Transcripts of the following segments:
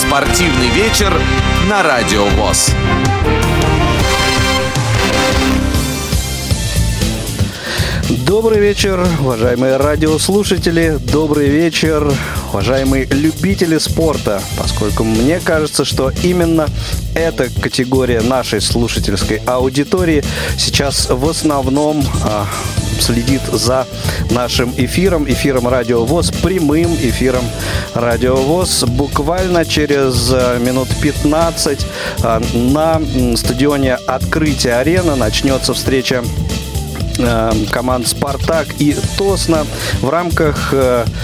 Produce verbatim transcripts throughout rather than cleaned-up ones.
Спортивный вечер на Радио ВОС. Добрый вечер, уважаемые радиослушатели, добрый вечер, уважаемые любители спорта, поскольку мне кажется, что именно эта категория нашей слушательской аудитории сейчас в основном а, следит за нашим эфиром, эфиром Радио ВОС, прямым эфиром Радио ВОС. Буквально через минут пятнадцать а, на стадионе Открытие Арена начнется встреча команд «Спартак» и «Тосно» в рамках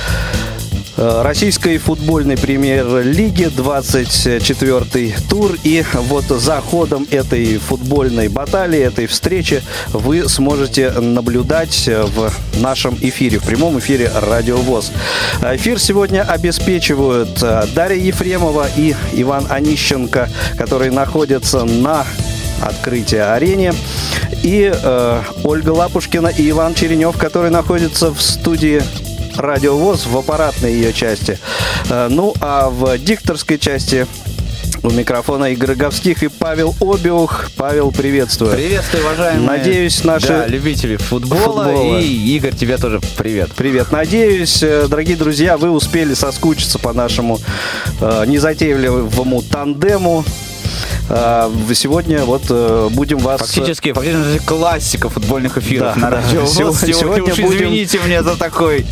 российской футбольной премьер-лиги, двадцать четвёртый тур. И вот за ходом этой футбольной баталии, этой встречи вы сможете наблюдать в нашем эфире, в прямом эфире Радио ВОС. Эфир сегодня обеспечивают Дарья Ефремова и Иван Онищенко, которые находятся на Открытие Арене, и э, Ольга Лапушкина и Иван Черенев, которые находятся в студии Радио ВОС, в аппаратной ее части. Э, ну, а в дикторской части у микрофона Игорь Роговских и Павел Обиух. Павел, приветствую. Приветствую, уважаемые. Надеюсь, наши да, любители футбола, футбола. И Игорь, тебе тоже привет. Привет. Надеюсь, дорогие друзья, вы успели соскучиться по нашему э, незатейливому тандему. Сегодня вот будем вас... Фактически, фактически классика футбольных эфиров да, на Радио ВОС. Сегодня, сегодня уж будем... извините мне за такой...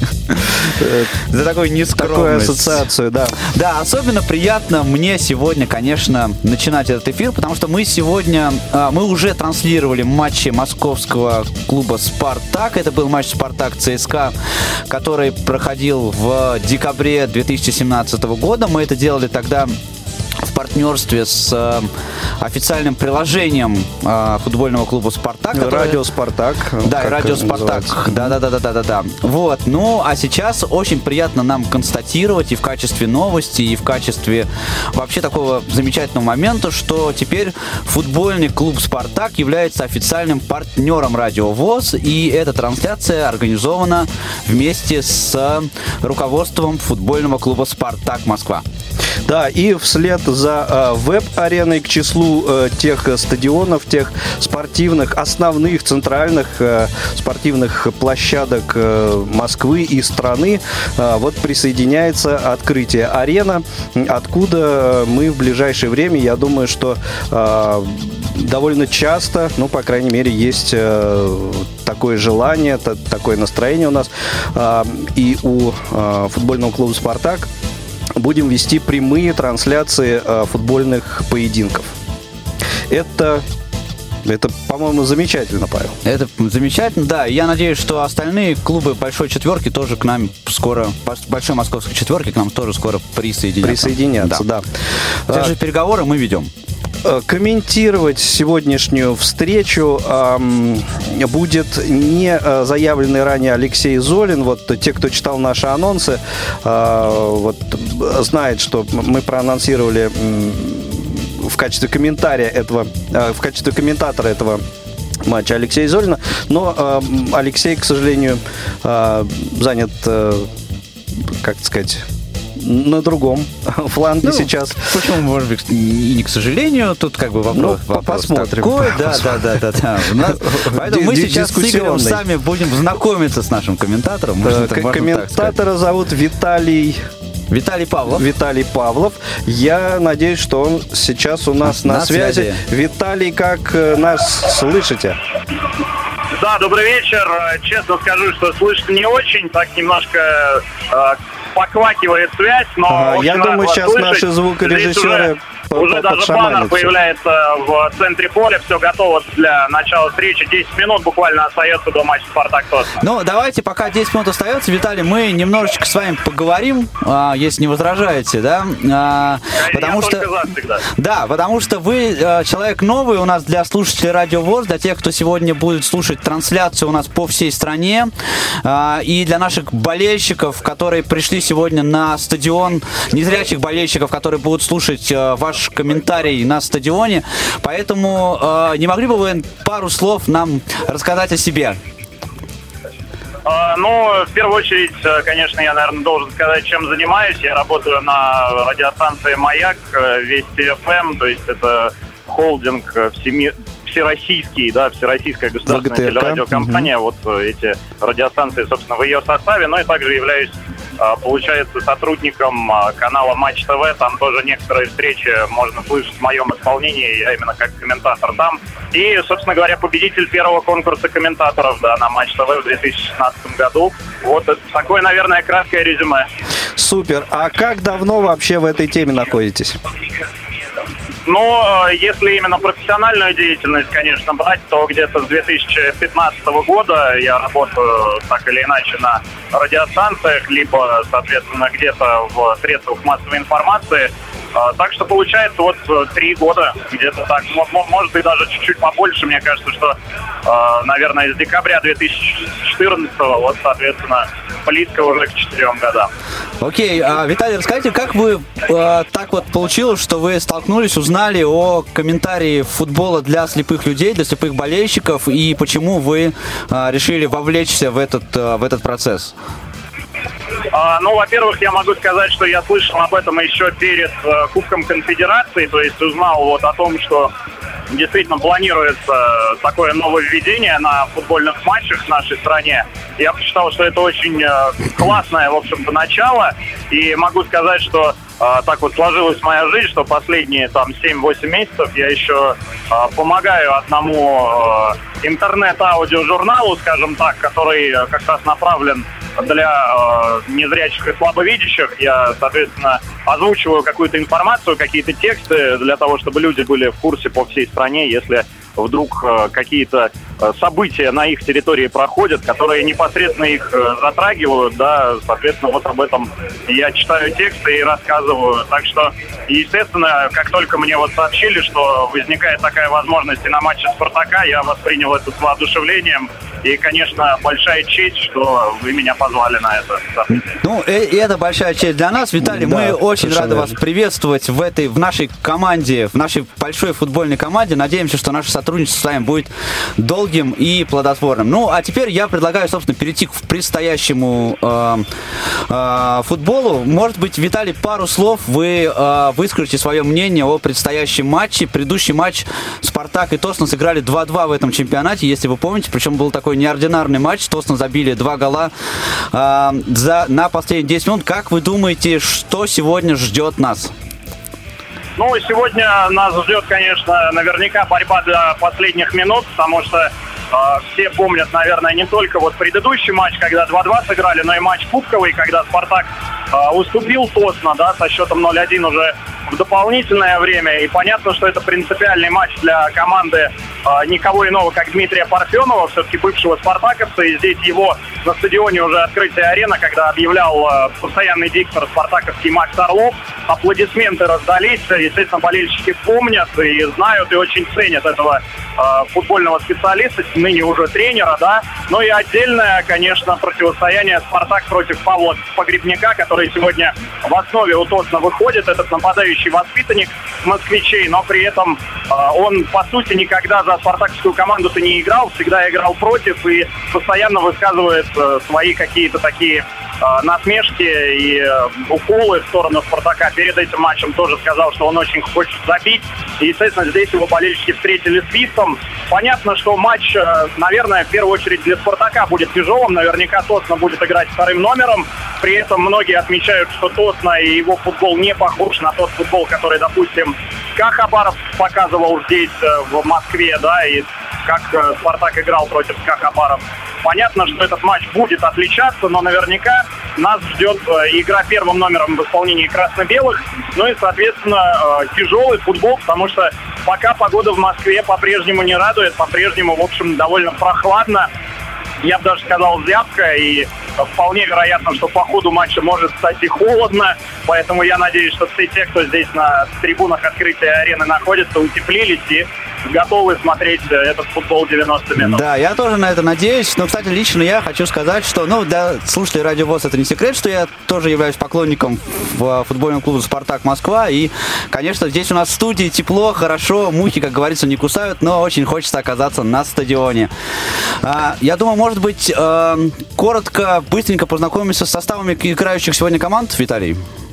за такой нескромность. Такую ассоциацию, да. Да, особенно приятно мне сегодня, конечно, начинать этот эфир, потому что мы сегодня... Мы уже транслировали матчи московского клуба «Спартак». Это был матч «Спартак-ЦСКА», который проходил в декабре две тысячи семнадцатого года. Мы это делали тогда в партнерстве с э, официальным приложением э, футбольного клуба «Спартак». Который... Радио «Спартак». Да, и Радио «Спартак». Да-да-да-да-да-да. Вот. Ну, а сейчас очень приятно нам констатировать и в качестве новости, и в качестве вообще такого замечательного момента, что теперь футбольный клуб «Спартак» является официальным партнером Радио ВОС, и эта трансляция организована вместе с руководством футбольного клуба «Спартак Москва». Да, и вслед за э, веб-ареной к числу э, тех стадионов, тех спортивных, основных, центральных э, спортивных площадок э, Москвы и страны э, вот присоединяется Открытие Арена, откуда мы в ближайшее время, я думаю, что э, довольно часто, ну, по крайней мере, есть э, такое желание, т- такое настроение у нас э, и у э, футбольного клуба «Спартак». Будем вести прямые трансляции э, футбольных поединков. Это, это, по-моему, замечательно, Павел. Это замечательно, да. Я надеюсь, что остальные клубы Большой Четверки тоже к нам скоро, Большой Московской Четверки к нам тоже скоро присоединятся. Присоединятся, да. да. Те же переговоры мы ведем. Комментировать сегодняшнюю встречу эм, будет не заявленный ранее Алексей Золин. Вот те, кто читал наши анонсы, э, вот, знает, что мы проанонсировали э, в качестве комментария этого, э, в качестве комментатора этого матча Алексея Золина. Но э, Алексей, к сожалению, э, занят, э, как сказать... на другом фланге ну, сейчас. Почему, может быть, и не к сожалению, тут как бы вопрос, ну, вопрос посмотрим. такой. Да, да, да, да, да. Нас, поэтому мы сейчас с Игорем сами будем знакомиться с нашим комментатором. Может, К- комментатора зовут Виталий... Виталий Павлов. Виталий Павлов. Я надеюсь, что он сейчас у нас на, на связи. связи. Виталий, как нас слышите? Да, добрый вечер. Честно скажу, что слышно не очень, так немножко э, поквакивает связь, но ага, я думаю, сейчас слышать. Наши звукорежиссеры уже даже баннер появляется в центре поля, все готово для начала встречи. десять минут буквально остается до матча «Спартак-Тосно». Ну, давайте, пока десять минут остается, Виталий, мы немножечко с вами поговорим, а, если не возражаете, да? А, потому Я что... только за всегда. Да, потому что вы а, человек новый у нас для слушателей Радио ВОС, для тех, кто сегодня будет слушать трансляцию у нас по всей стране, а, и для наших болельщиков, которые пришли сегодня на стадион, незрячих болельщиков, которые будут слушать а, ваш комментарий на стадионе. Поэтому э, не могли бы вы пару слов нам рассказать о себе? Ну, в первую очередь, конечно, я, наверное, должен сказать, чем занимаюсь. Я работаю на радиостанции «Маяк», Вести эф эм, то есть это холдинг всеми... всероссийский, да, всероссийская государственная телерадиокомпания. Угу. Вот эти радиостанции, собственно, в ее составе. Но и также являюсь, получается, сотрудником канала Матч ТВ. Там тоже некоторые встречи можно слышать в моем исполнении. Я именно как комментатор там. И, собственно говоря, победитель первого конкурса комментаторов, да, на Матч ТВ в две тысячи шестнадцатом году. Вот это такое, наверное, краткое резюме. Супер. А как давно вообще в этой теме находитесь? Но если именно профессиональную деятельность, конечно, брать, то где-то с две тысячи пятнадцатого года я работаю так или иначе на радиостанциях, либо, соответственно, где-то в средствах массовой информации. Так что получается вот три года, где-то так, может быть даже чуть-чуть побольше. Мне кажется, что, наверное, с декабря две тысячи четырнадцатого, вот, соответственно, близко уже к четырем годам. Окей, а, Виталий, расскажите, как вы а, так вот получилось, что вы столкнулись, узнали о комментарии футбола для слепых людей, для слепых болельщиков, и почему вы а, решили вовлечься в этот, а, в этот процесс? А, ну, во-первых, я могу сказать, что я слышал об этом еще перед э, Кубком Конфедерации, то есть узнал вот о том, что действительно планируется такое нововведение на футбольных матчах в нашей стране. Я посчитал, что это очень э, классное, в общем-то, начало, и могу сказать, что э, так вот сложилась моя жизнь, что последние там семь-восемь месяцев я еще э, помогаю одному э, интернет-аудиожурналу, скажем так, который э, как раз направлен для э, незрячих и слабовидящих. Я, соответственно, озвучиваю какую-то информацию, какие-то тексты для того, чтобы люди были в курсе по всей стране, если вдруг э, какие-то э, события на их территории проходят, которые непосредственно их э, затрагивают, да, соответственно, вот об этом я читаю тексты и рассказываю. Так что, естественно, как только мне вот сообщили, что возникает такая возможность и на матче «Спартака», я воспринял это с воодушевлением. И, конечно, большая честь, что вы меня позвали на это событие. Ну, и, и это большая честь для нас. Виталий, да, мы очень рады верно. вас приветствовать в этой, в нашей команде, в нашей большой футбольной команде. Надеемся, что наше сотрудничество с вами будет долгим и плодотворным. Ну, а теперь я предлагаю, собственно, перейти к предстоящему э, э, футболу. Может быть, Виталий, пару слов вы э, выскажете свое мнение о предстоящем матче. Предыдущий матч «Спартак» и «Тосно» сыграли два-два в этом чемпионате, если вы помните. Причем был такой неординарный матч. Тосно забили два гола э, за, на последние десять минут. Как вы думаете, что сегодня ждет нас? Ну, сегодня нас ждет, конечно, наверняка борьба до последних минут, потому что э, все помнят, наверное, не только вот предыдущий матч, когда два-два сыграли, но и матч кубковый, когда «Спартак» э, уступил Тосно, да, со счетом ноль один уже в дополнительное время. И понятно, что это принципиальный матч для команды э, никого иного, как Дмитрия Парфенова, все-таки бывшего спартаковца. И здесь его на стадионе уже «Открытие арены», когда объявлял э, постоянный диктор спартаковский Макс Орлов, аплодисменты раздались. Естественно, болельщики помнят и знают, и очень ценят этого э, футбольного специалиста, ныне уже тренера, да. Ну и отдельное, конечно, противостояние «Спартак» против Павла Погребняка, который сегодня в основе у Тосно выходит, этот нападающий воспитанник москвичей, но при этом э, он, по сути, никогда за спартаковскую команду-то не играл, всегда играл против и постоянно высказывает э, свои какие-то такие э, насмешки и э, уколы в сторону «Спартака». Перед этим матчем тоже сказал, что он очень хочет забить. И, естественно, здесь его болельщики встретили свистом. Понятно, что матч, э, наверное, в первую очередь для «Спартака» будет тяжелым. Наверняка Тосно будет играть вторым номером. При этом многие отмечают, что Тосно и его футбол не похож на тот футбол, который, допустим, СКА Хабаров показывал здесь, в Москве, да, и как «Спартак» играл против СКА Хабаров. Понятно, что этот матч будет отличаться, но наверняка нас ждет игра первым номером в исполнении красно-белых, ну и, соответственно, тяжелый футбол, потому что пока погода в Москве по-прежнему не радует, по-прежнему, в общем, довольно прохладно. Я бы даже сказал, зябко, и вполне вероятно, что по ходу матча может стать и холодно. Поэтому я надеюсь, что все те, кто здесь на трибунах «Открытия арены» находится, утеплились и готовы смотреть этот футбол девяносто минут. Да, я тоже на это надеюсь. Но, кстати, лично я хочу сказать, что, ну, для слушателей Радио ВОС это не секрет, что я тоже являюсь поклонником в футбольном клубе «Спартак Москва». И, конечно, здесь у нас в студии тепло, хорошо, мухи, как говорится, не кусают, но очень хочется оказаться на стадионе. А, я думаю, может быть, э, коротко, быстренько познакомимся с составами играющих сегодня команд, Виталий?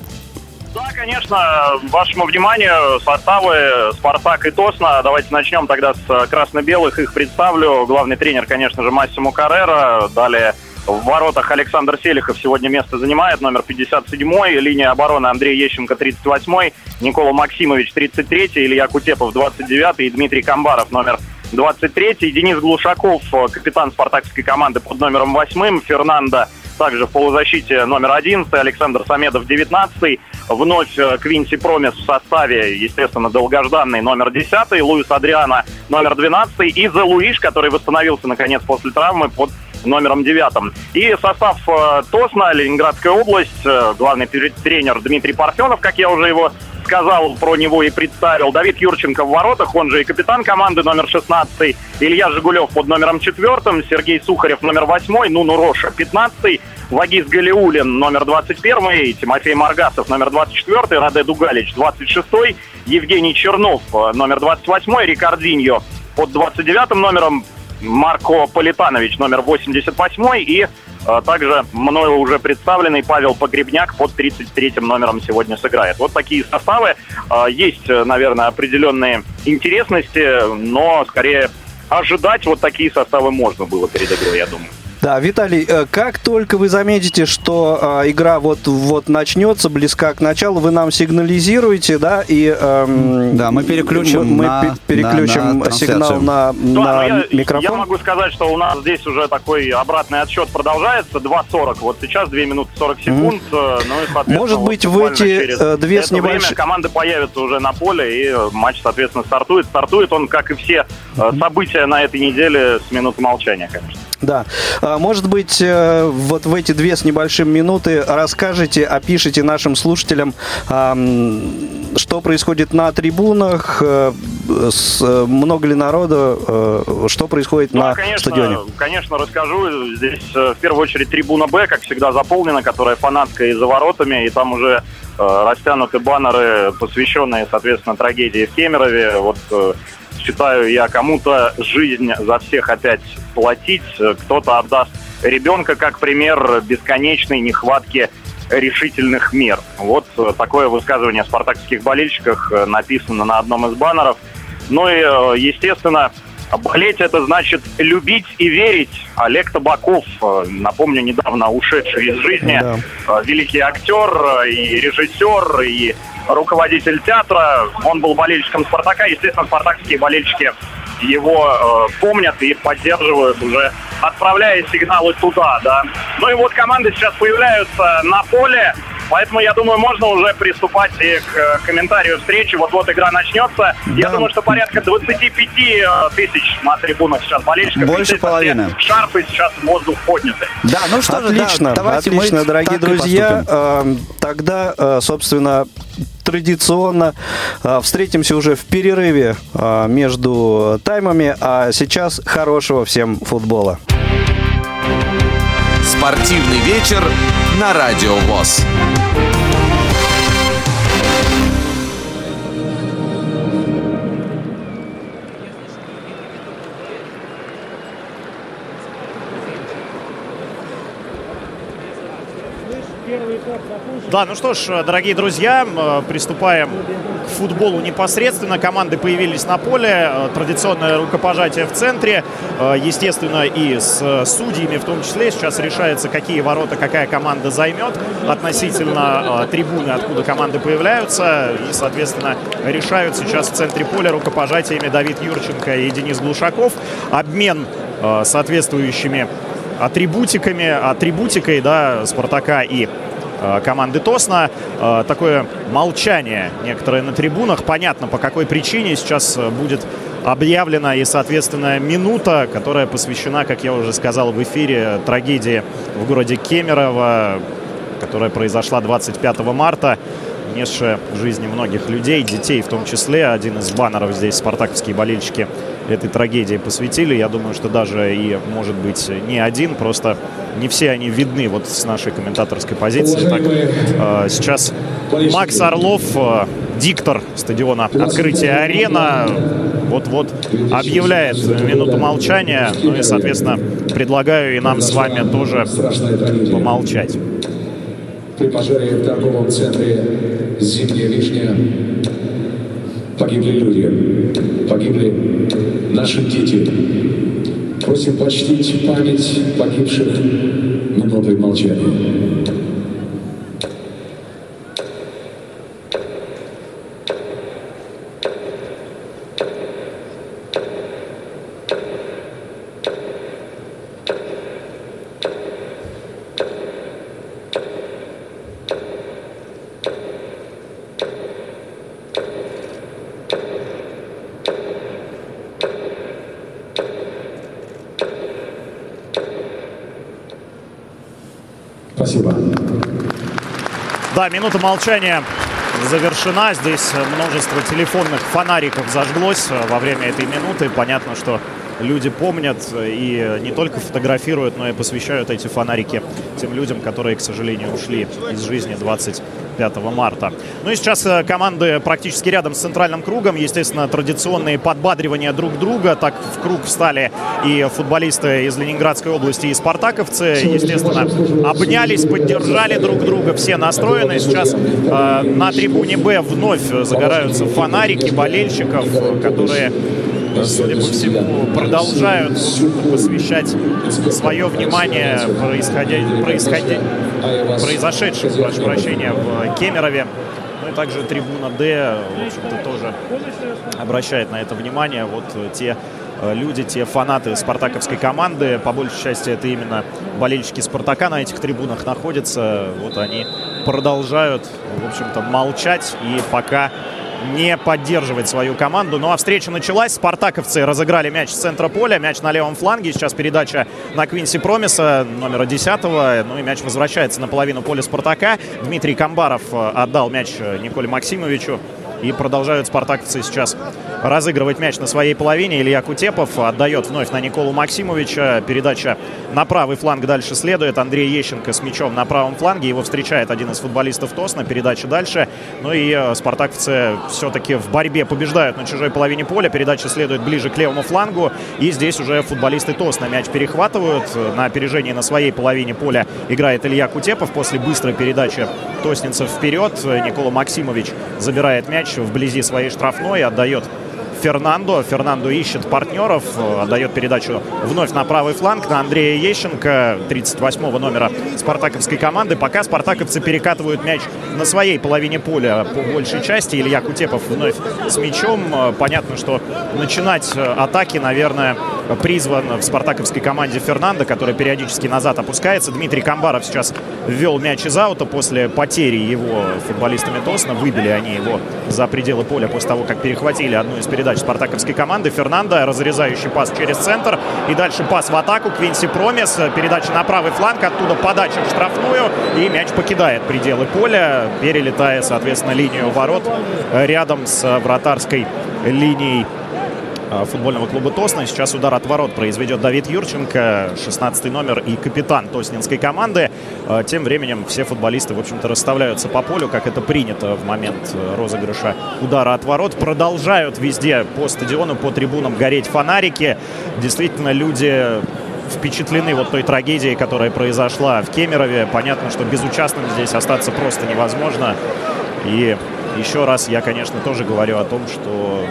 Да, конечно, вашему вниманию составы «Спартак» и «Тосна». Давайте начнем тогда с красно-белых. Их представлю. Главный тренер, конечно же, Массимо Каррера. Далее в воротах Александр Селихов сегодня место занимает, номер пятьдесят семь. Линия обороны Андрей Ещенко, тридцать восемь. Никола Максимович, тридцать три. Илья Кутепов, двадцать девять. И Дмитрий Камбаров, номер двадцать три. Денис Глушаков, капитан спартакской команды, под номером восемь. Фернандо также в полузащите, номер одиннадцать. Александр Самедов, девятнадцатый. Вновь Квинси Промис в составе, естественно, долгожданный, номер десятый. Луис Адриано, номер двенадцатый. И Зе Луиш, который восстановился, наконец, после травмы, под номером девятым. И состав э, Тосна, Ленинградская область, э, главный тренер Дмитрий Парфенов, как я уже его сказал, про него и представил. Давид Юрченко в воротах, он же и капитан команды, номер шестнадцатый. Илья Жигулев под номером четвертым. Сергей Сухарев, номер восьмой. Нуну Роша, пятнадцатый. Вагиз Галиулин, номер двадцать первый. Тимофей Маргасов, номер двадцать четвертый. Раде Дугалич, двадцать шестой. Евгений Чернов, номер двадцать восьмой. Рикардиньо под двадцать девятым номером. Марко Политанович, номер восемьдесят восемь. И а, также мною уже представленный Павел Погребняк под тридцать третьим номером сегодня сыграет. Вот такие составы. А, есть, наверное, определенные интересности, но скорее ожидать вот такие составы можно было перед игрой, я думаю. Да, Виталий, как только вы заметите, что э, игра вот, вот начнется, близка к началу, вы нам сигнализируете, да, и эм, да, мы переключим, мы, на, мы переключим на, на сигнал на, да, на я, микрофон. Я могу сказать, что у нас здесь уже такой обратный отсчет продолжается, два сорок. Вот сейчас две минуты сорок секунд. Mm-hmm. Ну и, соответственно, может вот быть, в эти две с небольшим... время команды появятся уже на поле, и матч, соответственно, стартует. Стартует он, как и все mm-hmm. события на этой неделе, с минуты молчания, конечно. Да. Может быть, вот в эти две с небольшим минуты расскажете, опишите нашим слушателям, что происходит на трибунах, много ли народу, что происходит да, на конечно, стадионе. Конечно, расскажу. Здесь в первую очередь трибуна Б, как всегда, заполнена, которая фанатская и за воротами, и там уже растянуты баннеры, посвященные, соответственно, трагедии в Кемерове. Вот считаю я, кому-то жизнь за всех опять платить, кто-то отдаст ребенка как пример бесконечной нехватки решительных мер. Вот такое высказывание о спартакских болельщиках написано на одном из баннеров. Ну и, естественно, болеть — это значит любить и верить. Олег Табаков, напомню, недавно ушедший из жизни, да. Великий актер и режиссер, и руководитель театра. Он был болельщиком «Спартака». Естественно, спартакские болельщики его э, помнят и поддерживают, уже отправляя сигналы туда, да. Ну и вот команды сейчас появляются на поле, поэтому, я думаю, можно уже приступать и к комментарию встречи. Вот-вот игра начнется. Да. Я думаю, что порядка двадцать пять тысяч на трибунах сейчас болельщиков. Больше половины. Шарфы сейчас в воздух подняты. Да, ну что же, отлично, да, отлично, дорогие друзья. Э, тогда, э, собственно, традиционно э, встретимся уже в перерыве э, между таймами, а сейчас хорошего всем футбола. Спортивный вечер на Радио ВОС. Да, ну что ж, дорогие друзья, приступаем к футболу непосредственно. Команды появились на поле. Традиционное рукопожатие в центре. Естественно, и с судьями в том числе. Сейчас решается, какие ворота какая команда займет относительно трибуны, откуда команды появляются. И, соответственно, решают сейчас в центре поля рукопожатиями Давид Юрченко и Денис Глушаков. Обмен соответствующими атрибутиками, атрибутикой, да, Спартака и команды Тосна. Такое молчание некоторое на трибунах. Понятно, по какой причине. Сейчас будет объявлена и, соответственно, минута, которая посвящена, как я уже сказал в эфире, трагедии в городе Кемерово, которая произошла двадцать пятого марта. несшая жизни многих людей, детей в том числе. Один из баннеров здесь спартаковские болельщики этой трагедии посвятили. Я думаю, что даже и, может быть, не один, просто не все они видны вот с нашей комментаторской позиции. Так, э, сейчас Макс Орлов, э, диктор стадиона «Открытие Арена», вот-вот объявляет минуту молчания. Ну и, соответственно, предлагаю и нам с вами тоже помолчать. При пожаре в торговом центре «Зимняя вишня» погибли люди, погибли наши дети. Просим почтить память погибших минутой молчания. Спасибо. Да, минута молчания завершена. Здесь множество телефонных фонариков зажглось во время этой минуты. Понятно, что люди помнят и не только фотографируют, но и посвящают эти фонарики тем людям, которые, к сожалению, ушли из жизни двадцать пятого марта. Ну и сейчас команды практически рядом с центральным кругом. Естественно, традиционные подбадривания друг друга. Так в круг встали и футболисты из Ленинградской области, и спартаковцы. Естественно, обнялись, поддержали друг друга. Все настроены. Сейчас э, на трибуне «Б» вновь загораются фонарики болельщиков, которые, судя по всему, продолжают посвящать свое внимание происходя... происходя... произошедшему, прошу прощения, в Кемерове. Ну и также трибуна «Д», в общем-то, тоже обращает на это внимание. Вот те люди, те фанаты спартаковской команды, по большей части это именно болельщики «Спартака» на этих трибунах находятся. Вот они продолжают, в общем-то, молчать и пока не поддерживать свою команду. Ну а встреча началась. Спартаковцы разыграли мяч с центра поля. Мяч на левом фланге. Сейчас передача на Квинси Промиса, номера десятого. Ну и мяч возвращается на половину поля Спартака. Дмитрий Камбаров отдал мяч Николе Максимовичу. И продолжают спартаковцы сейчас разыгрывать мяч на своей половине. Илья Кутепов отдает вновь на Николу Максимовича. Передача на правый фланг дальше следует. Андрей Ещенко с мячом на правом фланге. Его встречает один из футболистов Тосна. Передача дальше. Ну и спартаковцы все-таки в борьбе побеждают на чужой половине поля. Передача следует ближе к левому флангу. И здесь уже футболисты Тосна мяч перехватывают. На опережении на своей половине поля играет Илья Кутепов. После быстрой передачи тоснинцев вперед Никола Максимович забирает мяч вблизи своей штрафной, отдает Фернандо. Фернандо ищет партнеров, отдает передачу вновь на правый фланг на Андрея Ещенко, тридцать восьмого номера спартаковской команды. Пока спартаковцы перекатывают мяч на своей половине поля по большей части. Илья Кутепов вновь с мячом. Понятно, что начинать атаки, наверное, призван в спартаковской команде Фернандо, который периодически назад опускается. Дмитрий Камбаров сейчас ввел мяч из аута после потери его футболистами Тосна. Выбили они его за пределы поля после того, как перехватили одну из передач спартаковской команды. Фернандо, разрезающий пас через центр. И дальше пас в атаку. Квинси Промис. Передача на правый фланг. Оттуда подача в штрафную. И мяч покидает пределы поля, перелетая, соответственно, линию ворот рядом с вратарской линией футбольного клуба Тосна. Сейчас удар от ворот произведет Давид Юрченко, шестнадцатый номер и капитан тоснинской команды. Тем временем все футболисты, в общем-то, расставляются по полю, как это принято в момент розыгрыша удара от ворот. Продолжают везде по стадиону, по трибунам гореть фонарики. Действительно, люди впечатлены вот той трагедией, которая произошла в Кемерове. Понятно, что безучастным здесь остаться просто невозможно. И еще раз я, конечно, тоже говорю о том, что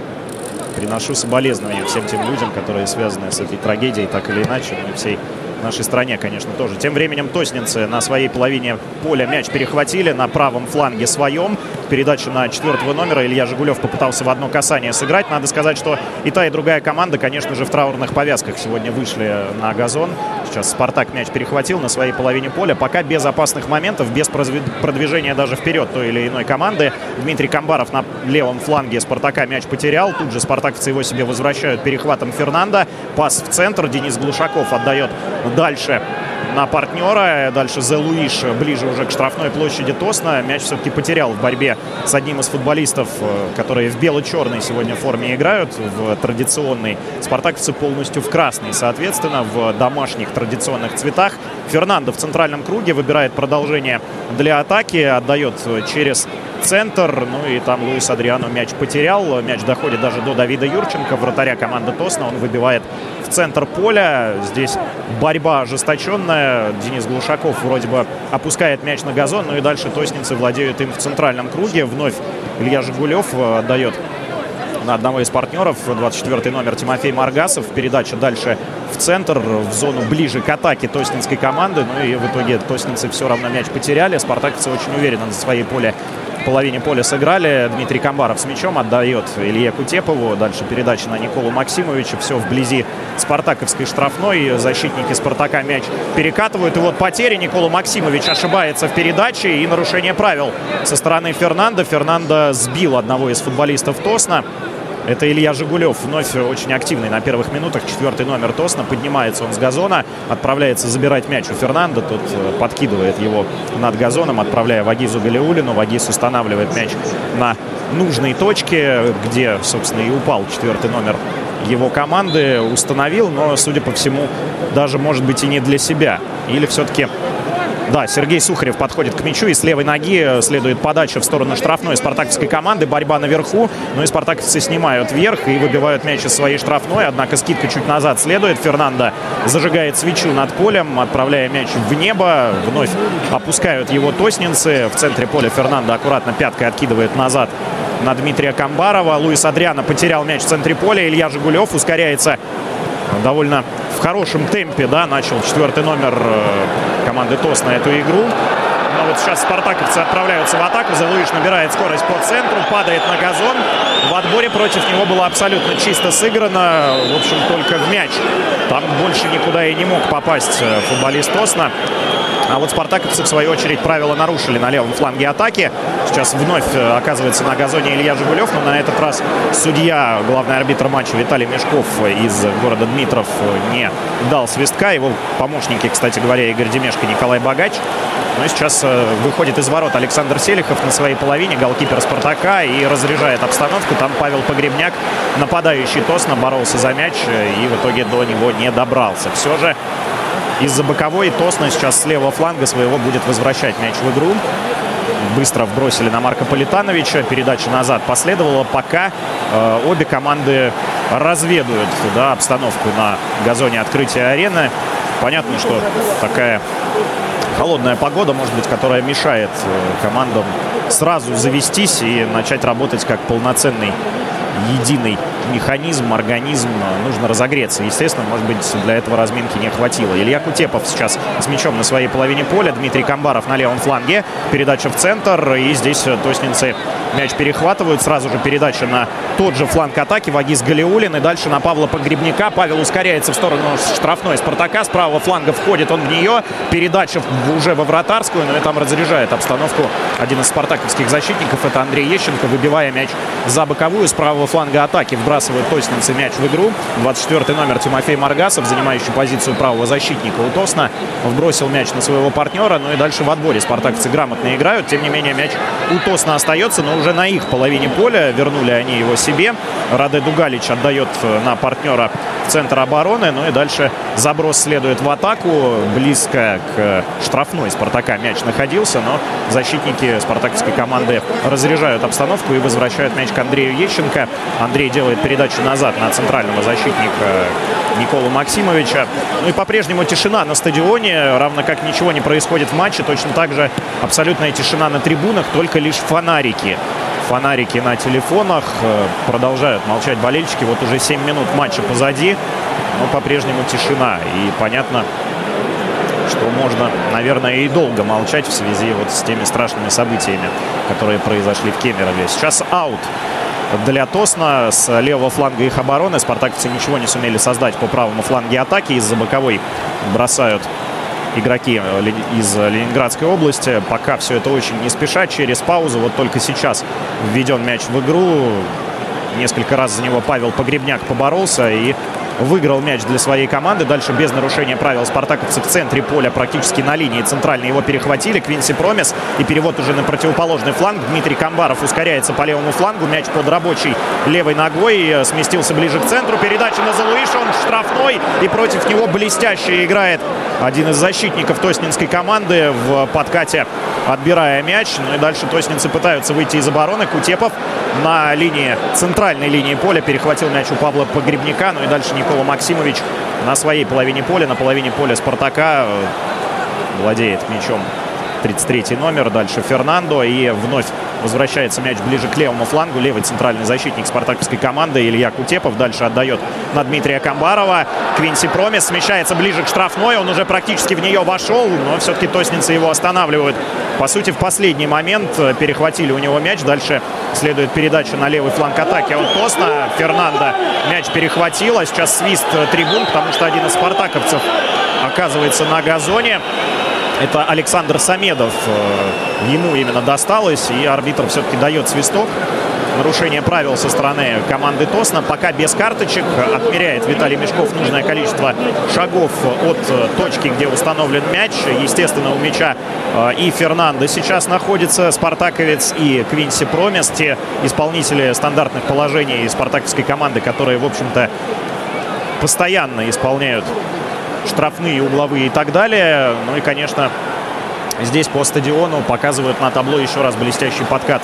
приношу соболезнования всем тем людям, которые связаны с этой трагедией, так или иначе, ну и всей нашей стране, конечно, тоже. Тем временем тоснинцы на своей половине поля мяч перехватили на правом фланге своем. Передача на четвертого номера. Илья Жигулев попытался в одно касание сыграть. Надо сказать, что и та, и другая команда, конечно же, в траурных повязках сегодня вышли на газон. Сейчас Спартак мяч перехватил на своей половине поля. Пока без опасных моментов, без продвижения даже вперед той или иной команды. Дмитрий Камбаров на левом фланге Спартака мяч потерял. Тут же спартаковцы его себе возвращают перехватом Фернандо. Пас в центр. Денис Глушаков отдает дальше на партнера. Дальше Зе Луиш ближе уже к штрафной площади Тосна. Мяч все-таки потерял в борьбе с одним из футболистов, которые в бело-черной сегодня форме играют. В традиционной. Спартаковцы полностью в красной, соответственно, в домашних традиционных цветах. Фернандо в центральном круге выбирает продолжение для атаки. Отдает через центр. Ну и там Луис Адриано мяч потерял. Мяч доходит даже до Давида Юрченко, вратаря команды Тосна. Он выбивает в центр поля. Здесь борьба ожесточенная. Денис Глушаков вроде бы опускает мяч на газон. Ну и дальше тоснинцы владеют им в центральном круге. Вновь Илья Жигулев отдает на одного из партнеров. двадцать четвёртый номер Тимофей Маргасов. Передача дальше в центр, в зону ближе к атаке тоснинской команды. Ну и в итоге тоснинцы все равно мяч потеряли. Спартаковцы очень уверенно на своей поле, половине поля сыграли. Дмитрий Камбаров с мячом отдает Илье Кутепову. Дальше передача на Николу Максимовича. Все вблизи спартаковской штрафной. Защитники Спартака мяч перекатывают. И вот потери. Никола Максимович ошибается в передаче. И нарушение правил со стороны Фернандо. Фернандо сбил одного из футболистов Тосна. Это Илья Жигулев, вновь очень активный на первых минутах. Четвертый номер Тосна. Поднимается он с газона, отправляется забирать мяч у Фернандо. Тот подкидывает его над газоном, отправляя Вагизу Галиуллину. Вагиз устанавливает мяч на нужной точке, где, собственно, и упал четвертый номер его команды. Установил, но, судя по всему, даже, может быть, и не для себя. Или все-таки... Да, Сергей Сухарев подходит к мячу, и с левой ноги следует подача в сторону штрафной спартаковской команды. Борьба наверху, но и спартаковцы снимают вверх и выбивают мяч из своей штрафной. Однако скидка чуть назад следует. Фернандо зажигает свечу над полем, отправляя мяч в небо. Вновь опускают его тоснинцы. В центре поля Фернандо аккуратно пяткой откидывает назад на Дмитрия Камбарова. Луис Адриано потерял мяч в центре поля. Илья Жигулев ускоряется довольно в хорошем темпе, да, начал четвертый номер команды ТОС на эту игру. Но вот сейчас спартаковцы отправляются в атаку. Зе Луиш набирает скорость по центру, падает на газон. В отборе против него было абсолютно чисто сыграно. В общем, только в мяч. Там больше никуда и не мог попасть футболист Тосна. А вот спартаковцы, в свою очередь, правила нарушили на левом фланге атаки. Сейчас вновь оказывается на газоне Илья Жигулев, но на этот раз судья, главный арбитр матча Виталий Мешков из города Дмитров не дал свистка. Его помощники, кстати говоря, Игорь Демешко, Николай Богач. Ну и сейчас выходит из ворот Александр Селихов на своей половине, голкипер Спартака, и разряжает обстановку. Там Павел Погребняк, нападающий Тосна, боролся за мяч и в итоге до него не добрался. Все же из-за боковой Тосна сейчас с левого фланга своего будет возвращать мяч в игру. Быстро вбросили на Марка Политановича. Передача назад последовала, пока э, обе команды разведывают, да, обстановку на газоне открытия арены. Понятно, что такая холодная погода, может быть, которая мешает э, командам сразу завестись и начать работать как полноценный единый механизм, организм. Нужно разогреться. Естественно, может быть, для этого разминки не хватило. Илья Кутепов сейчас с мячом на своей половине поля. Дмитрий Камбаров на левом фланге. Передача в центр. И здесь тоснинцы мяч перехватывают. Сразу же передача на тот же фланг атаки. Вагиз Галиуллин. И дальше на Павла Погребняка. Павел ускоряется в сторону штрафной Спартака. С правого фланга входит он в нее. Передача уже во вратарскую. Но и там разряжает обстановку один из спартаковских защитников. Это Андрей Ещенко, выбивая мяч за боковую. С правого фланга атаки вбрасывают тоснинцы мяч в игру. двадцать четвёртый номер Тимофей Маргасов, занимающий позицию правого защитника у Тосна, вбросил мяч на своего партнера. Ну и дальше в отборе спартаковцы грамотно играют. Тем не менее, мяч у Тосна остается, но уже на их половине поля. Вернули они его себе. Раде Дугалич отдает на партнера в центр обороны. Ну и дальше заброс следует в атаку. Близко к штрафной Спартака мяч находился, но защитники спартаковской команды разряжают обстановку и возвращают мяч к Андрею Ещенко. Андрей делает передачу назад на центрального защитника Николу Максимовича. Ну и по-прежнему тишина на стадионе, равно как ничего не происходит в матче. Точно так же абсолютная тишина на трибунах, только лишь фонарики. Фонарики на телефонах. Продолжают молчать болельщики. Вот уже семь минут матча позади, но по-прежнему тишина. И понятно, что можно, наверное, и долго молчать в связи вот с теми страшными событиями, которые произошли в Кемерове. Сейчас аут для Тосна с левого фланга их обороны. Спартаковцы ничего не сумели создать по правому фланге атаки. Из-за боковой бросают игроки из Ленинградской области. Пока все это очень не спеша, через паузу. Вот только сейчас введен мяч в игру. Несколько раз за него Павел Погребняк поборолся и выиграл мяч для своей команды. Дальше без нарушения правил спартаковцы в центре поля, практически на линии центральной, его перехватили. Квинси Промис и перевод уже на противоположный фланг. Дмитрий Камбаров ускоряется по левому флангу. Мяч под рабочей левой ногой. Сместился ближе к центру. Передача на Зелуиша. Он штрафной. И против него блестяще играет один из защитников тоснинской команды в подкате, отбирая мяч. Ну и дальше тоснинцы пытаются выйти из обороны. Кутепов на линии, центральной линии поля перехватил мяч у Павла Погребняка. Ну и дальше Никола Максимович на своей половине поля, на половине поля Спартака владеет мячом тридцать третий номер. Дальше Фернандо. И вновь возвращается мяч ближе к левому флангу. Левый центральный защитник спартаковской команды Илья Кутепов. Дальше отдает на Дмитрия Камбарова. Квинси Промис смещается ближе к штрафной. Он уже практически в нее вошел, но все-таки тоснинцы его останавливают. По сути, в последний момент перехватили у него мяч. Дальше следует передача на левый фланг атаки от Тосна. Фернандо мяч перехватил. А сейчас свист трибун, потому что один из спартаковцев оказывается на газоне. Это Александр Самедов. Ему именно досталось. И арбитр все-таки дает свисток. Нарушение правил со стороны команды Тосна. Пока без карточек. Отмеряет Виталий Мешков нужное количество шагов от точки, где установлен мяч. Естественно, у мяча и Фернандо сейчас находится, спартаковец, и Квинси Промис. Те исполнители стандартных положений спартаковской команды, которые, в общем-то, постоянно исполняют штрафные, угловые и так далее. Ну и, конечно, здесь по стадиону показывают на табло еще раз блестящий подкат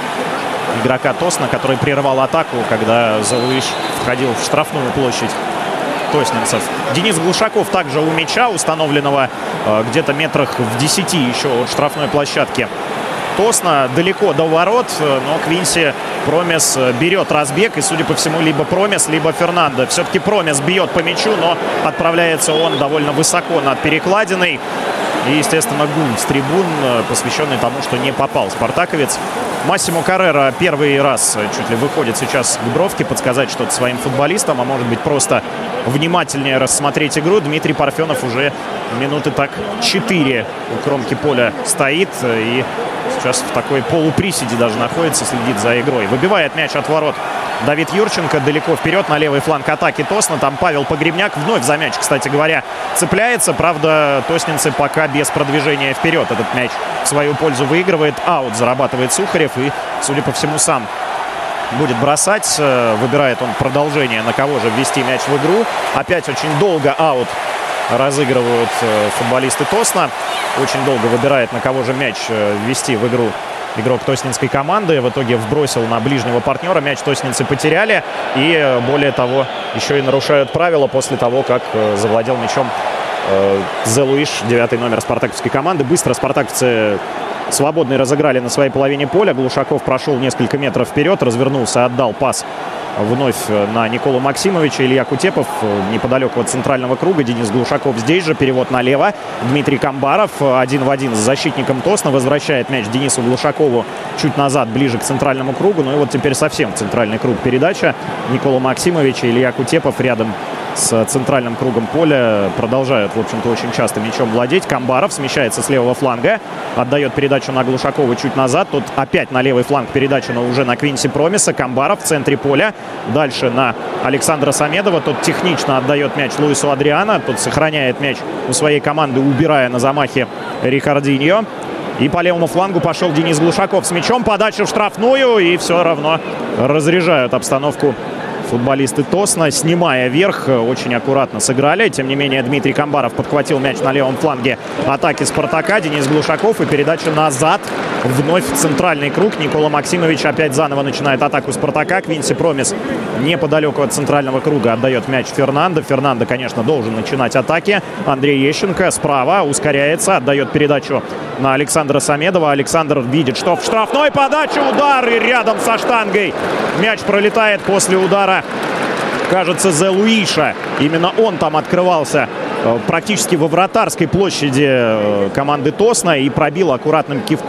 игрока Тосна, который прервал атаку, когда Зелуиш входил в штрафную площадь тоснинцев. Денис Глушаков также у мяча, установленного э, где-то метрах в десяти еще от штрафной площадки Тосна. Далеко до ворот, но Квинси Промис берет разбег. И, судя по всему, либо Промис, либо Фернандо. Все-таки Промис бьет по мячу, но отправляется он довольно высоко над перекладиной. И, естественно, гул с трибун, посвященный тому, что не попал спартаковец. Массимо Каррера первый раз чуть ли выходит сейчас к бровке подсказать что-то своим футболистам, а может быть просто внимательнее рассмотреть игру. Дмитрий Парфенов уже минуты так четыре у кромки поля стоит и сейчас в такой полуприседе даже находится, следит за игрой. Выбивает мяч от ворот Давид Юрченко далеко вперед на левый фланг атаки Тосна. Там Павел Погребняк вновь за мяч, кстати говоря, цепляется. Правда, тоснинцы пока без продвижения вперед. Этот мяч в свою пользу выигрывает. Аут зарабатывает Сухарев и, судя по всему, сам будет бросать. Выбирает он продолжение, на кого же ввести мяч в игру. Опять очень долго аут разыгрывают футболисты Тосна. Очень долго выбирает, на кого же мяч ввести в игру игрок тоснинской команды. В итоге вбросил на ближнего партнера. Мяч тоснинцы потеряли. И, более того, еще и нарушают правила после того, как завладел мячом Зелуиш, девятый номер спартаковской команды. Быстро спартаковцы свободно разыграли на своей половине поля. Глушаков прошел несколько метров вперед, развернулся, отдал пас вновь на Николу Максимовича. Илья Кутепов неподалеку от центрального круга. Денис Глушаков здесь же. Перевод налево. Дмитрий Камбаров один в один с защитником Тосна. Возвращает мяч Денису Глушакову чуть назад, ближе к центральному кругу. Ну и вот теперь совсем центральный круг передача. Никола Максимович и Илья Кутепов рядом с центральным кругом поля продолжают, в общем-то, очень часто мячом владеть. Камбаров смещается с левого фланга. Отдает передачу на Глушакова чуть назад. Тут опять на левый фланг передача, но уже на Квинси Промиса. Камбаров в центре поля. Дальше на Александра Самедова. Тот технично отдает мяч Луису Адриано. Тот сохраняет мяч у своей команды, убирая на замахе Рикардиньо. И по левому флангу пошел Денис Глушаков с мячом. Подача в штрафную. И все равно разряжают обстановку футболисты Тосна, снимая верх. Очень аккуратно сыграли. Тем не менее, Дмитрий Камбаров подхватил мяч на левом фланге атаки Спартака. Денис Глушаков и передача назад. Вновь в центральный круг. Никола Максимович опять заново начинает атаку Спартака. Квинси Промис неподалеку от центрального круга отдает мяч Фернандо. Фернандо, конечно, должен начинать атаки. Андрей Ещенко справа ускоряется. Отдает передачу на Александра Самедова. Александр видит, что в штрафной подаче удар. И рядом со штангой мяч пролетает после удара, кажется, Зелуиша. Именно он там открывался практически во вратарской площади команды Тосна и пробил аккуратным кивком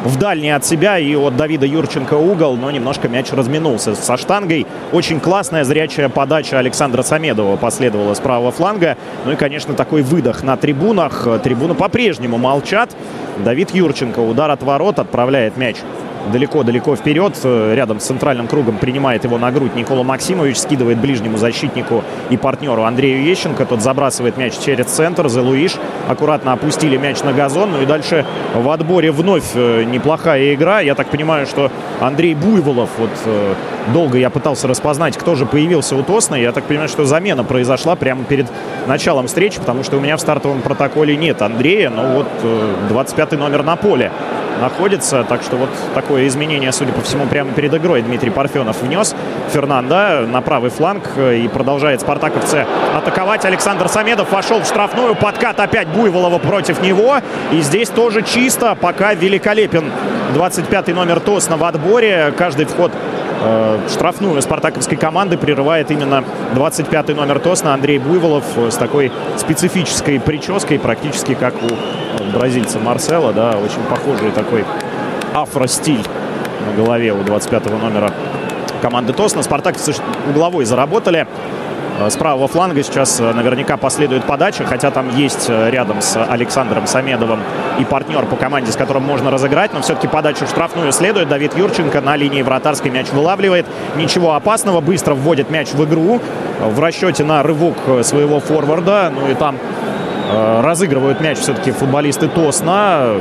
в дальний от себя, и от Давида Юрченко угол, но немножко мяч разминулся со штангой. Очень классная зрячая подача Александра Самедова последовала с правого фланга. Ну и, конечно, такой выдох на трибунах. Трибуны по-прежнему молчат. Давид Юрченко, удар от ворот, отправляет мяч далеко-далеко вперед. Рядом с центральным кругом принимает его на грудь Никола Максимович. Скидывает ближнему защитнику и партнеру Андрею Ещенко. Тот забрасывает мяч через центр. Зелуиш аккуратно опустили мяч на газон. Ну и дальше в отборе вновь неплохая игра. Я так понимаю, что Андрей Буйволов, вот долго я пытался распознать, кто же появился у Тосна. Я так понимаю, что замена произошла прямо перед началом встречи, потому что у меня в стартовом протоколе нет Андрея. Но вот двадцать пятый номер на поле находится, так что вот такое изменение, судя по всему, прямо перед игрой Дмитрий Парфенов внес Фернандо на правый фланг, и продолжает спартаковцы атаковать. Александр Самедов вошел в штрафную, подкат опять Буйволова против него, и здесь тоже чисто, пока великолепен двадцать пятый номер Тосна в отборе. Каждый вход э, в штрафную спартаковской команды прерывает именно двадцать пятый номер Тосна Андрей Буйволов с такой специфической прической, практически как у бразильца Марсела, да, очень похожий такой афро-стиль на голове у двадцать пятого номера команды Тосна. Спартаковцы угловой заработали. С правого фланга сейчас наверняка последует подача, хотя там есть рядом с Александром Самедовым и партнер по команде, с которым можно разыграть, но все-таки подачу в штрафную следует. Давид Юрченко на линии вратарской мяч вылавливает. Ничего опасного, быстро вводит мяч в игру в расчете на рывок своего форварда. Ну и там э, разыгрывают мяч все-таки футболисты Тосна.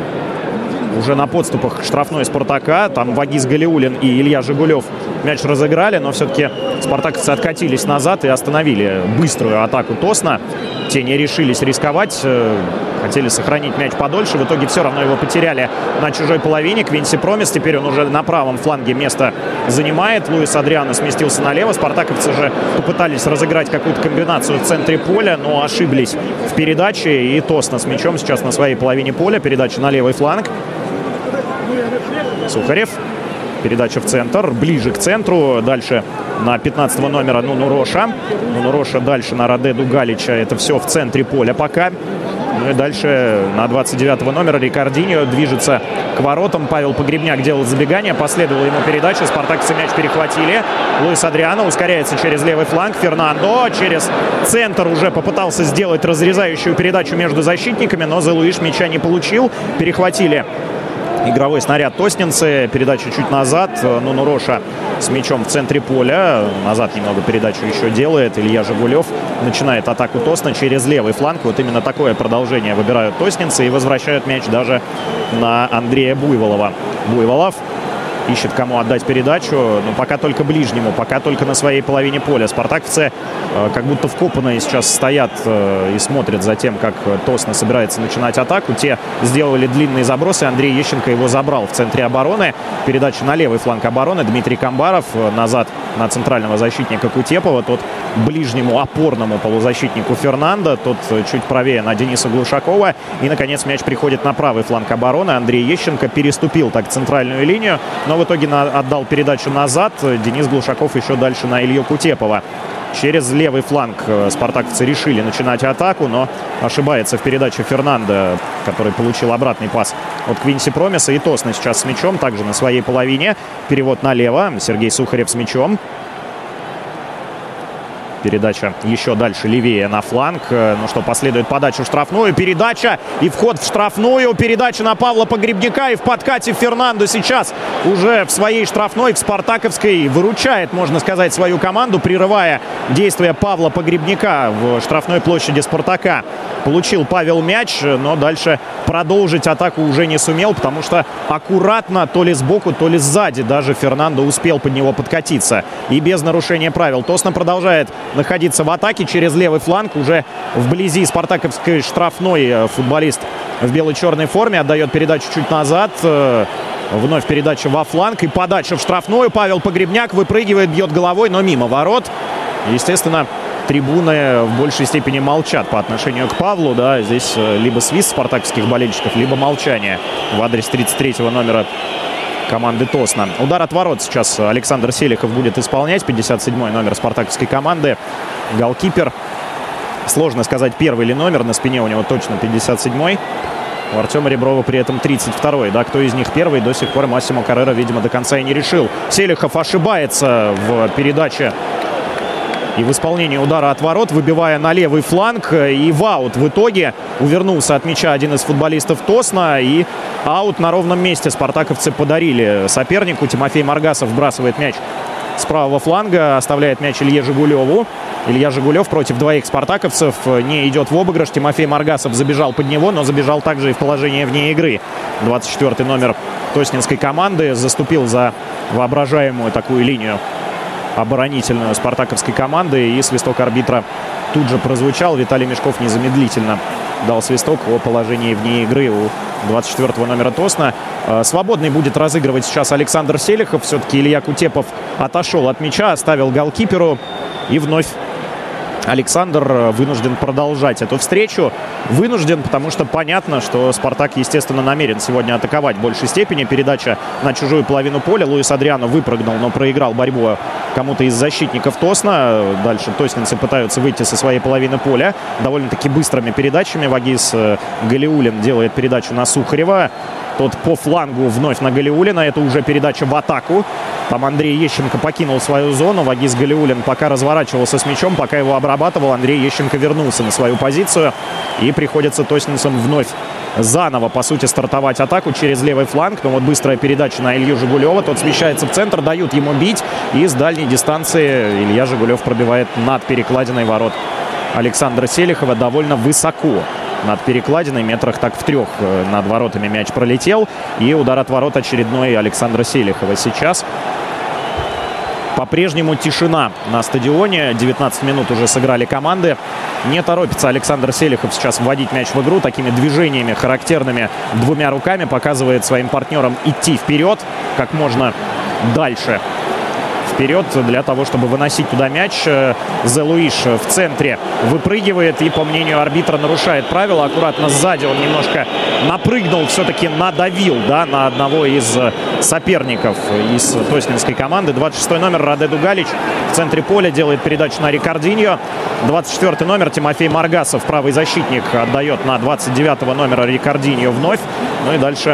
Уже на подступах к штрафной Спартака. Там Вагиз Галиуллин и Илья Жигулев мяч разыграли, но все-таки спартаковцы откатились назад и остановили быструю атаку Тосна. Те не решились рисковать, хотели сохранить мяч подольше. В итоге все равно его потеряли на чужой половине. Квинси Промис, теперь он уже на правом фланге место занимает. Луис Адриано сместился налево. Спартаковцы же попытались разыграть какую-то комбинацию в центре поля, но ошиблись в передаче. И Тосна с мячом сейчас на своей половине поля. Передача на левый фланг. Сухарев. Передача в центр, ближе к центру. Дальше на пятнадцатого номера Нуну Роша. Нуну Роша дальше на Радеду Галича. Это все в центре поля пока. Ну и дальше на двадцать девятого номера Рикардиньо движется к воротам. Павел Погребняк делал забегание. Последовала ему передача. Спартаковцы мяч перехватили. Луис Адриано ускоряется через левый фланг. Фернандо через центр уже попытался сделать разрезающую передачу между защитниками, но Зелуиш мяча не получил. Перехватили игровой снаряд тоснинцы. Передача чуть назад. Нуну Роша с мячом в центре поля. Назад немного передачу еще делает. Илья Жигулев начинает атаку Тосна через левый фланг. Вот именно такое продолжение выбирают тоснинцы и возвращают мяч даже на Андрея Буйволова. Буйволов ищет, кому отдать передачу, но пока только ближнему, пока только на своей половине поля. Спартаковцы э, как будто вкопанные сейчас стоят э, и смотрят за тем, как Тосна собирается начинать атаку. Те сделали длинные забросы, Андрей Ещенко его забрал в центре обороны. Передача на левый фланг обороны. Дмитрий Камбаров э, назад на центрального защитника Кутепова. Тот ближнему опорному полузащитнику Фернандо. Тот э, чуть правее на Дениса Глушакова. И, наконец, мяч приходит на правый фланг обороны. Андрей Ещенко переступил так центральную линию, но в итоге на, отдал передачу назад. Денис Глушаков еще дальше на Илью Кутепова. Через левый фланг спартаковцы решили начинать атаку, но ошибается в передаче Фернандо, который получил обратный пас от Квинси Промиса. И Тосна сейчас с мячом, также на своей половине. Перевод налево. Сергей Сухарев с мячом. Передача еще дальше, левее на фланг. Ну что, последует подача в штрафную. Передача и вход в штрафную. Передача на Павла Погребняка. И в подкате Фернандо сейчас уже в своей штрафной, в спартаковской, выручает, можно сказать, свою команду, прерывая действия Павла Погребняка в штрафной площади Спартака. Получил Павел мяч, но дальше продолжить атаку уже не сумел, потому что аккуратно, то ли сбоку, то ли сзади даже Фернандо успел под него подкатиться. И без нарушения правил. Тосна продолжает находиться в атаке через левый фланг. Уже вблизи спартаковской штрафной футболист в бело-черной форме отдает передачу чуть назад. Вновь передача во фланг и подача в штрафную. Павел Погребняк выпрыгивает, бьет головой, но мимо ворот. Естественно, трибуны в большей степени молчат по отношению к Павлу. Да, здесь либо свист спартаковских болельщиков, либо молчание в адрес тридцать третьего номера команды Тосна. Удар от ворот сейчас Александр Селихов будет исполнять. пятьдесят седьмой номер спартаковской команды. Голкипер. Сложно сказать, первый ли номер. На спине у него точно пятьдесят седьмой. У Артема Реброва при этом тридцать второй. Да, кто из них первый, до сих пор Массимо Каррера, видимо, до конца и не решил. Селихов ошибается в передаче и в исполнении удара от ворот, выбивая на левый фланг. И в аут в итоге увернулся от мяча один из футболистов Тосна. И аут на ровном месте спартаковцы подарили сопернику. Тимофей Маргасов вбрасывает мяч с правого фланга, оставляет мяч Илье Жигулеву. Илья Жигулев против двоих спартаковцев не идет в обыгрыш. Тимофей Маргасов забежал под него, но забежал также и в положение вне игры. двадцать четвёртый номер тоснинской команды заступил за воображаемую такую линию оборонительную спартаковской команды. И свисток арбитра тут же прозвучал. Виталий Мешков незамедлительно дал свисток о положении вне игры у двадцать четвёртого номера Тосна. Свободный будет разыгрывать сейчас Александр Селихов. Все-таки Илья Кутепов отошел от мяча, оставил голкиперу. И вновь Александр вынужден продолжать эту встречу. Вынужден, потому что понятно, что «Спартак», естественно, намерен сегодня атаковать в большей степени. Передача на чужую половину поля. Луис Адриано выпрыгнул, но проиграл борьбу кому-то из защитников Тосна. Дальше тоснинцы пытаются выйти со своей половины поля довольно-таки быстрыми передачами. Вагис Галиуллин делает передачу на Сухарева. Тот по флангу вновь на Галиуллина. Это уже передача в атаку. Там Андрей Ещенко покинул свою зону. Вагис Галиуллин пока разворачивался с мячом, пока его обрабатывал, Андрей Ещенко вернулся на свою позицию. И приходится тоснинцам вновь заново, по сути, стартовать атаку через левый фланг. Но вот быстрая передача на Илью Жигулева. Тот смещается в центр, дают ему бить. И с дальней дистанции Илья Жигулев пробивает над перекладиной ворот Александра Селихова довольно высоко. Над перекладиной, метрах так в трех над воротами мяч пролетел. И удар от ворот очередной Александра Селихова сейчас. По-прежнему тишина на стадионе. девятнадцать минут уже сыграли команды. Не торопится Александр Селихов сейчас вводить мяч в игру. Такими движениями, характерными двумя руками, показывает своим партнерам идти вперед как можно дальше. Вперед для того, чтобы выносить туда мяч. Зе Луиш в центре выпрыгивает и, по мнению арбитра, нарушает правила. Аккуратно сзади он немножко напрыгнул, все-таки надавил, да, на одного из соперников из тоснинской команды. двадцать шестой номер Раде Дугалич в центре поля делает передачу на Рикардиньо. двадцать четвёртый номер Тимофей Маргасов, правый защитник, отдает на двадцать девятого номера Рикардиньо вновь. Ну и дальше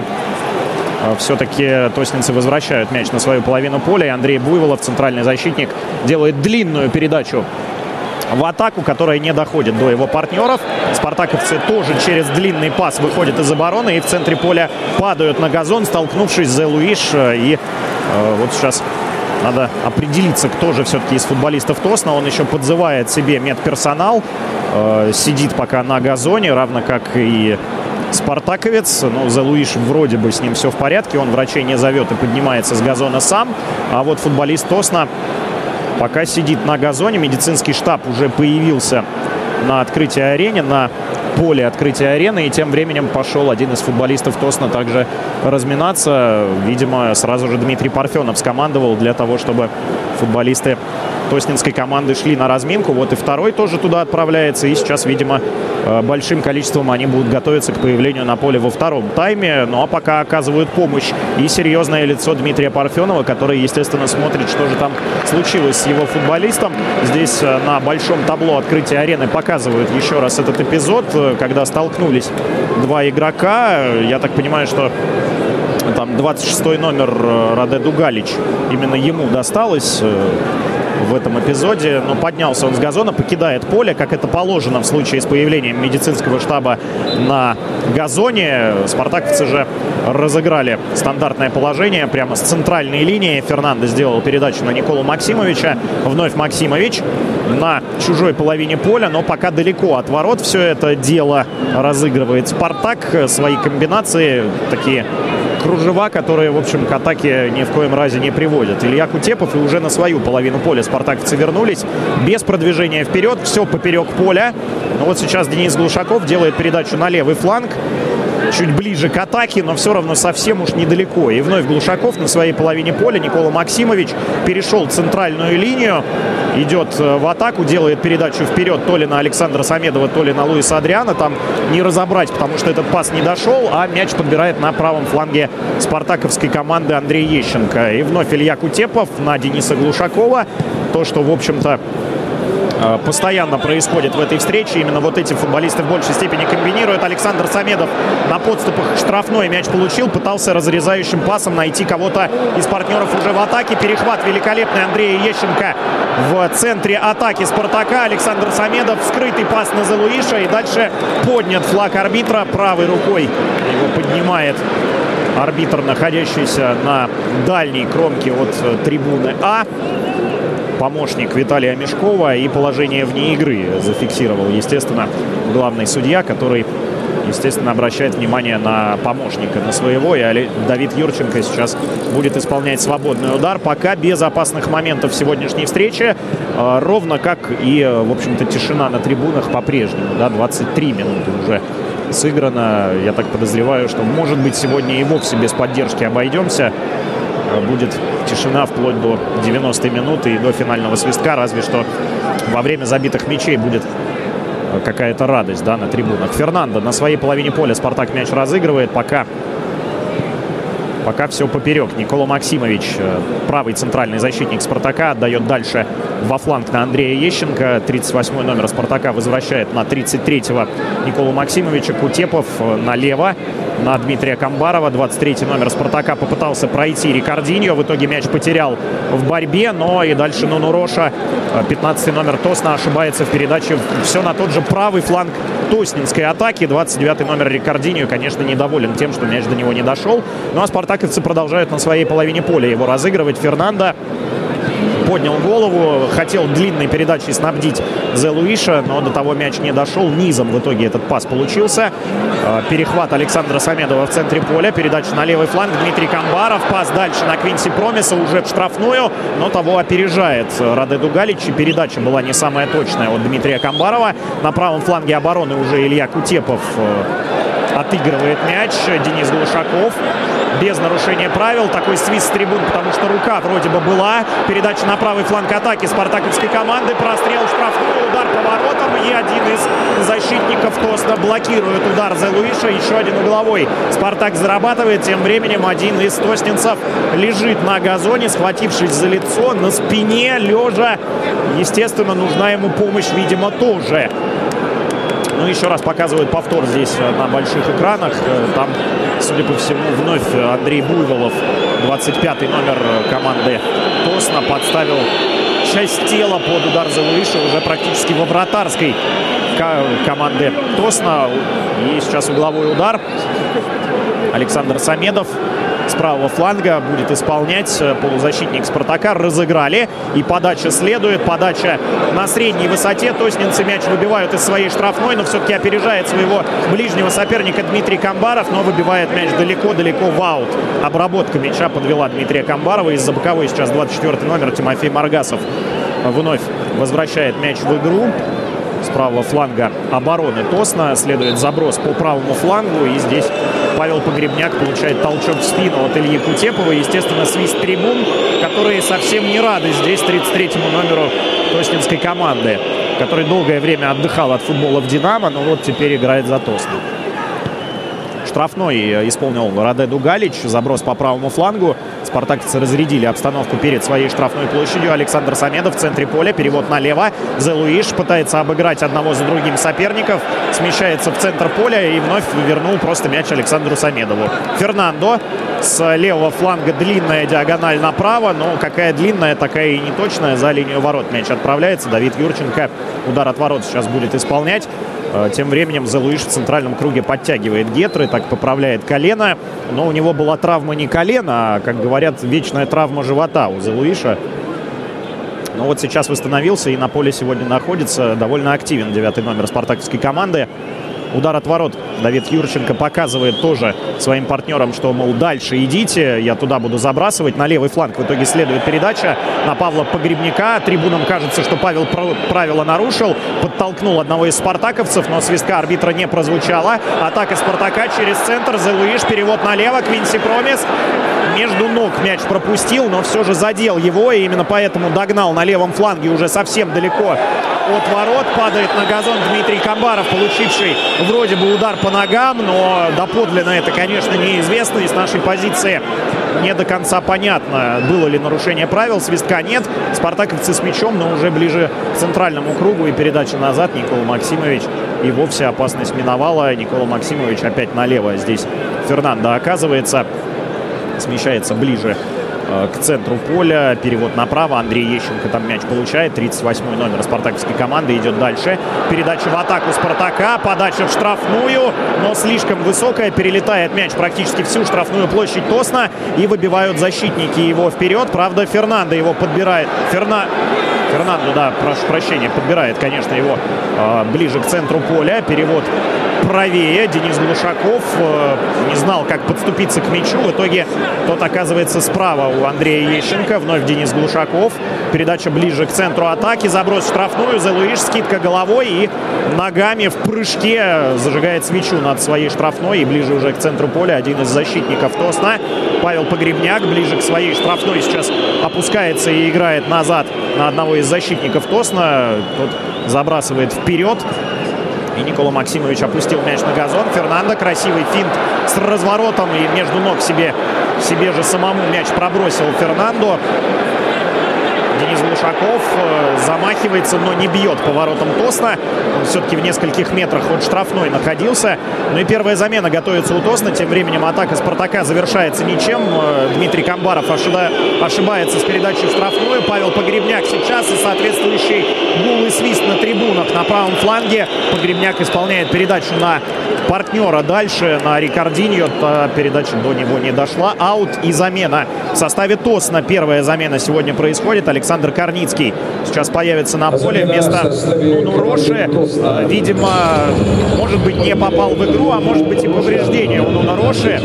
все-таки тоснинцы возвращают мяч на свою половину поля. И Андрей Буйволов, центральный защитник, делает длинную передачу в атаку, которая не доходит до его партнеров. Спартаковцы тоже через длинный пас выходят из обороны и в центре поля падают на газон, столкнувшись с Зе Луиш. И э, вот сейчас надо определиться, кто же все-таки из футболистов Тосна. Он еще подзывает себе медперсонал. Э, сидит пока на газоне, равно как и спартаковец. Ну, Зе Луиш вроде бы с ним все в порядке. Он врачей не зовет и поднимается с газона сам. А вот футболист Тосна пока сидит на газоне. Медицинский штаб уже появился на открытии арены, на поле открытия арены. И тем временем пошел один из футболистов Тосна также разминаться. Видимо, сразу же Дмитрий Парфенов скомандовал для того, чтобы футболисты тоснинской команды шли на разминку. Вот и второй тоже туда отправляется. И сейчас, видимо, большим количеством они будут готовиться к появлению на поле во втором тайме. Ну а пока оказывают помощь и серьезное лицо Дмитрия Парфенова, который, естественно, смотрит, что же там случилось с его футболистом. Здесь на большом табло открытия арены показывают еще раз этот эпизод, когда столкнулись два игрока. Я так понимаю, что там двадцать шестой номер Раде Дугалич, именно ему досталось в этом эпизоде. Но поднялся он с газона, покидает поле, как это положено в случае с появлением медицинского штаба на газоне. Спартаковцы же разыграли стандартное положение прямо с центральной линии. Фернандо сделал передачу на Николу Максимовича. Вновь Максимович на чужой половине поля, но пока далеко от ворот все это дело разыгрывает Спартак. Свои комбинации, такие кружева, которые, в общем, к атаке ни в коем разе не приводят. Илья Кутепов, и уже на свою половину поля спартаковцы вернулись. Без продвижения вперед, все поперек поля. Но вот сейчас Денис Глушаков делает передачу на левый фланг. Чуть ближе к атаке, но все равно совсем уж недалеко. И вновь Глушаков на своей половине поля. Никола Максимович перешел центральную линию, идет в атаку, делает передачу вперед то ли на Александра Самедова, то ли на Луиса Адриано. Там не разобрать, потому что этот пас не дошел, а мяч подбирает на правом фланге спартаковской команды Андрей Ещенко. И вновь Илья Кутепов на Дениса Глушакова. То, что, в общем-то, постоянно происходит в этой встрече. Именно вот эти футболисты в большей степени комбинируют. Александр Самедов на подступах штрафной мяч получил, пытался разрезающим пасом найти кого-то из партнеров уже в атаке. Перехват великолепный Андрея Ещенко в центре атаки Спартака. Александр Самедов, скрытый пас на Зелуиша, и дальше поднят флаг арбитра. Правой рукой его поднимает арбитр, находящийся на дальней кромке от трибуны А. Помощник Виталия Мешкова, и положение вне игры зафиксировал, естественно, главный судья, который, естественно, обращает внимание на помощника, на своего. И Давид Юрченко сейчас будет исполнять свободный удар. Пока без опасных моментов в сегодняшней встрече. Ровно как и, в общем-то, тишина на трибунах по-прежнему. Да, двадцать три минуты уже сыграно. Я так подозреваю, что, может быть, сегодня и вовсе без поддержки обойдемся. Будет тишина вплоть до девяностой минуты и до финального свистка. Разве что во время забитых мячей будет какая-то радость, да, на трибунах. Фернандо на своей половине поля. Спартак мяч разыгрывает. Пока, пока все поперек. Никола Максимович, правый центральный защитник Спартака, отдает дальше во фланг на Андрея Ещенко. тридцать восьмой номер Спартака возвращает на тридцать третьего Николу Максимовича. Кутепов налево на Дмитрия Камбарова. двадцать третий номер Спартака попытался пройти Рикардиньо. В итоге мяч потерял в борьбе. Но и дальше Нунуроша, пятнадцатый номер Тосна, ошибается в передаче все на тот же правый фланг тоснинской атаки. двадцать девятый номер Рикардиньо, конечно, недоволен тем, что мяч до него не дошел. Ну а спартаковцы продолжают на своей половине поля его разыгрывать. Фернандо поднял голову, хотел длинной передачей снабдить Зелуиша, но до того мяч не дошел. Низом в итоге этот пас получился. Перехват Александра Самедова в центре поля. Передача на левый фланг. Дмитрий Камбаров. Пас дальше на Квинси Промиса, уже в штрафную, но того опережает Раде Дугалич. И передача была не самая точная от Дмитрия Камбарова. На правом фланге обороны уже Илья Кутепов отыгрывает мяч. Денис Глушаков без нарушения правил. Такой свист с трибун, потому что рука вроде бы была. Передача на правый фланг атаки спартаковской команды. Прострел штрафной, удар по воротам. И один из защитников Тосна блокирует удар Зелуиша. Еще один угловой. Спартак зарабатывает. Тем временем один из тоснинцев лежит на газоне, схватившись за лицо, на спине, лежа. Естественно, нужна ему помощь, видимо, тоже. Ну, еще раз показывают повтор здесь на больших экранах. Там, судя по всему, вновь Андрей Буйволов, двадцать пятый номер команды Тосна, подставил часть тела под удар Зелуиша уже практически во вратарской команды Тосна. И сейчас угловой удар. Александр Самедов с правого фланга будет исполнять. Полузащитник Спартака разыграли. И подача следует. Подача на средней высоте. Тоснинцы мяч выбивают из своей штрафной, но все-таки опережает своего ближнего соперника Дмитрий Камбаров, но выбивает мяч далеко-далеко в аут. Обработка мяча подвела Дмитрия Камбарова. Из-за боковой сейчас двадцать четвёртый номер Тимофей Маргасов вновь возвращает мяч в игру. С правого фланга обороны Тосна следует заброс по правому флангу. И здесь Павел Погребняк получает толчок в спину от Ильи Кутепова. Естественно, свист трибун, которые совсем не рады здесь тридцать третьему номеру тоснинской команды, который долгое время отдыхал от футбола в «Динамо», но вот теперь играет за Тосну. Штрафной исполнил Раде Дугалич. Заброс по правому флангу. Спартаковцы разрядили обстановку перед своей штрафной площадью. Александр Самедов в центре поля. Перевод налево. Зелуиш пытается обыграть одного за другим соперников. Смещается в центр поля и вновь вернул просто мяч Александру Самедову. Фернандо с левого фланга. Длинная диагональ направо. Но какая длинная, такая и неточная. За линию ворот мяч отправляется. Давид Юрченко удар от ворот сейчас будет исполнять. Тем временем Зелуиш в центральном круге подтягивает гетры, так поправляет колено. Но у него была травма не колена, а, как говорят, вечная травма живота у Зелуиша. Но вот сейчас восстановился и на поле сегодня находится. Довольно активен девятый номер спартаковской команды. Удар от ворот. Давид Юрченко показывает тоже своим партнерам, что, мол, дальше идите, я туда буду забрасывать. На левый фланг в итоге следует передача на Павла Погребняка. Трибунам кажется, что Павел правила нарушил. Подтолкнул одного из спартаковцев, но свистка арбитра не прозвучало. Атака Спартака через центр. Зелуиш, перевод налево. Квинси Промис между ног мяч пропустил, но все же задел его. И именно поэтому догнал на левом фланге уже совсем далеко от ворот. Падает на газон Дмитрий Камбаров, получивший вроде бы удар по ногам, но доподлинно это, конечно, неизвестно. И с нашей позиции не до конца понятно, было ли нарушение правил. Свистка нет. Спартаковцы с мячом, но уже ближе к центральному кругу. И передача назад. Никола Максимович. И вовсе опасность миновала. Никола Максимович опять налево. Здесь Фернандо оказывается. Смещается ближе к центру поля. Перевод направо. Андрей Ещенко там мяч получает. тридцать восьмой номер спартаковской команды идет дальше. Передача в атаку Спартака. Подача в штрафную, но слишком высокая. Перелетает мяч практически всю штрафную площадь Тосно. И выбивают защитники его вперед. Правда, Фернандо его подбирает. Ферна... Фернандо, да, прошу прощения, подбирает, конечно, его э, ближе к центру поля. Перевод правее. Денис Глушаков э, не знал, как подступиться к мячу. В итоге тот оказывается справа у Андрея Ещенко. Вновь Денис Глушаков. Передача ближе к центру атаки. Заброс в штрафную. Зелуиш, скидка головой и ногами в прыжке зажигает свечу над своей штрафной. И ближе уже к центру поля один из защитников Тосно. Павел Погребняк ближе к своей штрафной сейчас опускается и играет назад на одного из защитников Тосно. Тот забрасывает вперед. И Никола Максимович опустил мяч на газон. Фернандо, красивый финт с разворотом. И между ног себе, себе же самому мяч пробросил Фернандо. Денис Глушаков замахивается, но не бьет по воротам Тосно. Он все-таки в нескольких метрах от штрафной находился. Ну и первая замена готовится у Тосно. Тем временем атака Спартака завершается ничем. Дмитрий Камбаров ошиба... ошибается с передачей в штрафную. Павел Погребняк сейчас и соответствующий гул и свист на трибунах на правом фланге. Погребняк исполняет передачу на партнера дальше, на Рикардиньо. Та передача до него не дошла. Аут и замена. В составе Тосно первая замена сегодня происходит. Александр Корницкий сейчас появится на поле вместо Нунороши. Видимо, может быть, не попал в игру, а может быть и повреждение у Нунороши.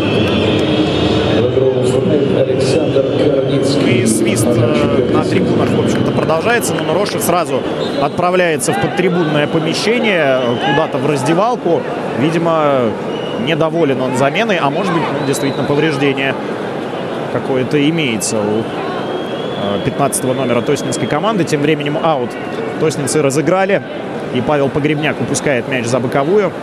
И свист на трибунах, в общем-то, продолжается. Нунороши сразу отправляется в подтрибунное помещение, куда-то в раздевалку. Видимо, недоволен он заменой, а может быть, ну, действительно, повреждение какое-то имеется у пятнадцатого номера тоснинской команды. Тем временем аут тоснинцы разыграли. И Павел Погребняк упускает мяч за боковую.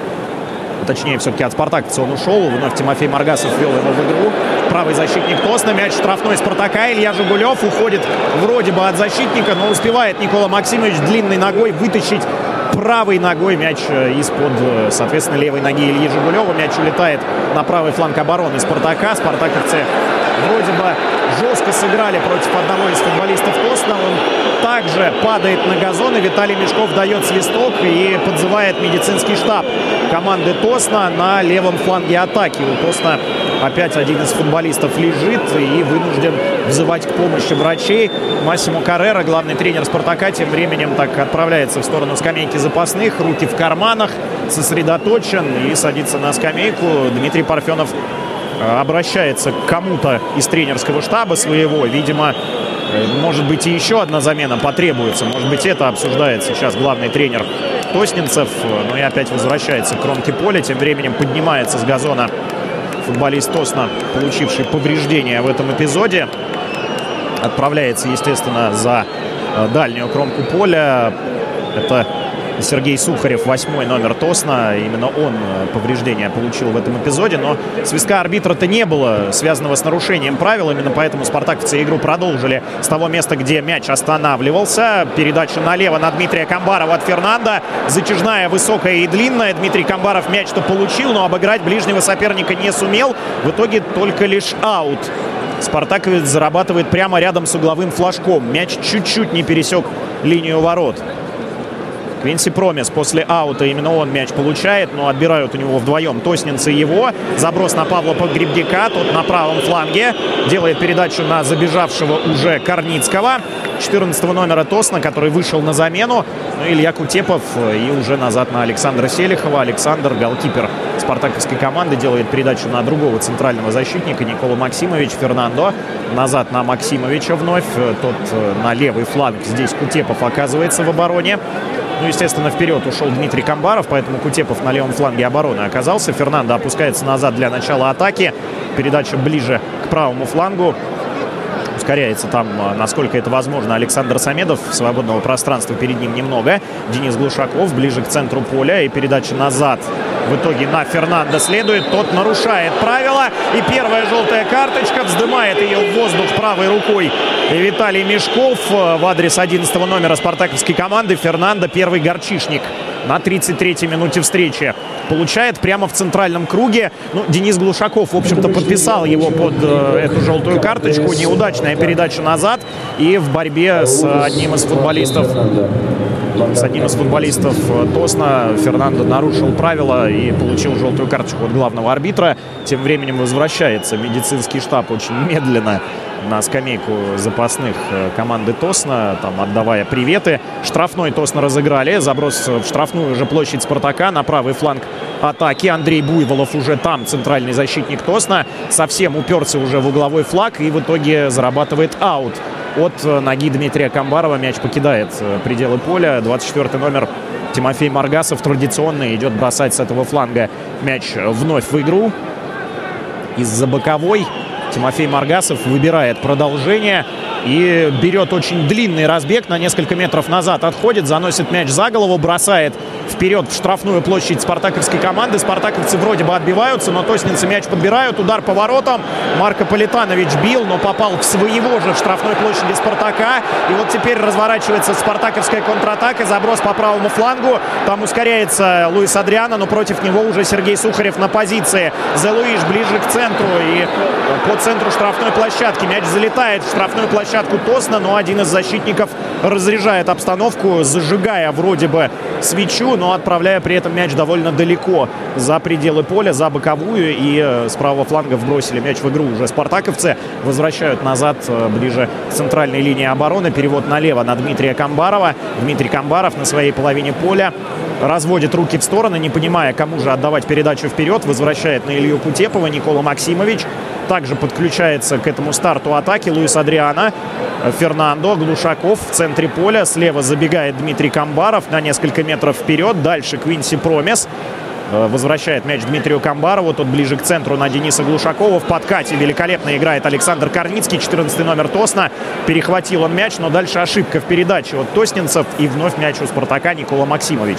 Точнее, все-таки от спартаковца он ушел. Вновь Тимофей Маргасов ввел его в игру. Правый защитник Тосно. Мяч штрафной Спартака. Илья Жигулев уходит вроде бы от защитника, но успевает Никола Максимович длинной ногой вытащить правой ногой мяч из-под, соответственно, левой ноги Ильи Жигулева. Мяч улетает на правый фланг обороны Спартака. Спартаковцы вроде бы жестко сыграли против одного из футболистов Тосно. Он также падает на газон, и Виталий Мешков дает свисток и подзывает медицинский штаб команды Тосно на левом фланге атаки. У Тосно опять один из футболистов лежит и вынужден взывать к помощи врачей. Массимо Каррера, главный тренер Спартака, тем временем так отправляется в сторону скамейки запасных, руки в карманах, сосредоточен и садится на скамейку. Дмитрий Парфенов обращается к кому-то из тренерского штаба своего. Видимо, может быть, и еще одна замена потребуется. Может быть, это обсуждает сейчас главный тренер тоснинцев. Ну и опять возвращается к кромке поля. Тем временем поднимается с газона футболист Тосно, получивший повреждения в этом эпизоде. Отправляется, естественно, за дальнюю кромку поля. Это Сергей Сухарев, восьмой номер Тосно. Именно он повреждения получил в этом эпизоде. Но свистка арбитра-то не было, связанного с нарушением правил. Именно поэтому спартаковцы игру продолжили с того места, где мяч останавливался. Передача налево на Дмитрия Камбарова от Фернандо. Затяжная, высокая и длинная. Дмитрий Камбаров мяч-то получил, но обыграть ближнего соперника не сумел. В итоге только лишь аут. Спартаковец зарабатывает прямо рядом с угловым флажком. Мяч чуть-чуть не пересек линию ворот. Квинси Промис после аута, именно он мяч получает, но отбирают у него вдвоем тоснинцы его. Заброс на Павла Погребняка, тот на правом фланге. Делает передачу на забежавшего уже Корницкого, четырнадцатого номера Тосно, который вышел на замену. Ну, Илья Кутепов и уже назад на Александра Селихова. Александр, голкипер спартаковской команды, делает передачу на другого центрального защитника Никола Максимович. Фернандо назад на Максимовича вновь. Тот на левый фланг. Здесь Кутепов оказывается в обороне. Ну, естественно, вперед ушел Дмитрий Камбаров, поэтому Кутепов на левом фланге обороны оказался. Фернандо опускается назад для начала атаки. Передача ближе к правому флангу. Ускоряется там, насколько это возможно, Александр Самедов. Свободного пространства перед ним немного. Денис Глушаков ближе к центру поля. И передача назад в итоге на Фернандо следует. Тот нарушает правила. И первая желтая карточка. Вздымает ее в воздух правой рукой Виталий Мешков в адрес одиннадцатого номера спартаковской команды. Фернандо, первый горчишник на тридцать третьей минуте встречи. Получает прямо в центральном круге. Ну, Денис Глушаков, в общем-то, подписал его под э, эту желтую карточку. Неудачная передача назад. И в борьбе с одним из футболистов с одним из футболистов Тосна Фернандо нарушил правила и получил желтую карточку от главного арбитра. Тем временем возвращается медицинский штаб очень медленно на скамейку запасных команды Тосна, там отдавая приветы. Штрафной Тосна разыграли. Заброс в штрафную же площадь Спартака на правый фланг атаки. Андрей Буйволов уже там, центральный защитник Тосна. Совсем уперся уже в угловой флаг и в итоге зарабатывает аут. От ноги Дмитрия Камбарова мяч покидает пределы поля. двадцать четвёртый номер Тимофей Маргасов традиционно идет бросать с этого фланга мяч вновь в игру. Из-за боковой Тимофей Маргасов выбирает продолжение и берет очень длинный разбег, на несколько метров назад отходит, заносит мяч за голову, бросает вперед в штрафную площадь спартаковской команды. Спартаковцы вроде бы отбиваются, но тоснинцы мяч подбирают. Удар по воротам. Марко Политанович бил, но попал в своего же в штрафной площади Спартака. И вот теперь разворачивается спартаковская контратака. Заброс по правому флангу. Там ускоряется Луис Адриано, но против него уже Сергей Сухарев на позиции. Зе Луиш ближе к центру и по центру штрафной площадки. Мяч залетает в штрафную площадку Тосна, но один из защитников разряжает обстановку, зажигая вроде бы свечу, но отправляя при этом мяч довольно далеко за пределы поля, за боковую. И с правого фланга вбросили мяч в игру уже спартаковцы. Возвращают назад ближе к центральной линии обороны. Перевод налево на Дмитрия Камбарова. Дмитрий Камбаров на своей половине поля разводит руки в стороны, не понимая, кому же отдавать передачу вперед. Возвращает на Илью Кутепова Никола Максимович. Также подключается к этому старту атаки Луис Адриано. Фернандо, Глушаков в центре поля. Слева забегает Дмитрий Камбаров на несколько метров вперед. Дальше Квинси Промес. Возвращает мяч Дмитрию Камбарову. Тот ближе к центру на Дениса Глушакова. В подкате великолепно играет Александр Корницкий, четырнадцатый номер Тосна. Перехватил он мяч, но дальше ошибка в передаче от тоснинцев. И вновь мяч у Спартака Никола Максимович.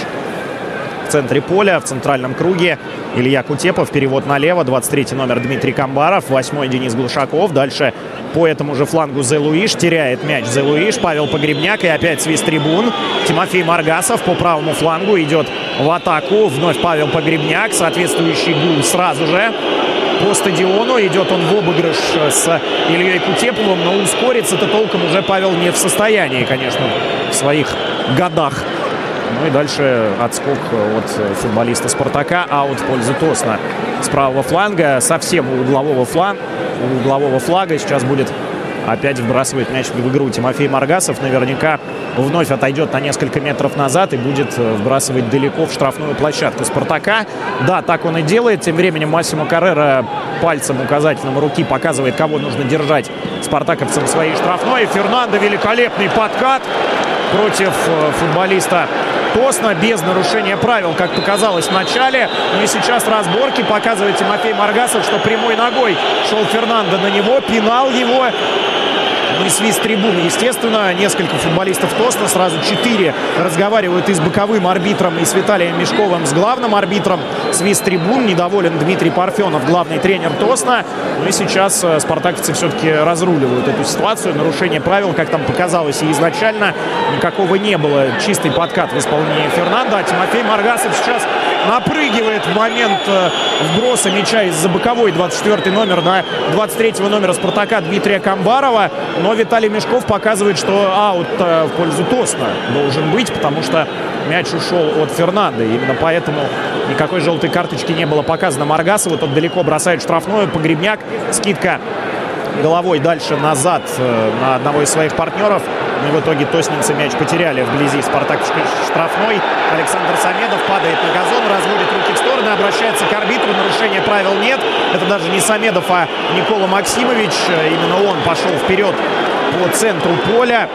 В центре поля, в центральном круге Илья Кутепов. Перевод налево. двадцать третий номер Дмитрий Камбаров. восьмой Денис Глушаков. Дальше по этому же флангу Зе Луиш. Теряет мяч Зе Луиш. Павел Погребняк. И опять свист трибун. Тимофей Маргасов по правому флангу идет в атаку. Вновь Павел Погребняк. Соответствующий гул сразу же по стадиону. Идет он в обыгрыш с Ильей Кутеповым. Но ускориться-то толком уже Павел не в состоянии, конечно, в своих годах. Ну и дальше отскок от футболиста Спартака. Аут в пользу Тосна с правого фланга. Совсем у углового, флан... у углового флага сейчас будет опять вбрасывать мяч в игру Тимофей Маргасов. Наверняка вновь отойдет на несколько метров назад и будет вбрасывать далеко в штрафную площадку Спартака. Да, так он и делает. Тем временем Массимо Каррера пальцем указательным руки показывает, кого нужно держать спартаковцам своей штрафной. Фернандо, великолепный подкат против футболиста Тосна без нарушения правил, как показалось в начале. Ну и сейчас разборки. Показывает Тимофей Маргасов, что прямой ногой шел Фернандо на него, пинал его. Ну и свист трибуны, естественно. Несколько футболистов Тосна, сразу четыре, разговаривают и с боковым арбитром, и с Виталием Мешковым, с главным арбитром. Свист трибун, недоволен Дмитрий Парфенов, главный тренер Тосна. Ну и сейчас спартаковцы все-таки разруливают эту ситуацию. Нарушение правил, как там показалось и изначально, никакого не было. Чистый подкат в исполнении Фернандо. А Тимофей Маргасов сейчас напрыгивает в момент вброса мяча из-за боковой. Двадцать четвёртый номер на двадцать третьего номера Спартака Дмитрия Камбарова. Но Виталий Мешков показывает, что аут в пользу Тосна должен быть, потому что мяч ушел от Фернандо. Именно поэтому никакой желтой карточки не было показано Маргасову. Тот далеко бросает штрафную. Погребняк. Скидка головой дальше назад на одного из своих партнеров. Но в итоге тоснинцы мяч потеряли вблизи спартаковской штрафной. Александр Самедов падает на газон, разводит руки в стороны, обращается к арбитру. Нарушения правил нет. Это даже не Самедов, а Никола Максимович. Именно он пошел вперед по центру поля.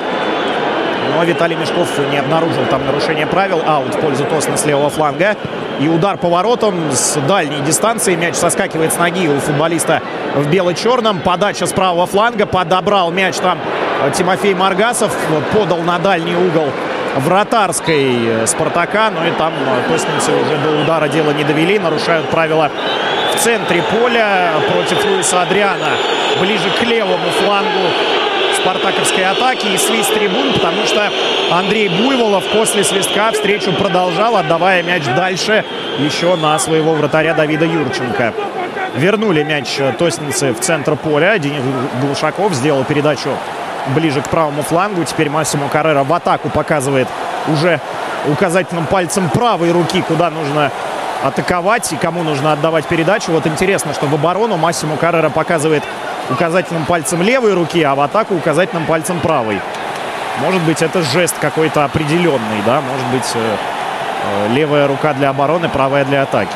Но Виталий Мешков не обнаружил там нарушения правил. Аут в пользу Тосна с левого фланга. И удар по воротам с дальней дистанции. Мяч соскакивает с ноги у футболиста в бело-черном. Подача с правого фланга. Подобрал мяч там Тимофей Маргасов. Подал на дальний угол вратарской «Спартака». Ну и там тоснинцы уже до удара дело не довели, нарушают правила в центре поля против Луиса Адриана. Ближе к левому флангу спартаковской атаки и свист трибун, потому что Андрей Буйволов после свистка встречу продолжал, отдавая мяч дальше еще на своего вратаря Давида Юрченко. Вернули мяч тоснинцы в центр поля. Денис Глушаков сделал передачу ближе к правому флангу. Теперь Массимо Каррера в атаку показывает уже указательным пальцем правой руки, куда нужно атаковать и кому нужно отдавать передачу. Вот интересно, что в оборону Массимо Каррера показывает указательным пальцем левой руки, а в атаку указательным пальцем правой. Может быть, это жест какой-то определенный, да? Может быть, э, э, левая рука для обороны, правая для атаки.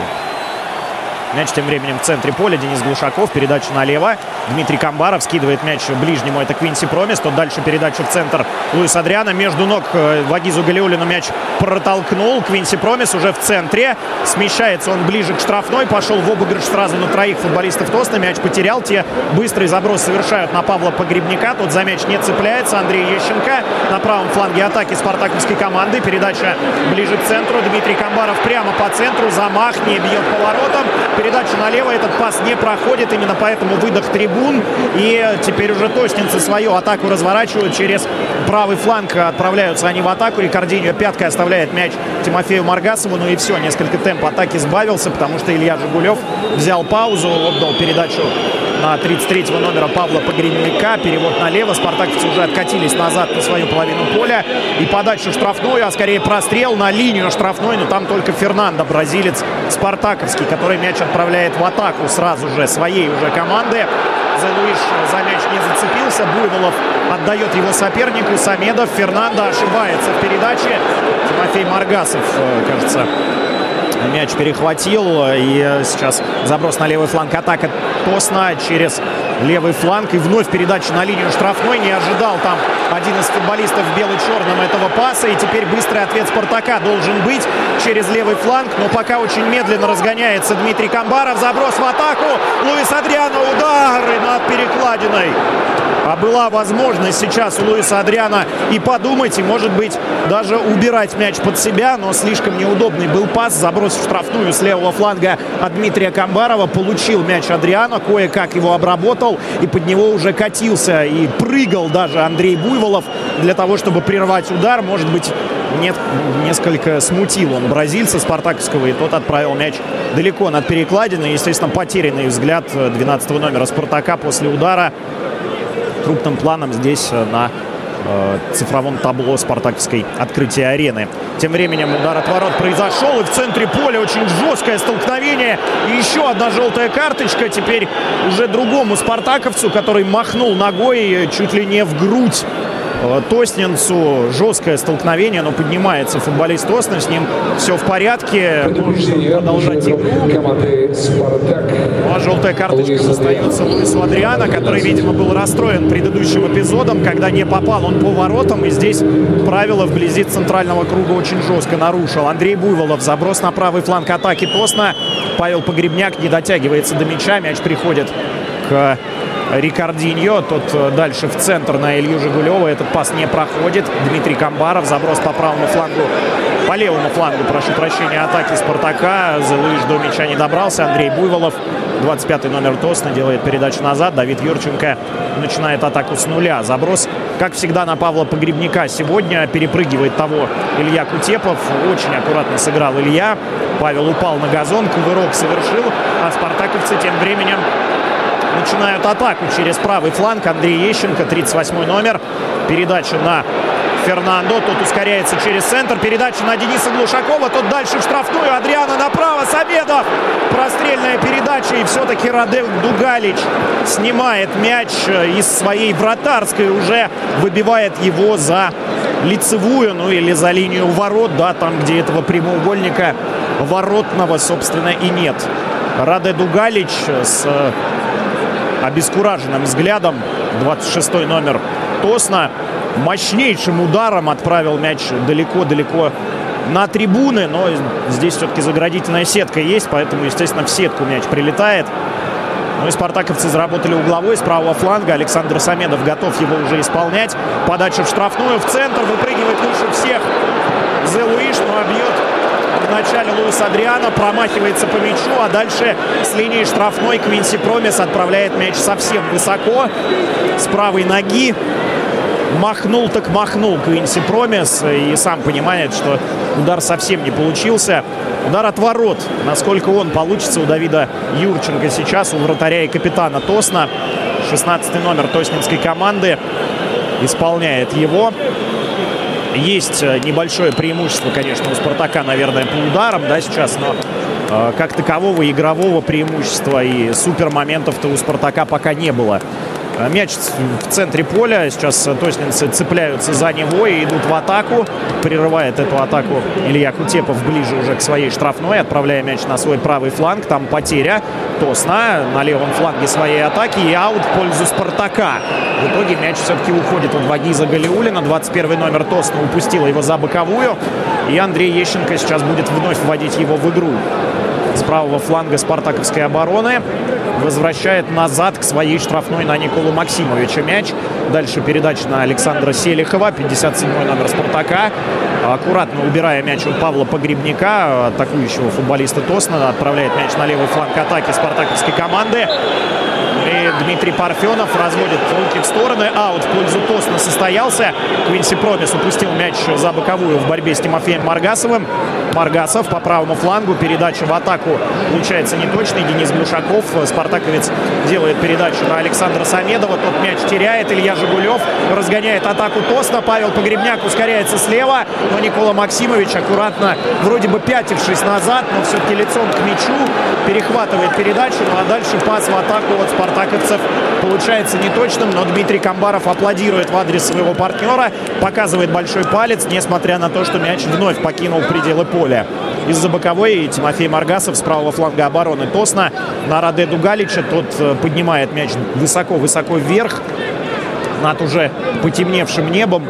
Мяч тем временем в центре поля. Денис Глушаков. Передача налево. Дмитрий Камбаров скидывает мяч ближнему. Это Квинси Промис. Тот дальше передача в центр Луис Адриана. Между ног Вагизу Галиуллину мяч протолкнул. Квинси Промис уже в центре. Смещается он ближе к штрафной. Пошел в обыгрыш сразу на троих футболистов Тосна. Мяч потерял. Те быстрый заброс совершают на Павла Погребняка. Тот за мяч не цепляется. Андрей Ещенко на правом фланге атаки спартаковской команды. Передача ближе к центру. Дмитрий Камбаров прямо по центру. Замах. Не бьет поворотом. Передача налево, этот пас не проходит, именно поэтому выдох трибун. И теперь уже тоснинцы свою атаку разворачивают через правый фланг. Отправляются они в атаку. Рикардиньо пяткой оставляет мяч Тимофею Маргасову. Ну и все, несколько темп атаки сбавился, потому что Илья Жигулев взял паузу, отдал передачу на тридцать третьего номера Павла Погребняка. Перевод налево. Спартаковцы уже откатились назад на свою половину поля. И подачу в штрафную, а скорее прострел на линию штрафной. Но там только Фернандо, бразилец спартаковский, который мяч отправляет в атаку сразу же своей уже команды. Зелуиш за мяч не зацепился. Буйволов отдает его сопернику. Самедов. Фернандо ошибается в передаче. Тимофей Маргасов, кажется, мяч перехватил. И сейчас заброс на левый фланг. Атака Тосна через левый фланг. И вновь передача на линию штрафной. Не ожидал там один из футболистов в бело-черном этого паса. И теперь быстрый ответ Спартака должен быть через левый фланг. Но пока очень медленно разгоняется Дмитрий Камбаров. Заброс в атаку. Луис Адриано. Удары над перекладиной. А была возможность сейчас у Луиса Адриано и подумать, и, может быть, даже убирать мяч под себя. Но слишком неудобный был пас. Заброс в штрафную с левого фланга от Дмитрия Камбарова. Получил мяч Адриано. Кое-как его обработал. И под него уже катился и прыгал даже Андрей Буйволов для того, чтобы прервать удар. Может быть, нет, несколько смутил он бразильца спартаковского. И тот отправил мяч далеко над перекладиной. Естественно, потерянный взгляд двенадцатого номера Спартака после удара. Крупным планом здесь на э, цифровом табло спартаковской открытия арены. Тем временем удар от ворот произошел. И в центре поля очень жесткое столкновение. И еще одна желтая карточка. Теперь уже другому спартаковцу, который махнул ногой чуть ли не в грудь тоснинцу. Жесткое столкновение, но поднимается футболист Тосна. С ним все в порядке. Можно продолжать игру. Ну, а желтая карточка достается Луису Адриано, который, видимо, был расстроен предыдущим эпизодом, когда не попал он по воротам. И здесь правила вблизи центрального круга очень жестко нарушил. Андрей Буйволов. Заброс на правый фланг атаки Тосна. Павел Погребняк не дотягивается до мяча. Мяч приходит к Рикардиньо. Тот дальше в центр на Илью Жигулева. Этот пас не проходит. Дмитрий Камбаров. Заброс по правому флангу. По левому флангу, прошу прощения, атаки Спартака. Зелуиш до мяча не добрался. Андрей Буйволов, двадцать пятый номер Тосна, делает передачу назад. Давид Юрченко начинает атаку с нуля. Заброс, как всегда, на Павла Погребняка. Сегодня перепрыгивает того Илья Кутепов. Очень аккуратно сыграл Илья. Павел упал на газон, кувырок совершил. А спартаковцы тем временем начинают атаку через правый фланг. Андрей Ещенко, тридцать восьмой номер. Передача на Фернандо. Тот ускоряется через центр. Передача на Дениса Глушакова. Тот дальше в штрафную. Адриано направо. Самедов. Прострельная передача. И все-таки Раде Дугалич снимает мяч из своей вратарской. Уже выбивает его за лицевую, ну или за линию ворот. Да, там, где этого прямоугольника воротного, собственно, и нет. Раде Дугалич с обескураженным взглядом. двадцать шестой номер Тосна мощнейшим ударом отправил мяч далеко-далеко на трибуны. Но здесь все-таки заградительная сетка есть, поэтому, естественно, в сетку мяч прилетает. Ну и спартаковцы заработали угловой с правого фланга. Александр Самедов готов его уже исполнять. Подача в штрафную, в центр, выпрыгивает лучше всех Зе Луиш, но бьет в начале Луис Адриано, промахивается по мячу, а дальше с линии штрафной Квинси Промис отправляет мяч совсем высоко с правой ноги. Махнул так махнул Квинси Промис и сам понимает, что удар совсем не получился. Удар от ворот. Насколько он получится у Давида Юрченко сейчас, у вратаря и капитана Тосна. шестнадцатый номер тоснинской команды исполняет его. Есть небольшое преимущество, конечно, у «Спартака», наверное, по ударам, да, сейчас, но э, как такового игрового преимущества и супермоментов-то у «Спартака» пока не было. Мяч в центре поля. Сейчас тоснинцы цепляются за него и идут в атаку. Прерывает эту атаку Илья Кутепов ближе уже к своей штрафной, отправляя мяч на свой правый фланг. Там потеря Тосна на левом фланге своей атаки и аут в пользу «Спартака». В итоге мяч все-таки уходит от Вагиза Галиуллина. двадцать первый номер Тосна упустила его за боковую. И Андрей Ещенко сейчас будет вновь вводить его в игру. С правого фланга спартаковской обороны возвращает назад к своей штрафной на Николу Максимовича мяч. Дальше передача на Александра Селихова, пятьдесят седьмой номер «Спартака». Аккуратно убирая мяч у Павла Погребняка, атакующего футболиста Тосна, отправляет мяч на левый фланг атаки спартаковской команды. И Дмитрий Парфенов разводит руки в стороны. Аут в пользу Тосна состоялся. Квинси Промис упустил мяч за боковую в борьбе с Тимофеем Маргасовым. Маргасов по правому флангу. Передача в атаку получается неточной. Денис Глушаков, спартаковец, делает передачу на Александра Самедова. Тот мяч теряет. Илья Жигулев разгоняет атаку Тосна. Павел Погребняк ускоряется слева. Но Никола Максимович, аккуратно, вроде бы пятившись назад, но все-таки лицом к мячу, перехватывает передачу. Ну а дальше пас в атаку от спартаковцев получается неточным. Но Дмитрий Камбаров аплодирует в адрес своего партнера. Показывает большой палец, несмотря на то, что мяч вновь покинул пределы поля. Из-за боковой Тимофей Маргасов с правого фланга обороны Тосна на Раде Дугалича. Тот поднимает мяч высоко-высоко вверх над уже потемневшим небом.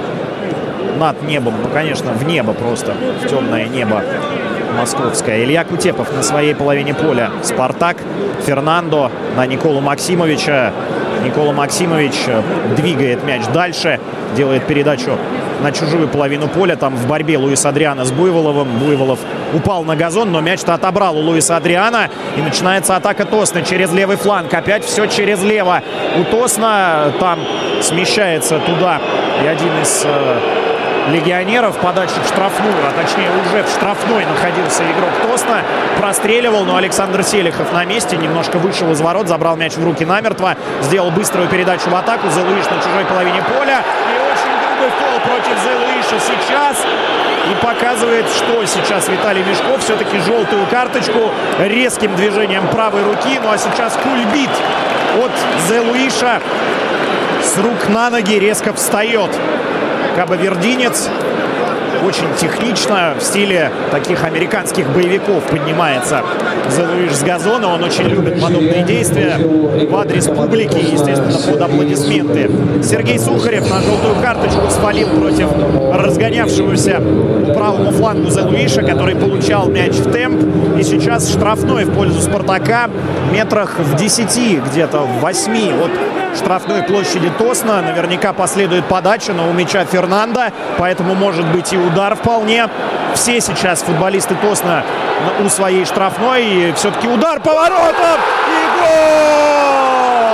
Над небом, ну, конечно, в небо просто, в темное небо московское. Илья Кутепов на своей половине поля. «Спартак». Фернандо на Николу Максимовича. Никола Максимович двигает мяч дальше, делает передачу на чужую половину поля. Там в борьбе Луис Адриано с Буйволовым. Буйволов упал на газон, но мяч-то отобрал у Луиса Адриано. И начинается атака Тосна через левый фланг. Опять все через лево. У Тосна там смещается туда и один из э, легионеров. Подача в штрафную, а точнее уже в штрафной находился игрок Тосна. Простреливал, но Александр Селихов на месте. Немножко вышел из ворот, забрал мяч в руки намертво. Сделал быструю передачу в атаку. Зе Луиш на чужой половине поля. И очень грубый фол против Зе Луиша сейчас. И показывает, что сейчас Виталий Мешков. Все-таки желтую карточку резким движением правой руки. Ну а сейчас кульбит от Зе Луиша. С рук на ноги резко встает кабавердинец. Очень технично, в стиле таких американских боевиков поднимается Зе Луиш с газона. Он очень любит подобные действия в адрес публики и, естественно, под аплодисменты. Сергей Сухарев на желтую карточку свалил против разгонявшегося по правому флангу Зе Луиша, который получал мяч в темп. И сейчас штрафной в пользу «Спартака» метрах в десяти, где-то в восьми от штрафной площади Тосна. Наверняка последует подача, но у мяча Фернандо, поэтому может быть и удар вполне. Все сейчас футболисты Тосна у своей штрафной. И все-таки удар по воротам. И гол!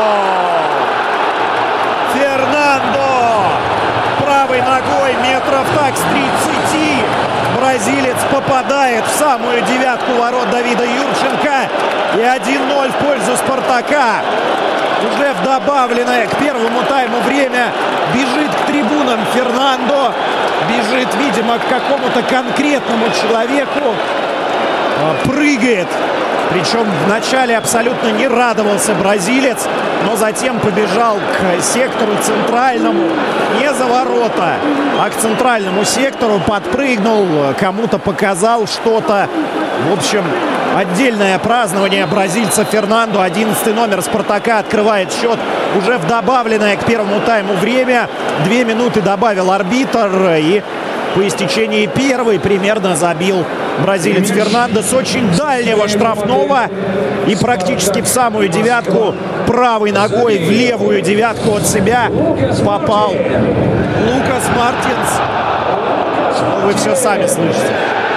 Фернандо правой ногой метров так с тридцати. Бразилец попадает в самую девятку ворот Давида Юрченко. И один ноль в пользу «Спартака». Уже в добавленное к первому тайму время бежит к трибунам Фернандо. Бежит, видимо, к какому-то конкретному человеку. Прыгает. Причем вначале абсолютно не радовался бразилец, но затем побежал к сектору центральному. Не за ворота, а к центральному сектору. Подпрыгнул, кому-то показал что-то. В общем, отдельное празднование бразильца Фернандо. одиннадцатый номер «Спартака» открывает счет уже в добавленное к первому тайму время. Две минуты добавил арбитр. И по истечении первой примерно забил бразилец Фернандес очень дальнего штрафного и практически в самую девятку правой ногой в левую девятку от себя попал Лукас Мартинс. Ну, вы все сами слышите.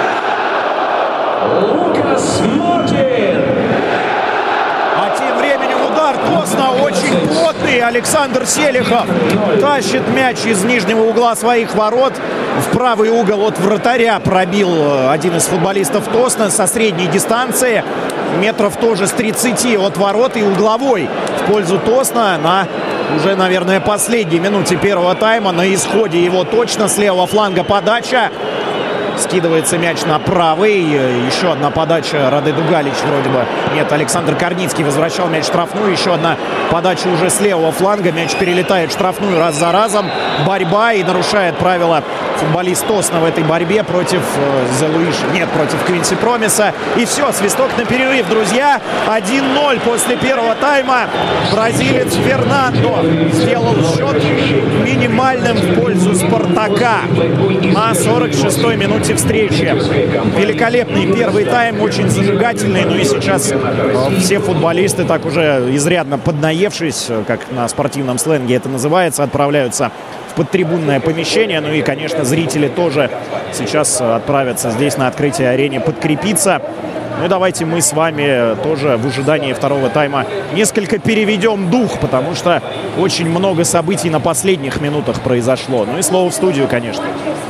Лукас Мартин. А тем временем удар Тосна очень плотный. Александр Селихов тащит мяч из нижнего угла своих ворот. В правый угол от вратаря пробил один из футболистов Тосна со средней дистанции. Метров тоже с тридцати от ворот и угловой в пользу Тосна на уже, наверное, последней минуте первого тайма. На исходе его точно с левого фланга подача. Скидывается мяч на правый. Еще одна подача. Раде Дугалич вроде бы. Нет, Александр Корницкий возвращал мяч в штрафную. Еще одна подача уже с левого фланга. Мяч перелетает в штрафную раз за разом. Борьба и нарушает правила футболист Тосна в этой борьбе против э, Зелуиша. Нет, против Квинси Промиса. И все, свисток на перерыв, друзья. один ноль после первого тайма. Бразилец Фернандо сделал счет минимальным в пользу Спартака на сорок шестой минуте встречи. Великолепный первый тайм, очень зажигательный. Ну и сейчас э, все футболисты, так уже изрядно поднаевшись, как на спортивном сленге это называется, отправляются в подтрибунное помещение. Ну и, конечно, зрители тоже сейчас отправятся здесь на открытие арены подкрепиться. Ну и давайте мы с вами тоже в ожидании второго тайма несколько переведем дух, потому что очень много событий на последних минутах произошло. Ну и слово в студию, конечно.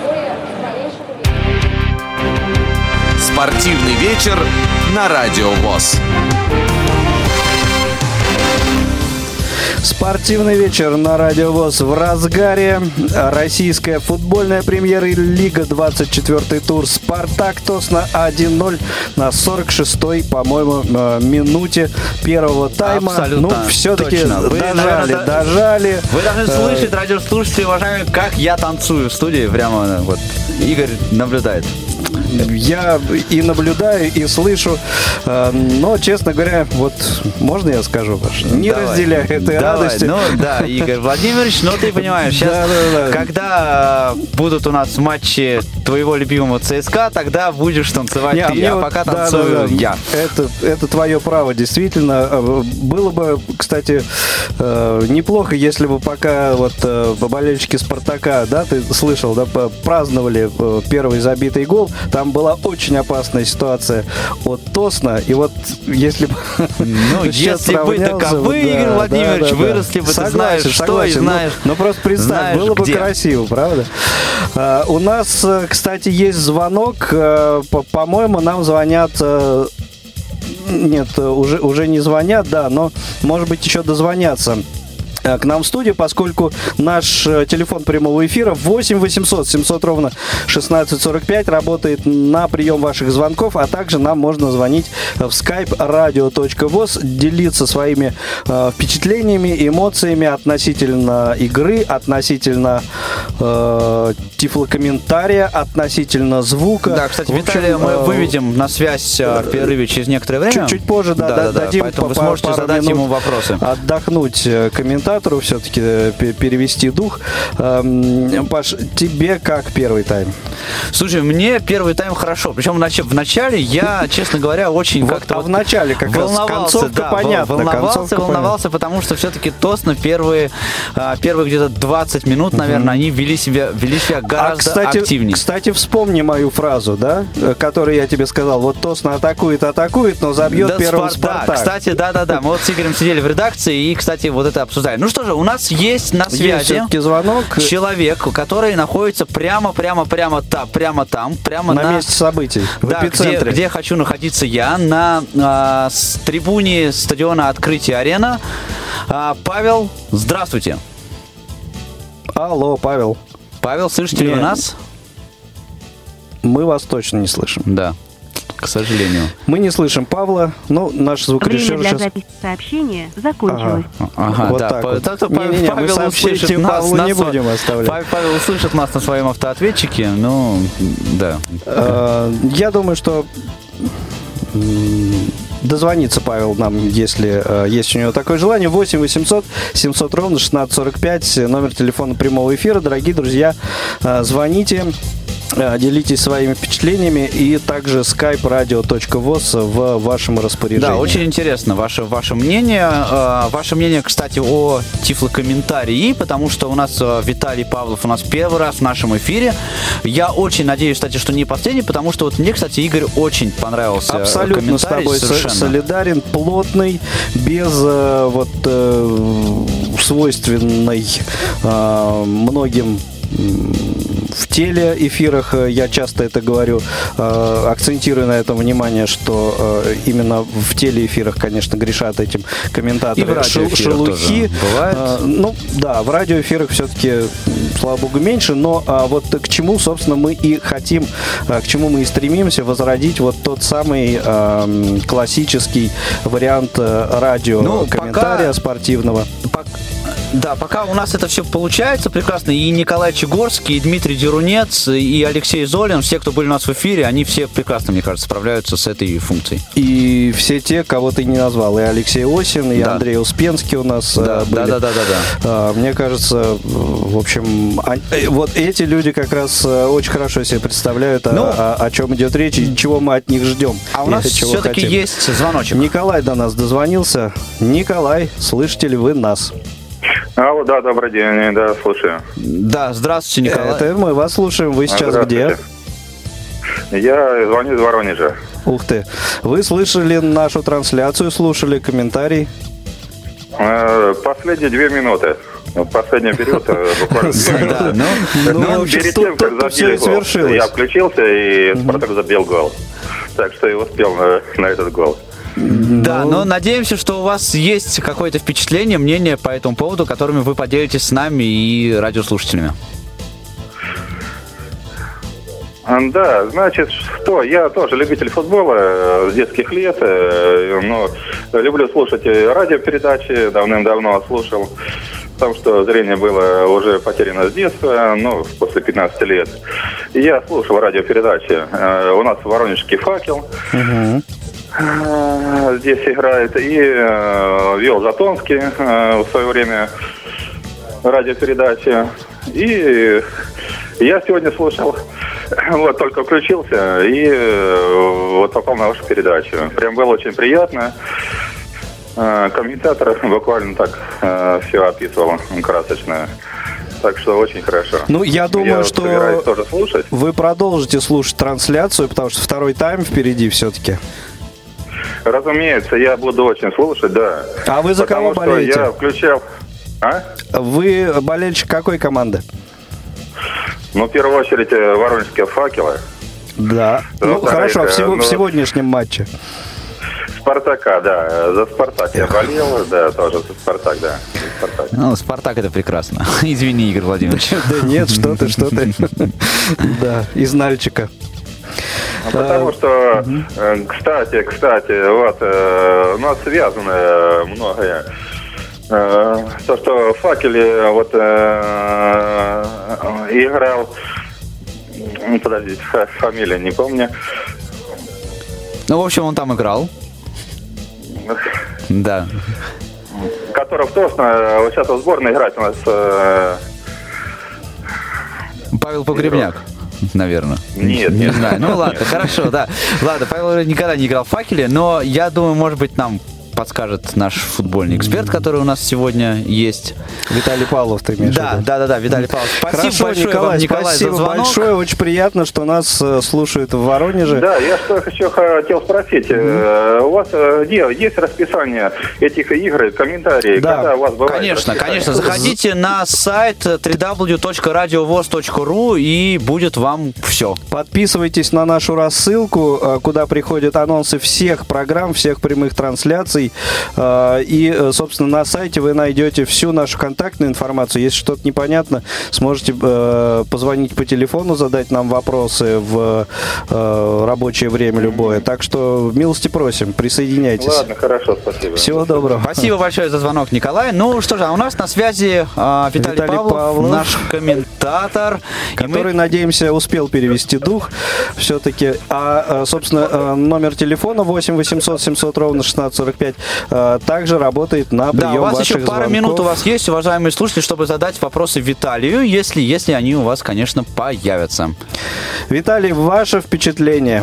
Спортивный вечер на Радио ВОС. Спортивный вечер на Радио ВОС в разгаре. Российская футбольная премьер-лига, двадцать четвёртый тур. Спартак Тосна один ноль на сорок шестой, по-моему, минуте первого тайма. Абсолютно. Ну, все-таки Вы, дожали, наверное, дожали. Вы должны слышать, радиослушатели, уважаемые, как я танцую в студии. Прямо вот Игорь наблюдает. Я и наблюдаю, и слышу. Но, честно говоря, вот можно я скажу, не Давай. разделяю этой Давай. радости. Ну да, Игорь Владимирович, ну ты понимаешь, сейчас, Да, да, да. когда э, будут у нас матчи твоего любимого ЦСКА, тогда будешь танцевать Не, ты, мне а вот- пока да, танцую да, да. я. Это, это твое право, действительно. Было бы, кстати, э, неплохо, если бы пока вот э, болельщики Спартака, да, ты слышал, да, п- праздновали э, первый забитый гол. Там была очень опасная ситуация от Тосна. И вот если бы... Ну, счет если бы сравнялся, таковы, да, Игорь да, Владимирович, да, да. выросли бы, ты Согласен, знаешь, что и согласен. знаешь. Ну, ну, просто представь, знаешь, было бы где. красиво, правда? А, у нас, э, кстати, есть звонок. Э, по- По-моему, нам звонят... э, Нет, уже, уже не звонят, да, но, может быть, еще дозвонятся э, к нам в студию, поскольку наш э, телефон прямого эфира восемь восемьсот семьсот ровно шестнадцать сорок пять работает на прием ваших звонков, а также нам можно звонить в skype radio точка voz, делиться своими э, впечатлениями, эмоциями относительно игры, относительно э, тифлокомментария, относительно звука. Да, кстати, В общем, Виталия мы э, выведем на связь э, в перерыве через некоторое время. Чуть-чуть позже, да, да, дадим поэтому по- вы сможете пару задать минут ему вопросы. отдохнуть э, комментатору, все-таки э, пе- перевести дух. Эм, Паш, тебе как первый тайм? Слушай, мне первый тайм хорошо. Причем в, нач- в начале я, честно говоря, очень Вот, как-то а вот в начале как раз волновался, концовка да, понятна, волновался, концовка волновался, потому что все-таки Тосна первые, а, первые где-то двадцать минут, наверное, они вели себя, вели себя гораздо А, кстати, активнее. кстати, вспомни мою фразу, да, э, которую я тебе сказал. Вот Тосна атакует, атакует, но забьет Да, первым Спар- да, Спартак. кстати, да-да-да, мы вот с Игорем сидели в редакции и, кстати, вот это обсуждали. Ну что же, у нас есть на Есть связи все-таки звонок человек, который находится прямо-прямо-прямо там, прямо там, прямо на на... месте событий, в Да, где, эпицентре. где хочу находиться я, на а, с трибуне стадиона Открытие Арена. А, Павел, здравствуйте. Алло, Павел, Павел, слышите ли вы Не. нас? мы вас точно не слышим. Да, к сожалению. Мы не слышим Павла, ну, наш звукорежиссер Время для сейчас... записи сообщения закончилось. Ага, Вот да. так Па- вот. так что Не-не-не, Павел мы сообщение услышит нас Павлу на не сво- будем оставлять. Павел, Павел услышит нас на своем автоответчике, ну, да. Э, Я думаю, что м, дозвонится Павел нам, если э, есть у него такое желание. восемь восемьсот семьсот ровно шестнадцать сорок пять, номер телефона прямого эфира. Дорогие друзья, э, звоните. Делитесь своими впечатлениями, и также skype radio точка voz в вашем распоряжении. Да, очень интересно ваше, ваше мнение. Ваше мнение, кстати, о тифлокомментарии, потому что у нас Виталий Павлов у нас первый раз в нашем эфире. Я очень надеюсь, кстати, что не последний, потому что вот мне, кстати, Игорь, очень понравился. Абсолютно с тобой совершенно солидарен, плотный, без вот свойственной многим в телеэфирах, я часто это говорю, акцентирую на этом внимание, что именно в телеэфирах, конечно, грешат этим комментаторы. И в радиоэфирах бывает. Ну, да, в радиоэфирах все-таки, слава богу, меньше, но вот к чему, собственно, мы и хотим, к чему мы и стремимся, возродить вот тот самый классический вариант радиокомментария ну, спортивного. Да, пока у нас это все получается прекрасно, и Николай Чегорский, и Дмитрий Дерунец, и Алексей Золин, все, кто были у нас в эфире, они все прекрасно, мне кажется, справляются с этой функцией. И все те, кого ты не назвал, и Алексей Осин, и да. Андрей Успенский у нас да, были. Да, да, да, да, да. Мне кажется, в общем, вот эти люди как раз очень хорошо себе представляют, ну, о, о чем идет речь и чего мы от них ждем. А у нас все-таки хотим. Есть звоночек. Николай до нас дозвонился. Николай, слышите ли вы нас? Алло, да, добрый день, да, слушаю. Да, здравствуйте, Николай. Это мы вас слушаем, вы сейчас где? Я звоню из Воронежа. Ух ты. Вы слышали нашу трансляцию, слушали комментарий? Последние две минуты. Последний период буквально две минуты. Ну, перед тем, как забили гол, я включился, и Спартак забил гол. Так что я успел на этот гол. Да, но надеемся, что у вас есть какое-то впечатление, мнение по этому поводу, которыми вы поделитесь с нами и радиослушателями. Да, значит, что, я тоже любитель футбола с детских лет, но люблю слушать радиопередачи, давным-давно слушал, потому что зрение было уже потеряно с детства, ну, после пятнадцати лет. И я слушал радиопередачи. У нас воронежский «Факел». Uh-huh. Здесь играет, и э, вел Затонский э, в свое время радиопередачи. И я сегодня слушал, вот только включился, и э, вот попал на вашу передачу. Прям было очень приятно. Э, комментатор буквально так э, все описывал красочно. Так что очень хорошо. Ну, я думаю, я что тоже слушать. Вы продолжите слушать трансляцию, потому что второй тайм впереди все-таки. Разумеется, я буду очень слушать, да. А вы за Потому кого болеете? Я включал... А? Вы болельщик какой команды? Ну, в первую очередь, воронежские «Факелы». Да. Ну, ну хорошо, в, сего, ну, в сегодняшнем матче. «Спартака», да. За «Спартак» я болел, да, тоже за «Спартак», да. «Спартак». Ну, «Спартак» — это прекрасно. Извини, Игорь Владимирович. Да нет, что ты, что ты. Да, из Нальчика. Потому что, кстати, кстати, вот, у нас связано многое. То, что в «Факеле» вот играл, подождите, фамилия не помню. Ну, в общем, он там играл. Да. Который в Тосно, вот сейчас в сборной играет у нас... Павел Погребняк. Наверное. Нет, не нет. знаю. Ну ладно, хорошо, да. Ладно, Павел никогда не играл в «Факеле», но я думаю, может быть, нам подскажет наш футбольный эксперт, который у нас сегодня есть. Виталий Павлов, ты имеешь в виду? Да, да, да, да, Виталий Павлов. Спасибо Хорошо, большое Николай, вам, Николай, спасибо за звонок. большое, очень приятно, что нас э, слушают в Воронеже. Да, я что еще хотел спросить. Mm-hmm. У вас где есть расписание этих игр, комментарии? Да, когда у вас бывает конечно, расписание? конечно. Заходите на сайт дабл ю дабл ю дабл ю точка радиовоз точка ру и будет вам все. Подписывайтесь на нашу рассылку, куда приходят анонсы всех программ, всех прямых трансляций. И, собственно, на сайте вы найдете всю нашу контактную информацию. Если что-то непонятно, сможете э, позвонить по телефону, задать нам вопросы в э, рабочее время любое. Так что милости просим, присоединяйтесь. Ладно, хорошо, спасибо. Всего доброго. Спасибо большое за звонок, Николай. Ну что же, а у нас на связи э, Виталий, Виталий Павлов, Павлов, наш комментатор. Который, мы... надеемся, успел перевести дух все-таки. А, собственно, номер телефона восемь восемьсот семьсот ровно шестнадцать сорок пять. также работает на прием Да, у вас ваших еще пара звонков. минут у вас есть, уважаемые слушатели, чтобы задать вопросы Виталию, если, если они у вас, конечно, появятся. Виталий, ваше впечатление?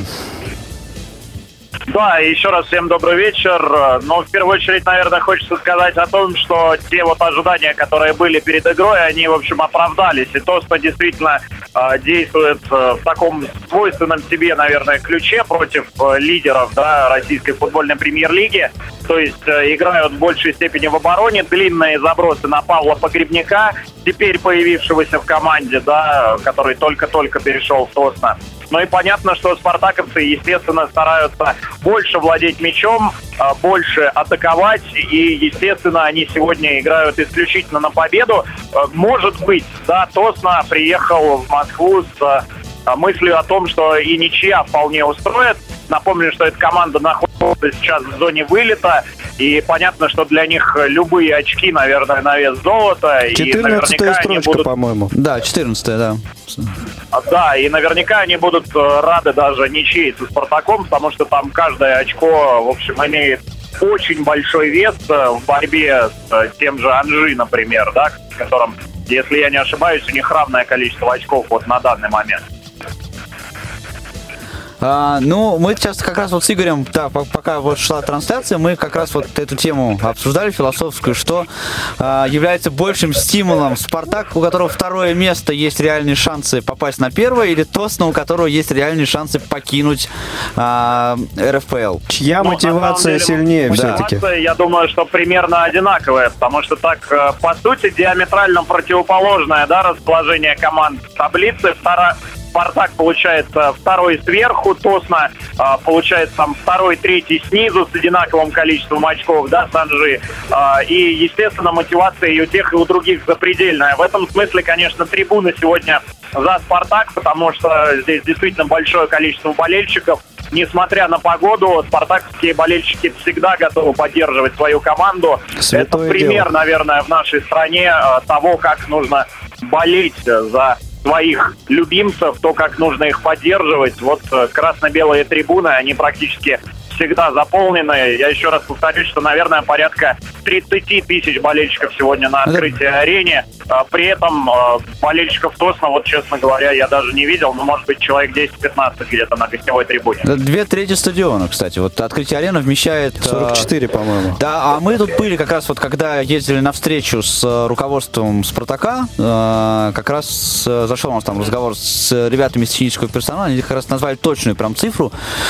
Да, еще раз всем добрый вечер. Но в первую очередь, наверное, хочется сказать о том, что те вот ожидания, которые были перед игрой, они, в общем, оправдались. И то, что действительно э, действует э, в таком свойственном себе, наверное, ключе против э, лидеров, да, российской футбольной премьер-лиги. То есть э, играют в большей степени в обороне, длинные забросы на Павла Погребняка, теперь появившегося в команде, да, который только-только перешел в Тосно. Ну и понятно, что спартаковцы, естественно, стараются больше владеть мячом, больше атаковать. И, естественно, они сегодня играют исключительно на победу. Может быть, да, Тосно приехал в Москву с мыслью о том, что и ничья вполне устроит. Напомню, что эта команда находится сейчас в зоне вылета. И понятно, что для них любые очки, наверное, на вес золота. четырнадцатая строчка, будут... по-моему. Да, четырнадцатая, да. Да, и наверняка они будут рады даже ничьей со Спартаком, потому что там каждое очко, в общем, имеет очень большой вес в борьбе с тем же Анжи, например, да, с которым, если я не ошибаюсь, у них равное количество очков вот на данный момент. А, ну, мы сейчас как раз вот с Игорем, да, пока вот шла трансляция, мы как раз вот эту тему обсуждали, философскую, что а, является большим стимулом Спартак, у которого второе место, есть реальные шансы попасть на первое, или Тосно, у которого есть реальные шансы покинуть а, эр эф пэ эл? Чья Ну, мотивация деле, сильнее мотивация, все-таки? Я думаю, что примерно одинаковая, потому что так, по сути, диаметрально противоположное, да, расположение команд в таблице. Вторая Спартак получается второй сверху, Тосно а, получается там второй, третий снизу с одинаковым количеством очков, да, с Анжи. А, и, естественно, мотивация и у тех, и у других запредельная. В этом смысле, конечно, трибуны сегодня за Спартак, потому что здесь действительно большое количество болельщиков. Несмотря на погоду, спартаковские болельщики всегда готовы поддерживать свою команду. Святое Это пример, дело. наверное, в нашей стране того, как нужно болеть за своих любимцев, то, как нужно их поддерживать. Вот красно-белые трибуны, они практически всегда заполнены. Я еще раз повторюсь, что, наверное, порядка тридцать тысяч болельщиков сегодня на открытии арене. При этом болельщиков Тосно, вот, честно говоря, я даже не видел, но, может быть, человек десять-пятнадцать где-то на гостевой трибуне. Две трети стадиона, кстати. Вот открытие арены вмещает... сорок четыре, по-моему. Да, а мы тут были как раз вот, когда ездили на встречу с руководством Спартака, как раз зашел у нас там разговор с ребятами из технического персонала, они как раз назвали точную прям цифру.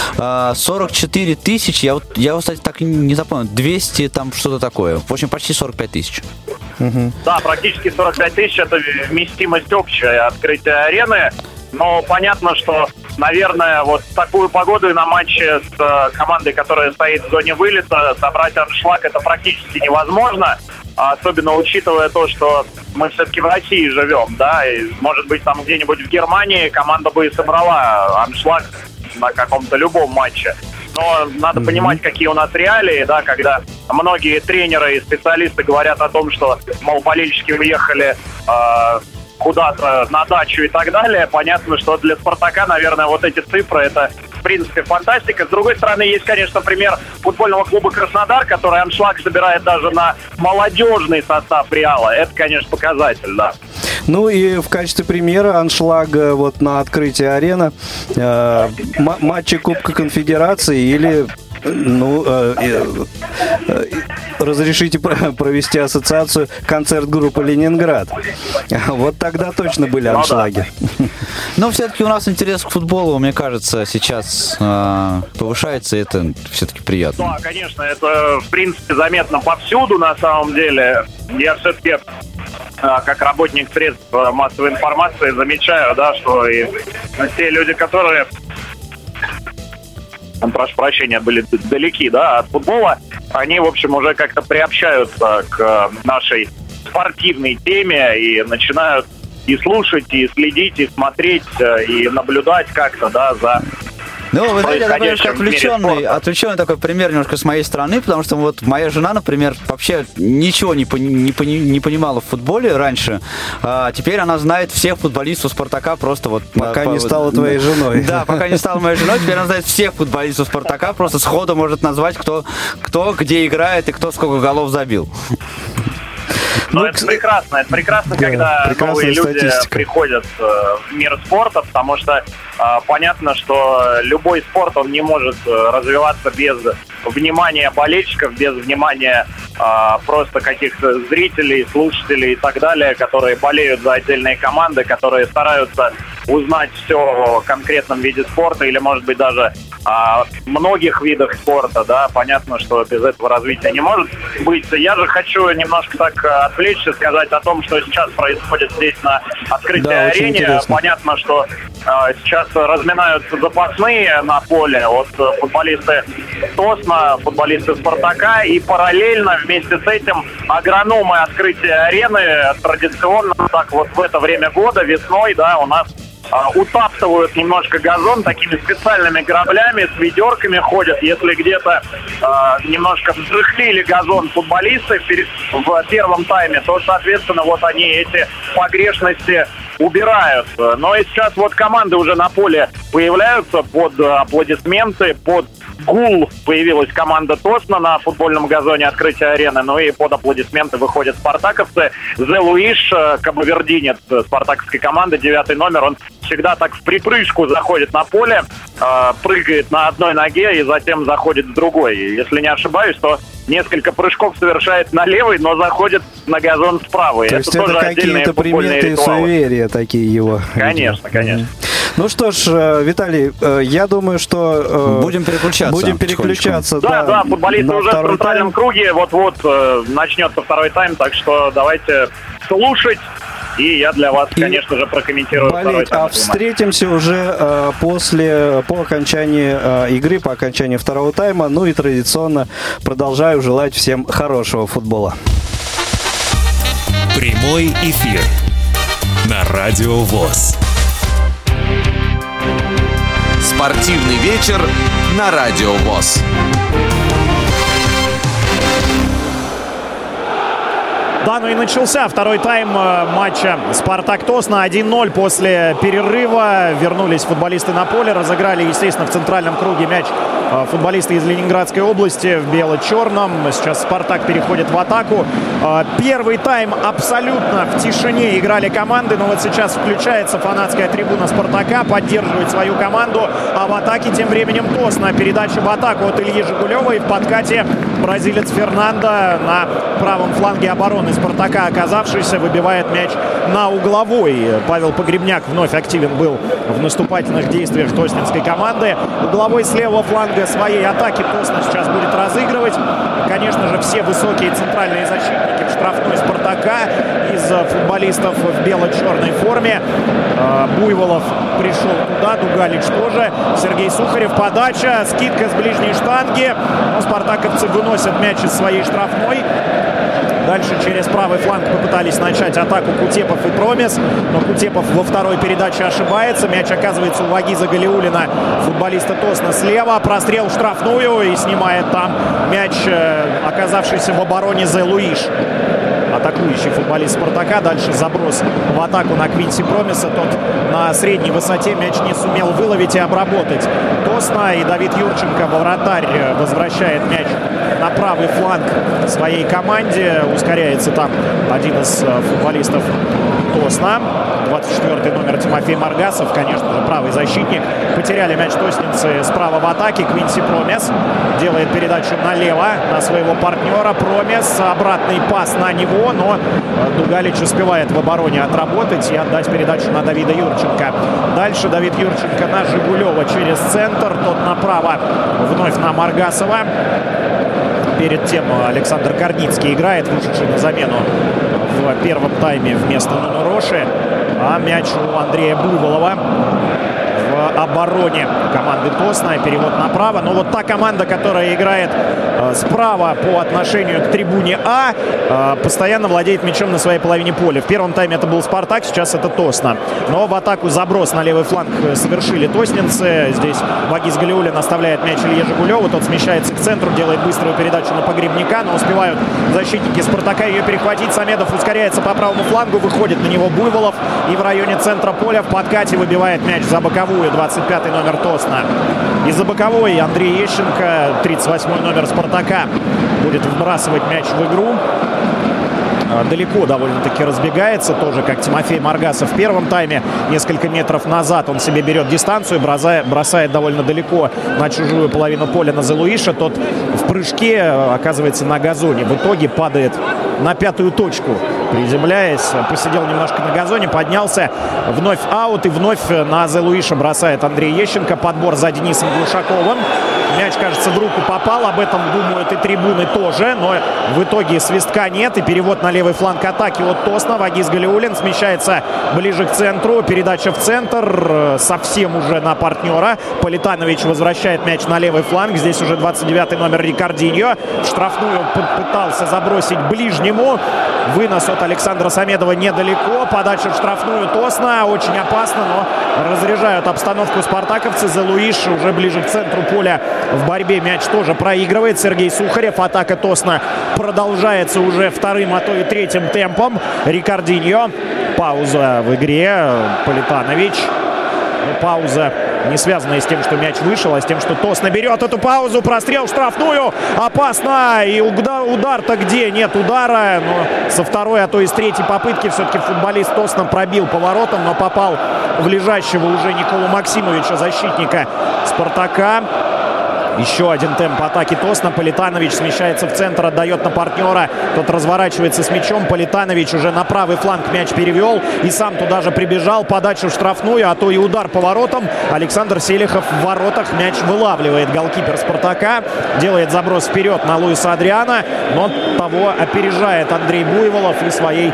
сорок четыре тысячи, я вот, я, кстати, так и не запомнил, двести там что-то такое. В общем, почти сорок пять тысяч. Угу. Да, практически сорок пять тысяч – это вместимость общая открытия арены. Но понятно, что, наверное, вот в такую погоду и на матче с э, командой, которая стоит в зоне вылета, собрать аншлаг – это практически невозможно. Особенно учитывая то, что мы все-таки в России живем, да, и, может быть, там где-нибудь в Германии команда бы и собрала аншлаг на каком-то любом матче. Но надо mm-hmm. понимать, какие у нас реалии, да, когда многие тренеры и специалисты говорят о том, что, мол, болельщики уехали э, куда-то на дачу и так далее. Понятно, что для «Спартака», наверное, вот эти цифры – это, в принципе, фантастика. С другой стороны, есть, конечно, пример футбольного клуба «Краснодар», который аншлаг собирает даже на молодежный состав «Реала». Это, конечно, показатель, да. Ну и в качестве примера аншлага вот на открытии арены э, м- матчи Кубка Конфедерации или ну э, э, э, разрешите провести ассоциацию концерт группы «Ленинград». Вот тогда точно были аншлаги. Но все-таки у нас интерес к футболу, мне кажется, сейчас э, повышается, и это все-таки приятно. Да, конечно, это, в принципе, заметно повсюду, на самом деле. Я все-таки, как работник средств массовой информации, замечаю, да, что и те люди, которые, прошу прощения, были далеки, да, от футбола, они, в общем, уже как-то приобщаются к нашей спортивной теме и начинают и слушать, и следить, и смотреть, и наблюдать как-то, да, за Ну, вы знаете, это немножко происходящем в мире отвлеченный, спорта. отвлеченный такой пример немножко с моей стороны, потому что вот моя жена, например, вообще ничего не, пони, не, пони, не понимала в футболе раньше, а теперь она знает всех футболистов «Спартака» просто вот... Пока по, не стала твоей женой. Да, пока не стала моей женой, теперь она знает всех футболистов «Спартака», просто сходу может назвать, кто, кто где играет и кто сколько голов забил. Но Ну, это прекрасно, это прекрасно, да, когда прекрасная новые люди статистика. приходят э, в мир спорта, потому что э, понятно, что любой спорт, он не может э, развиваться без внимания болельщиков, без внимания э, просто каких-то зрителей, слушателей и так далее, которые болеют за отдельные команды, которые стараются узнать все о конкретном виде спорта или, может быть, даже о многих видах спорта, да, понятно, что без этого развития не может быть. Я же хочу немножко так отвлечься, сказать о том, что сейчас происходит здесь на открытой Да, очень арене. интересно. Понятно, что э, сейчас разминаются запасные на поле, вот э, футболисты Тосна, футболисты Спартака, и параллельно вместе с этим агрономы открытия арены традиционно так вот в это время года, весной, да, у нас а, утаптывают немножко газон такими специальными граблями, с ведерками ходят. Если где-то а, немножко взрыхлили газон футболисты перед, в первом тайме, то, соответственно, вот они эти погрешности убирают. Но и сейчас вот команды уже на поле появляются под аплодисменты, под гул появилась команда Тосна на футбольном газоне открытия арены, ну и под аплодисменты выходят спартаковцы. Зе Луиш, кабавердинец спартаковской команды, девятый номер, он всегда так в припрыжку заходит на поле, э, прыгает на одной ноге и затем заходит с другой. Если не ошибаюсь, то несколько прыжков совершает на левой, но заходит на газон с правой. То это есть тоже это отдельные какие-то футбольные приметы и ритуалы. суеверия такие его. Конечно, конечно. Ну что ж, э, Виталий, э, я думаю, что... э, Будем переключаться Будем переключаться, Да, да, футболисты на уже в второй центральном тайм. круге. Вот-вот э, начнется второй тайм, так что давайте слушать. И я для вас, И конечно же, прокомментирую второй болеть. тайм. А встретимся уже э, после, по окончании э, игры, по окончании второго тайма. Ну и традиционно продолжаю желать всем хорошего футбола. Прямой эфир на Радио ВОС. Спортивный вечер на Радио ВОС. Да, ну и начался второй тайм матча «Спартак-Тосна». один ноль после перерыва. Вернулись футболисты на поле. Разыграли, естественно, в центральном круге мяч футболисты из Ленинградской области в бело-черном. Сейчас «Спартак» переходит в атаку. Первый тайм абсолютно в тишине играли команды. Но вот сейчас включается фанатская трибуна «Спартака», поддерживает свою команду. А в атаке тем временем «Тосна». Передача в атаку от Ильи Жигулева. И в подкате бразилец Фернандо на правом фланге обороны «Спартака», оказавшийся, выбивает мяч на угловой. Павел Погребняк вновь активен был в наступательных действиях тоснинской команды. Угловой с левого фланга своей атаки Тосна сейчас будет разыгрывать. Конечно же, все высокие центральные защитники в штрафной «Спартака» из футболистов в бело-черной форме. Буйволов пришел туда, Дугалич тоже. Сергей Сухарев, подача, скидка с ближней штанги. Но спартаковцы выносят мяч из своей штрафной. Дальше через правый фланг попытались начать атаку Кутепов и Промес. Но Кутепов во второй передаче ошибается. Мяч оказывается у Вагиза Галиуллина, футболиста Тосна, слева. Прострел в штрафную и снимает там мяч, оказавшийся в обороне Зе Луиш. Атакующий футболист «Спартака». Дальше заброс в атаку на Квинси Промеса. Тот на средней высоте мяч не сумел выловить и обработать Тосна. И Давид Юрченко, вратарь, возвращает мяч на правый фланг своей команде. Ускоряется там один из футболистов Тосна. двадцать четвёртый номер Тимофей Маргасов, конечно же, правый защитник. Потеряли мяч тоснинцы справа в атаке. Квинси Промес делает передачу налево на своего партнера. Промес, обратный пас на него, но Дугалич успевает в обороне отработать и отдать передачу на Давида Юрченко. Дальше Давид Юрченко на Жигулева через центр. Тот направо, вновь на Маргасова. Перед тем Александр Корницкий играет, вышедший на замену в первом тайме вместо Нуну Роши. А мяч у Андрея Буйволова в обороне команды Тосна. Перевод направо. Но вот та команда, которая играет э, справа по отношению к трибуне А, э, постоянно владеет мячом на своей половине поля. В первом тайме это был Спартак, сейчас это Тосна. Но в атаку заброс на левый фланг совершили тосненцы. Здесь Вагиз Галиуллин оставляет мяч Илье Жигулеву. Тот смещается к центру, делает быструю передачу на Погребняка, но успевают защитники Спартака ее перехватить. Самедов ускоряется по правому флангу, выходит на него Буйволов и в районе центра поля в подкате выбивает мяч за боковую. двадцать пятый номер Тосна. Из-за боковой Андрей Ещенко, тридцать восьмой номер Спартака, будет вбрасывать мяч в игру. Далеко довольно-таки разбегается, тоже как Тимофей Маргасов в первом тайме. Несколько метров назад он себе берет дистанцию, бросает, бросает довольно далеко на чужую половину поля на Зелуиша. Тот в прыжке оказывается на газоне. В итоге падает на пятую точку, приземляясь. Посидел немножко на газоне, поднялся. Вновь аут и вновь на Зелуиша бросает Андрей Ещенко. Подбор за Денисом Глушаковым. Мяч, кажется, в руку попал. Об этом думают и трибуны тоже. Но в итоге свистка нет. И перевод на левый фланг атаки от Тосна. Вагиз Галиуллин смещается ближе к центру. Передача в центр. Совсем уже на партнера. Политанович возвращает мяч на левый фланг. Здесь уже двадцать девятый номер Рикардиньо. Штрафную пытался забросить ближнему. Вынос от Александра Самедова недалеко. Подача в штрафную Тосна. Очень опасно, но разряжают обстановку спартаковцы. Зелуиш уже ближе к центру поля в борьбе. Мяч тоже проигрывает Сергей Сухарев. Атака Тосна продолжается уже вторым, а то и третьим темпом. Рикардиньо. Пауза в игре. Политанович. Пауза не связанная с тем, что мяч вышел, а с тем, что Тосна берет эту паузу. Прострел в штрафную. Опасно. И удар-то где? Нет удара. Но со второй, а то и с третьей попытки все-таки футболист Тосна пробил поворотом, но попал в лежащего уже Николу Максимовича, защитника Спартака. Еще один темп атаки Тосна. Политанович смещается в центр, отдает на партнера. Тот разворачивается с мячом. Политанович уже на правый фланг мяч перевел. И сам туда же прибежал. Подачу в штрафную, а то и удар по воротам. Александр Селихов в воротах. Мяч вылавливает голкипер Спартака. Делает заброс вперед на Луиса Адриана. Но того опережает Андрей Буйволов и своей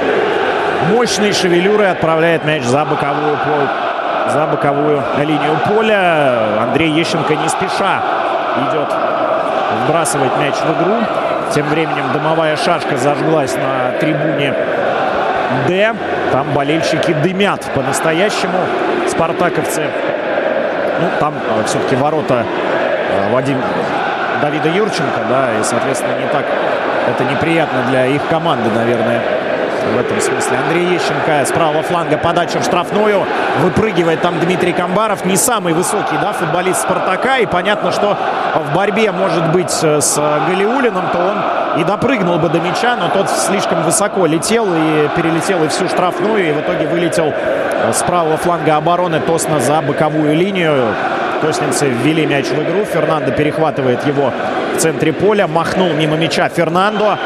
мощной шевелюрой отправляет мяч за боковую пол. За боковую линию поля. Андрей Ещенко не спеша идет вбрасывать мяч в игру. Тем временем дымовая шашка зажглась на трибуне Д. Там болельщики дымят по-настоящему. Спартаковцы. Ну, там э, все-таки ворота э, Вадим Давида Юрченко, да, и, соответственно, не так это неприятно для их команды, наверное. В этом смысле Андрей Ещенко с правого фланга, подача в штрафную. Выпрыгивает там Дмитрий Камбаров. Не самый высокий, да, футболист Спартака. И понятно, что в борьбе, может быть, с Галиуллиным, то он и допрыгнул бы до мяча, но тот слишком высоко летел и перелетел и всю штрафную. И в итоге вылетел с правого фланга обороны Тосна за боковую линию. Тосненцы ввели мяч в игру. Фернандо перехватывает его в центре поля. Махнул мимо мяча Фернандо.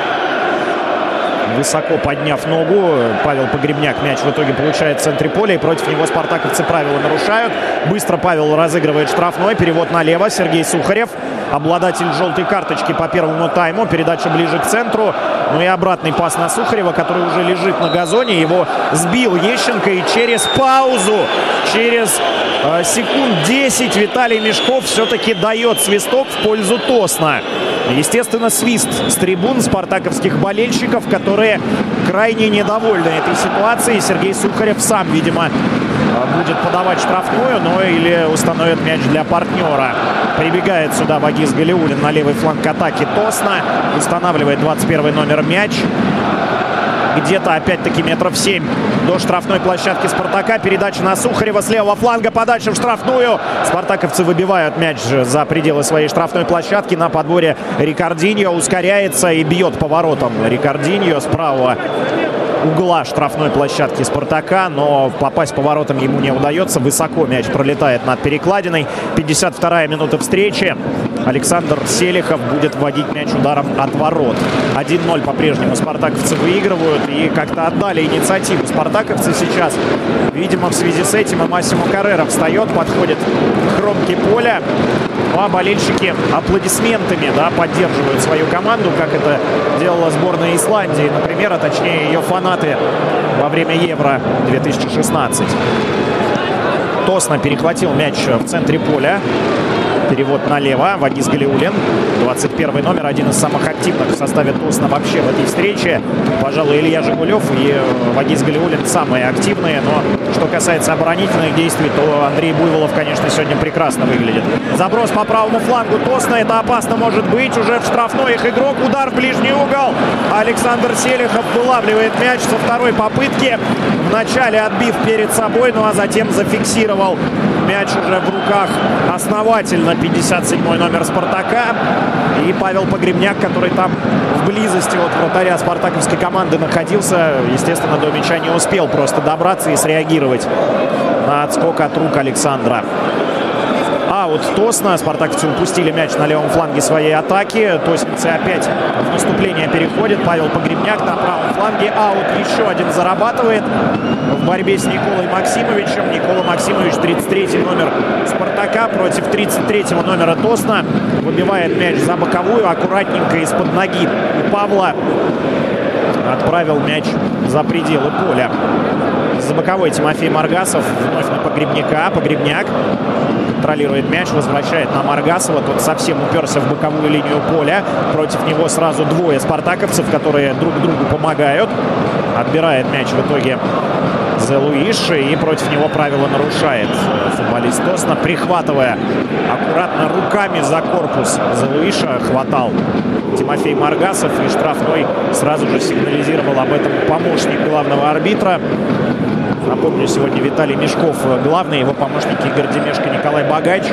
Высоко подняв ногу, Павел Погребняк мяч в итоге получает в центре поля. И против него спартаковцы правила нарушают. Быстро Павел разыгрывает штрафной. Перевод налево. Сергей Сухарев. Обладатель желтой карточки по первому тайму. Передача ближе к центру. Ну и обратный пас на Сухарева, который уже лежит на газоне. Его сбил Ещенко. И через паузу, через э, секунд десять Виталий Мешков все-таки дает свисток в пользу Тосна. Естественно, свист с трибун спартаковских болельщиков, которые крайне недовольны этой ситуацией. Сергей Сухарев сам, видимо, будет подавать штрафную, но или установит мяч для партнера. Прибегает сюда Вагиз Галиуллин на левый фланг атаки Тосна. Устанавливает двадцать первый номер мяч. Где-то, опять-таки, метров семь до штрафной площадки Спартака. Передача на Сухарева с левого фланга. Подача в штрафную. Спартаковцы выбивают мяч за пределы своей штрафной площадки. На подборе Рикардиньо ускоряется и бьет поворотом. Рикардиньо с правого угла штрафной площадки Спартака, но попасть поворотом ему не удается. Высоко мяч пролетает над перекладиной. пятьдесят вторая минута встречи. Александр Селихов будет вводить мяч ударом от ворот. один ноль по-прежнему спартаковцы выигрывают и как-то отдали инициативу. Спартаковцы сейчас, видимо, в связи с этим и Массимо Каррера встает, подходит к кромке поля. Ну а болельщики аплодисментами, да, поддерживают свою команду, как это делала сборная Исландии, например, а точнее ее фанаты во время Евро две тысячи шестнадцать. Тосна перехватил мяч в центре поля. Перевод налево. Вагиз Галиуллин. двадцать первый номер. Один из самых активных в составе Тосна вообще в этой встрече. Пожалуй, Илья Жигулев и Вагиз Галиуллин самые активные. Но что касается оборонительных действий, то Андрей Буйволов, конечно, сегодня прекрасно выглядит. Заброс по правому флангу Тосна. Это опасно может быть. Уже в штрафной их игрок. Удар в ближний угол. Александр Селихов вылавливает мяч со второй попытки. Вначале отбив перед собой, ну а затем зафиксировал мяч уже в руках основательно пятьдесят седьмой номер «Спартака». И Павел Погребняк, который там в близости от вратаря спартаковской команды находился, естественно, до мяча не успел просто добраться и среагировать на отскок от рук Александра. Аут Тосна. Спартаковцы упустили мяч на левом фланге своей атаки. Тоснинцы опять в наступление переходят. Павел Погребняк на правом фланге. Аут еще один зарабатывает в борьбе с Николой Максимовичем. Никола Максимович, тридцать третий номер «Спартака» против тридцать третьего номера Тосна. Выбивает мяч за боковую. Аккуратненько из-под ноги у Павла отправил мяч за пределы поля. За боковой Тимофей Маргасов. Вновь на Погребняка. Погребняк контролирует мяч, возвращает на Маргасова. Тот совсем уперся в боковую линию поля. Против него сразу двое спартаковцев, которые друг другу помогают. Отбирает мяч в итоге Зелуиш. И против него правила нарушает футболист Тосна, прихватывая аккуратно руками за корпус Зелуиша. Хватал Тимофей Маргасов. И штрафной сразу же сигнализировал об этом помощник главного арбитра. Напомню, сегодня Виталий Мешков главный, его помощник Игорь Демешко, Николай Богач.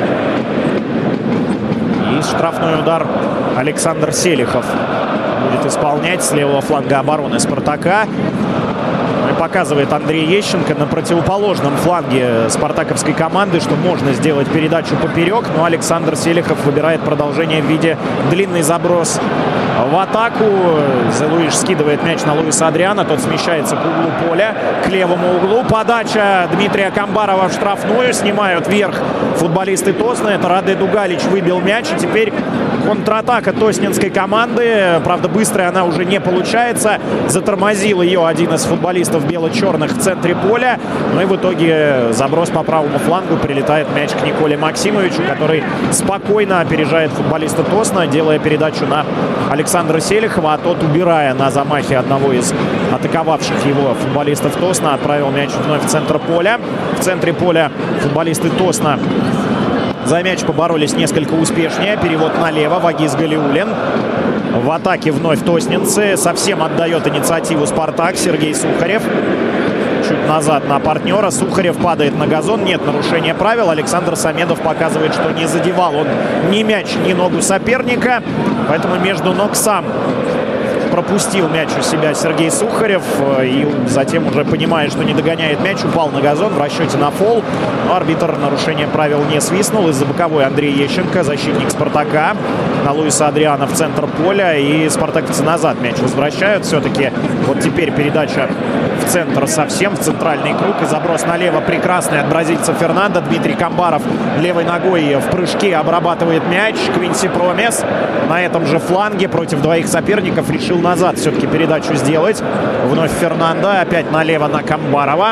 И штрафной удар Александр Селихов будет исполнять с левого фланга обороны «Спартака». И показывает Андрей Ещенко на противоположном фланге спартаковской команды, что можно сделать передачу поперек, но Александр Селихов выбирает продолжение в виде длинный заброс в атаку. Зелуиш скидывает мяч на Луиса Адриана. Тот смещается к углу поля, к левому углу. Подача Дмитрия Камбарова в штрафную. Снимают вверх футболисты Тосна. Это Раде Дугалич выбил мяч. И теперь контратака тоснинской команды. Правда, быстрая она уже не получается. Затормозил ее один из футболистов бело-черных в центре поля. Ну и в итоге заброс по правому флангу. Прилетает мяч к Николе Максимовичу, который спокойно опережает футболиста Тосна, делая передачу на Александра Селихова. А тот, убирая на замахе одного из атаковавших его футболистов Тосна, отправил мяч вновь в центр поля. В центре поля футболисты Тосна за мяч поборолись несколько успешнее. Перевод налево. Вагиз Галиуллин. В атаке вновь тоснинцы. Совсем отдает инициативу «Спартак». Сергей Сухарев. Чуть назад на партнера. Сухарев падает на газон. Нет нарушения правил. Александр Самедов показывает, что не задевал он ни мяч, ни ногу соперника. Поэтому между ног сам пропустил мяч у себя Сергей Сухарев. И затем, уже понимая, что не догоняет мяч, упал на газон в расчете на фол. Но арбитр нарушение правил не свистнул. Из-за боковой Андрей Ещенко, защитник «Спартака», на Луиса Адриана в центр поля. И спартаковцы назад мяч возвращают. Все-таки вот теперь передача в центр совсем, в центральный круг. И заброс налево прекрасный от бразильца Фернандо. Дмитрий Камбаров левой ногой в прыжке обрабатывает мяч. Квинси Промес на этом же фланге против двоих соперников решил назад все-таки передачу сделать. Вновь Фернандо. Опять налево на Камбарова.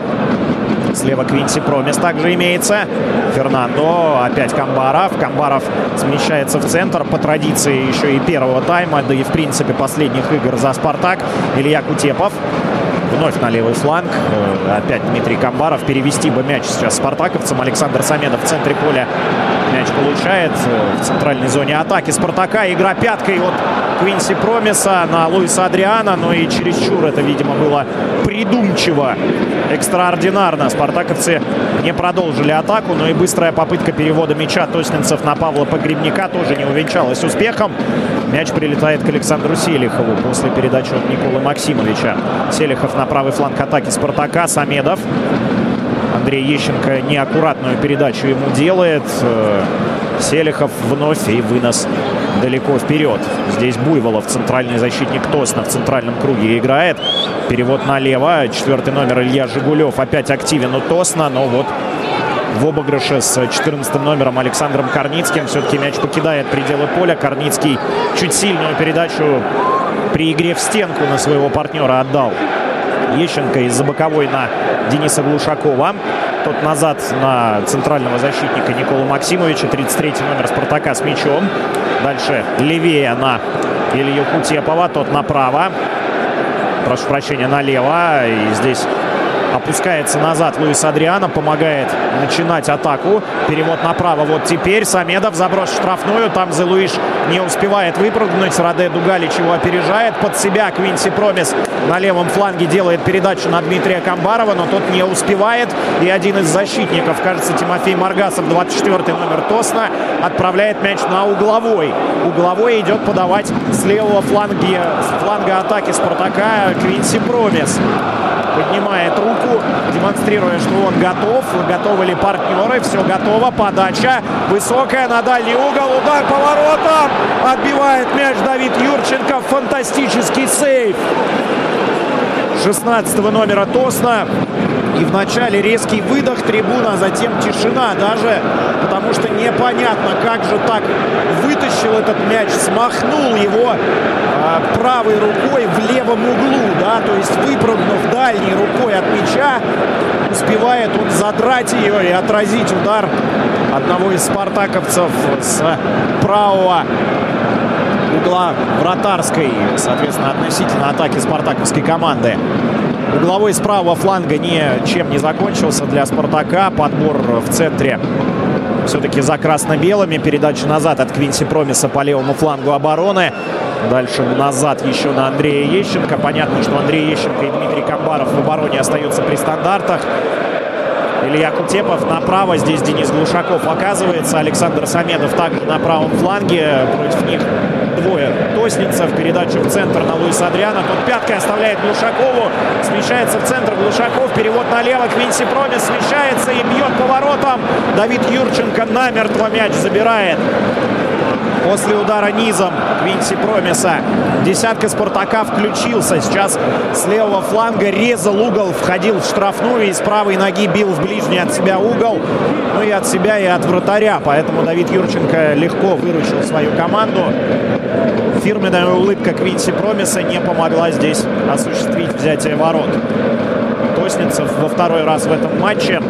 Слева Квинси Промес также имеется. Фернандо. Опять Камбаров. Камбаров смещается в центр. По традиции еще и первого тайма, да и в принципе последних игр за «Спартак», Илья Кутепов. Вновь на левый фланг. Опять Дмитрий Камбаров. Перевести бы мяч сейчас спартаковцам. Александр Самедов в центре поля мяч получает. В центральной зоне атаки «Спартака». Игра пяткой от Квинси Промеса на Луиса Адриана. Но и чересчур это, видимо, было придумчиво, экстраординарно. Спартаковцы не продолжили атаку. Но и быстрая попытка перевода мяча тоснинцев на Павла Погребняка тоже не увенчалась успехом. Мяч прилетает к Александру Селихову после передачи от Николы Максимовича. Селихов на правый фланг атаки «Спартака». Самедов. Андрей Ещенко неаккуратную передачу ему делает. Селихов вновь, и вынос далеко вперед. Здесь Буйволов, центральный защитник Тосна, в центральном круге играет. Перевод налево. Четвертый номер Илья Жигулев опять активен у Тосна, но вот в обыгрыше с четырнадцатым номером Александром Корницким все-таки мяч покидает пределы поля. Корницкий чуть сильную передачу при игре в стенку на своего партнера отдал Ещенко из-за боковой на Дениса Глушакова. Тот назад на центрального защитника Николу Максимовича. тридцать третий номер «Спартака» с мячом. Дальше левее на Илью Кутепова. Тот направо. Прошу прощения, налево. И здесь опускается назад Луис Адриано. Помогает начинать атаку. Перевод направо. Вот теперь Самедов заброс в штрафную. Там Зелуиш не успевает выпрыгнуть. Раде Дугалич его опережает. Под себя Квинси Промис на левом фланге делает передачу на Дмитрия Камбарова. Но тот не успевает. И один из защитников, кажется, Тимофей Маргасов, двадцать четвёртый номер Тосна, отправляет мяч на угловой. Угловой идет подавать с левого фланга, с фланга атаки Спартака Квинси Промис. Поднимает руку, демонстрируя, что он готов. Готовы ли партнеры? Все готово. Подача высокая на дальний угол. Удар по воротам. Отбивает мяч Давид Юрченко. Фантастический сейв шестнадцатого номера Тосна. И вначале резкий выдох трибун, а затем тишина даже, потому что непонятно, как же так вытащил этот мяч, смахнул его э, правой рукой в левом углу, да, то есть выпрыгнув дальней рукой от мяча, успевает он задрать ее и отразить удар одного из спартаковцев с правого угла вратарской, соответственно, относительно атаки спартаковской команды. Угловой с правого фланга ничем не закончился для Спартака. Подбор в центре все-таки за красно-белыми. Передача назад от Квинси Промиса по левому флангу обороны. Дальше назад еще на Андрея Ещенко. Понятно, что Андрей Ещенко и Дмитрий Камбаров в обороне остаются при стандартах. Илья Кутепов направо. Здесь Денис Глушаков оказывается. Александр Самедов также на правом фланге. Против них двое тоснинцев. Передача в центр на Луиса Адриано. Тут пяткой оставляет Глушакову. Смещается в центр Глушаков. Перевод налево. Квинси Промис смещается и бьет по воротам. Давид Юрченко намертво мяч забирает. После удара низом Квинси Промиса. Десятка Спартака включился. Сейчас с левого фланга резал угол, входил в штрафную и с правой ноги бил в ближний от себя угол. Ну и от себя, и от вратаря. Поэтому Давид Юрченко легко выручил свою команду. Фирменная улыбка Квинси Промиса не помогла здесь осуществить взятие ворот. Тоснинцев во второй раз в этом матче.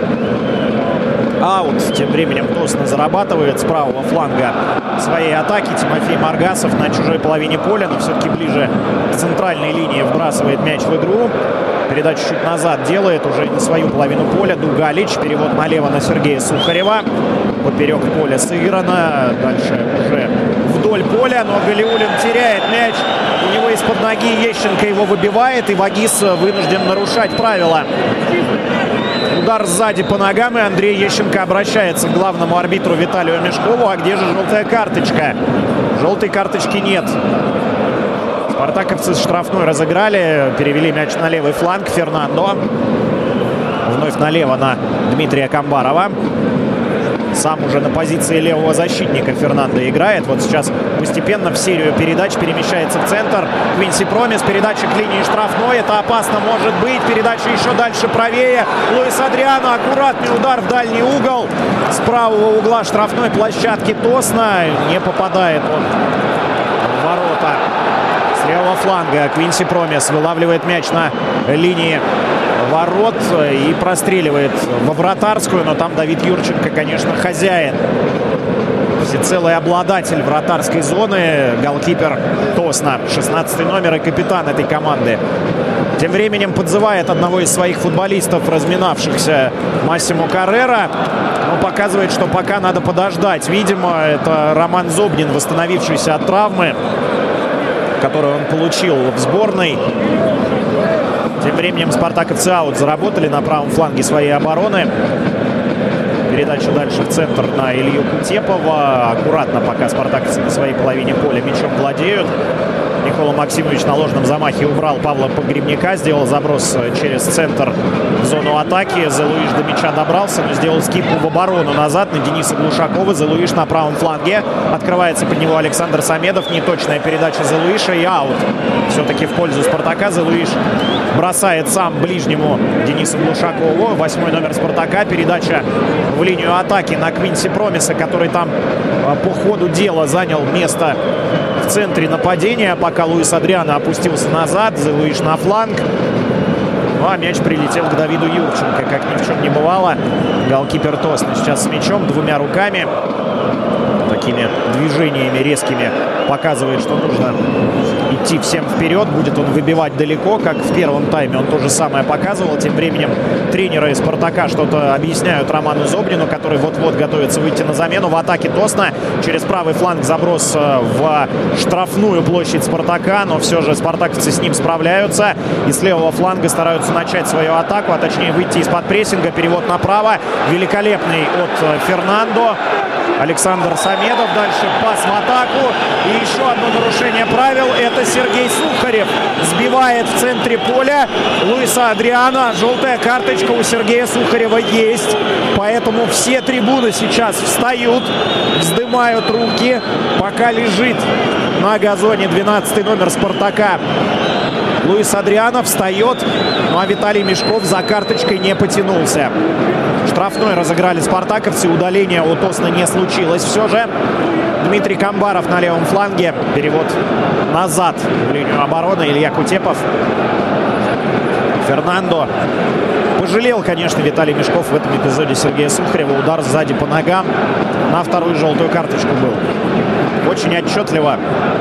Аут. Тем временем Тосна зарабатывает с правого фланга своей атаки. Тимофей Маргасов на чужой половине поля, но все-таки ближе к центральной линии вбрасывает мяч в игру. Передачу чуть назад делает уже на свою половину поля. Дугалич. Перевод налево на Сергея Сухарева. Поперек поля сыграно. Дальше уже вдоль поля, но Галиуллин теряет мяч. У него из-под ноги Ещенко его выбивает, и Вагис вынужден нарушать правила. Удар сзади по ногам, и Андрей Ещенко обращается к главному арбитру Виталию Мешкову. А где же желтая карточка? Желтой карточки нет. Спартаковцы с штрафной разыграли, перевели мяч на левый фланг. Фернандо. Вновь налево на Дмитрия Камбарова. Сам уже на позиции левого защитника Фернандо играет. Вот сейчас постепенно в серию передач перемещается в центр. Квинси Промис. Передача к линии штрафной. Это опасно может быть. Передача еще дальше правее. Луис Адриано. Аккуратный удар в дальний угол. С правого угла штрафной площадки Тосна. Не попадает он в ворота. С левого фланга Квинси Промис вылавливает мяч на линии ворот и простреливает во вратарскую, но там Давид Юрченко, конечно, хозяин. Всецелый обладатель вратарской зоны, голкипер Тосна, шестнадцатый номер и капитан этой команды. Тем временем подзывает одного из своих футболистов, разминавшихся, Массимо Каррера, но показывает, что пока надо подождать. Видимо, это Роман Зобнин, восстановившийся от травмы, которую он получил в сборной. Тем временем спартаковцы аут заработали на правом фланге своей обороны. Передача дальше в центр на Илью Кутепова. Аккуратно пока спартаковцы на своей половине поля мячом владеют. Никола Максимович на ложном замахе убрал Павла Погребняка. Сделал заброс через центр в зону атаки. Зелуиш до мяча добрался, но сделал скидку в оборону назад на Дениса Глушакова. Зелуиш на правом фланге. Открывается под него Александр Самедов. Неточная передача Зелуиша и аут. Все-таки в пользу Спартака. Зелуиш бросает сам ближнему Денису Глушакову. Восьмой номер Спартака. Передача в линию атаки на Квинси Промиса, который там по ходу дела занял место в центре нападения, пока Луис Адриано опустился назад. Зелуиш на фланг. Ну а мяч прилетел к Давиду Юрченко, как ни в чем не бывало. Голкипер Тосна сейчас с мячом, двумя руками. Такими движениями резкими показывает, что нужно идти всем вперед. Будет он выбивать далеко, как в первом тайме он то же самое показывал. Тем временем тренеры из «Спартака» что-то объясняют Роману Зобнину, который вот-вот готовится выйти на замену. В атаке Тосна через правый фланг заброс в штрафную площадь «Спартака», но все же спартаковцы с ним справляются. И с левого фланга стараются начать свою атаку, а точнее выйти из-под прессинга. Перевод направо. Великолепный от Фернандо. Александр Самедов. Дальше пас в атаку. И еще одно нарушение правил. Это Сергей Сухарев. Сбивает в центре поля Луиса Адриано. Желтая карточка у Сергея Сухарева есть. Поэтому все трибуны сейчас встают, вздымают руки. Пока лежит на газоне двенадцатый номер «Спартака» Луис Адриано, встает. Ну а Виталий Мешков за карточкой не потянулся. Штрафной разыграли спартаковцы. Удаления у Тосна не случилось. Все же Дмитрий Камбаров на левом фланге. Перевод назад в линию обороны. Илья Кутепов. Фернандо. Пожалел, конечно, Виталий Мешков в этом эпизоде Сергея Сухарева. Удар сзади по ногам. На вторую желтую карточку был. Очень отчетливо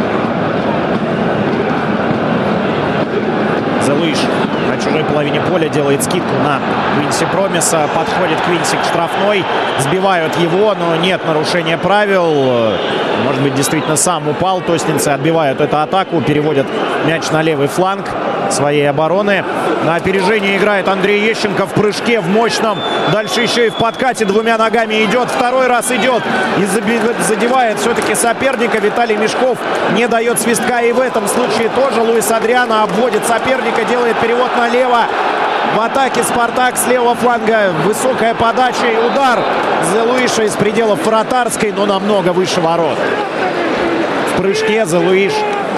Зелуиш на чужой половине поля делает скидку на Квинси Промиса. Подходит Квинси к штрафной. Сбивают его, но нет нарушения правил. Может быть, действительно сам упал. Тоснинцы отбивают эту атаку. Переводят мяч на левый фланг своей обороны. На опережение играет Андрей Ещенко в прыжке, в мощном. Дальше еще и в подкате двумя ногами идет. Второй раз идет и задевает все-таки соперника. Виталий Мешков не дает свистка и в этом случае тоже. Луис Адриано обводит соперника, делает перевод налево. В атаке «Спартак» с левого фланга высокая подача и удар Зелуиша из пределов вратарской, но намного выше ворот. В прыжке Зелуиш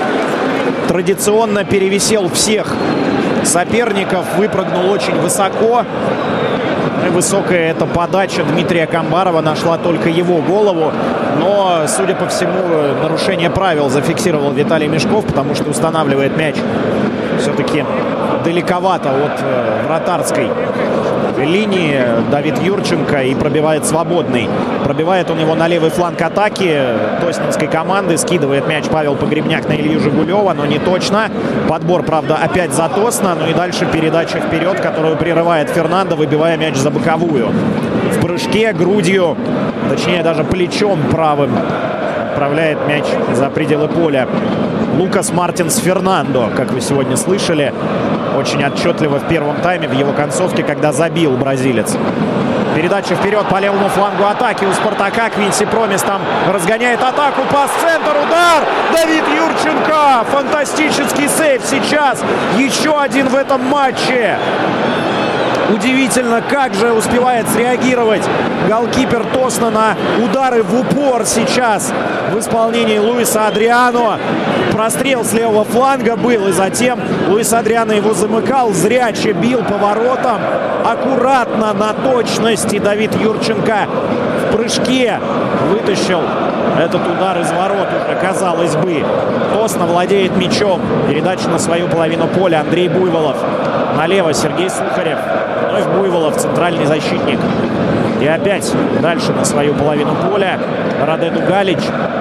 традиционно перевисел всех соперников, выпрыгнул очень высоко. И высокая эта подача Дмитрия Камбарова нашла только его голову. Но, судя по всему, нарушение правил зафиксировал Виталий Мешков, потому что устанавливает мяч все-таки далековато от э, вратарской линии Давид Юрченко и пробивает свободный. Пробивает он его на левый фланг атаки тоснинской команды. Скидывает мяч Павел Погребняк на Илью Жигулева, но не точно. Подбор, правда, опять за Тосна. Ну и дальше передача вперед, которую прерывает Фернандо, выбивая мяч за боковую. В прыжке грудью, точнее даже плечом правым, отправляет мяч за пределы поля Лукас Мартинс Фернандо, как вы сегодня слышали. Очень отчетливо в первом тайме, в его концовке, когда забил бразилец. Передача вперед по левому флангу атаки у «Спартака». Квинси Промис там разгоняет атаку. Пас в центр, удар! Давид Юрченко! Фантастический сейв сейчас. Еще один в этом матче. Удивительно, как же успевает среагировать голкипер Тосна на удары в упор сейчас в исполнении Луиса Адриано. Прострел с левого фланга был, и затем Луис Адриано его замыкал, зряче бил по воротам. Аккуратно, на точности Давид Юрченко в прыжке вытащил этот удар из ворот уже, казалось бы. Тосна владеет мячом. Передача на свою половину поля. Андрей Буйволов. Налево Сергей Сухарев. Вновь Буйволов, центральный защитник. И опять дальше на свою половину поля Радеду Галич.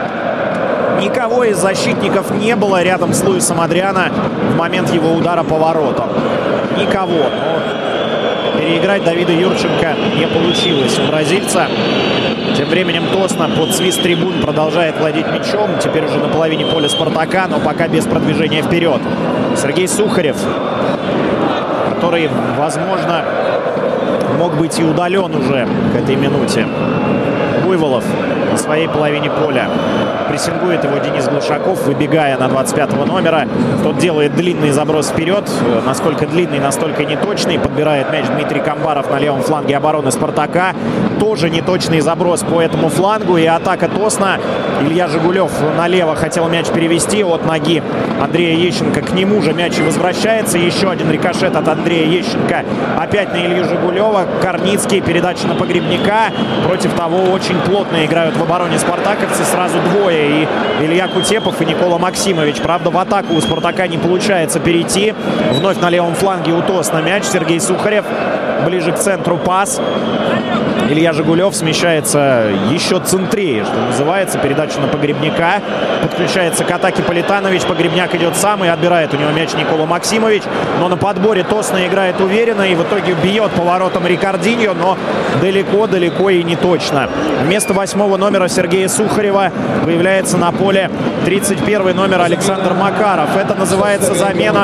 Никого из защитников не было рядом с Луисом Адриано в момент его удара по воротам. Никого. Но переиграть Давида Юрченко не получилось у бразильца. Тем временем Тосна под свист трибун продолжает владеть мячом. Теперь уже на половине поля «Спартака», но пока без продвижения вперед. Сергей Сухарев, который, возможно, мог быть и удален уже к этой минуте. Буйволов на своей половине поля. Прессингует его Денис Глушаков, выбегая на двадцать пятого номера. Тот делает длинный заброс вперед. Насколько длинный, настолько неточный. Подбирает мяч Дмитрий Камбаров на левом фланге обороны «Спартака». Тоже неточный заброс по этому флангу. И атака Тосна. Илья Жигулев налево хотел мяч перевести от ноги Андрея Ещенко. К нему же мяч и возвращается. Еще один рикошет от Андрея Ещенко. Опять на Илью Жигулева. Корницкий. Передача на Погребняка. Против того очень плотно играют в обороне спартаковцы. Сразу двое поле. И Илья Кутепов, и Никола Максимович. Правда, в атаку у «Спартака» не получается перейти. Вновь на левом фланге у Тосна мяч. Сергей Сухарев ближе к центру пас. Илья Жигулев смещается еще центрее, что называется. Передача на Погребняка. Подключается к атаке Политанович. Погребняк идет сам и отбирает у него мяч Никола Максимович. Но на подборе Тосна играет уверенно и в итоге бьет поворотом Рикардиньо, но далеко-далеко и не точно. Вместо восьмого номера Сергея Сухарева появляется на поле тридцать первый номер Александр Макаров. Это называется замена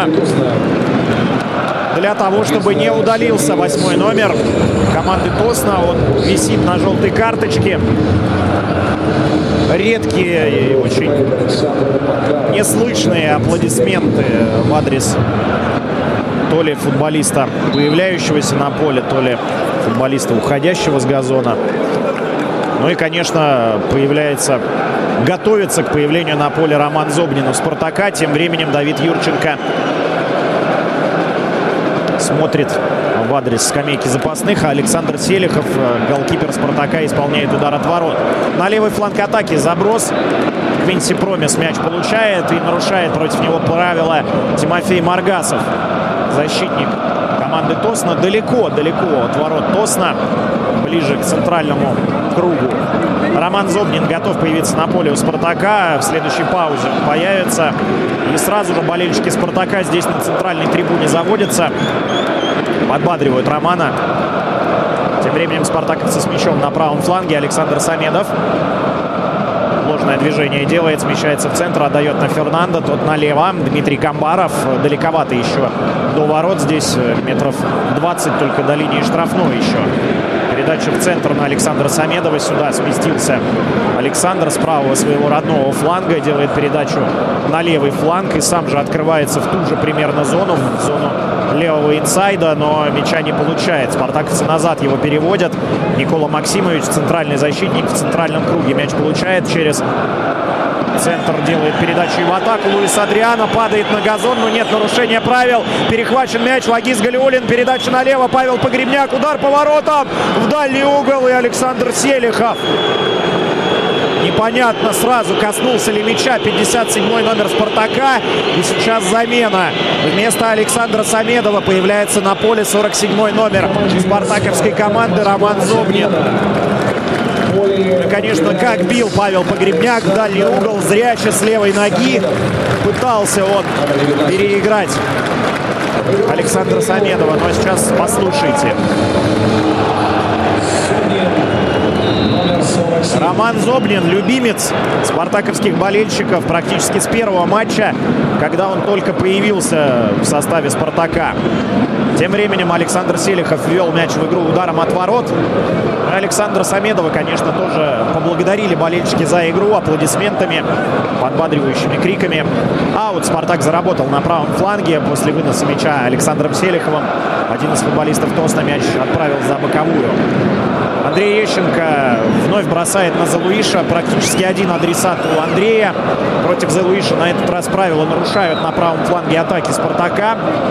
для того, чтобы не удалился восьмой номер команды Тосна. Он висит на желтой карточке. Редкие и очень неслышные аплодисменты в адрес то ли футболиста, появляющегося на поле, то ли футболиста, уходящего с газона. Ну и, конечно, появляется, готовится к появлению на поле Роман Зобнин у «Спартака». Тем временем Давид Юрченко смотрит в адрес скамейки запасных, а Александр Селихов, голкипер «Спартака», исполняет удар от ворот. На левый фланг атаки заброс. Квинси Промис мяч получает и нарушает против него правила Тимофей Маргасов. Защитник команды Тосна далеко-далеко от ворот Тосна, ближе к центральному кругу. Роман Зобнин готов появиться на поле у «Спартака». В следующей паузе он появится. И сразу же болельщики «Спартака» здесь на центральной трибуне заводятся. Подбадривают Романа. Тем временем спартаковцы с мячом на правом фланге. Александр Самедов. Ложное движение делает, смещается в центр, отдает на Фернандо, тот налево. Дмитрий Камбаров далековато еще до ворот. Здесь метров двадцать только до линии штрафной еще. Передача в центр на Александра Самедова. Сюда сместился Александр с правого своего родного фланга. Делает передачу на левый фланг и сам же открывается в ту же примерно зону, в зону левого инсайда, но мяча не получает. Спартаковцы назад его переводят. Никола Максимович, центральный защитник, в центральном круге мяч получает. Через центр делает передачу и в атаку. Луис Адриано падает на газон, но нет нарушения правил. Перехвачен мяч. Вагиз Галиуллин. Передача налево. Павел Погребняк. Удар по воротам. В дальний угол. И Александр Селихов. Непонятно сразу, коснулся ли мяча пятьдесят седьмой номер «Спартака». И сейчас замена. Вместо Александра Самедова появляется на поле сорок седьмой номер спартаковской команды Роман Зобнин. И, конечно, как бил Павел Погребняк в дальний угол, зряче с левой ноги. Пытался он переиграть Александра Самедова. Но сейчас послушайте. Роман Зобнин, любимец спартаковских болельщиков практически с первого матча, когда он только появился в составе «Спартака». Тем временем Александр Селихов ввел мяч в игру ударом от ворот. Александра Самедова, конечно, тоже поблагодарили болельщики за игру аплодисментами, подбадривающими криками. Аут. «Спартак» заработал на правом фланге после выноса мяча Александром Селиховым. Один из футболистов Тосна мяч отправил за боковую. Андрей Ещенко вновь бросает на Зелуиша. Практически один адресат у Андрея. Против Зелуиша на этот раз правила нарушают на правом фланге атаки «Спартака».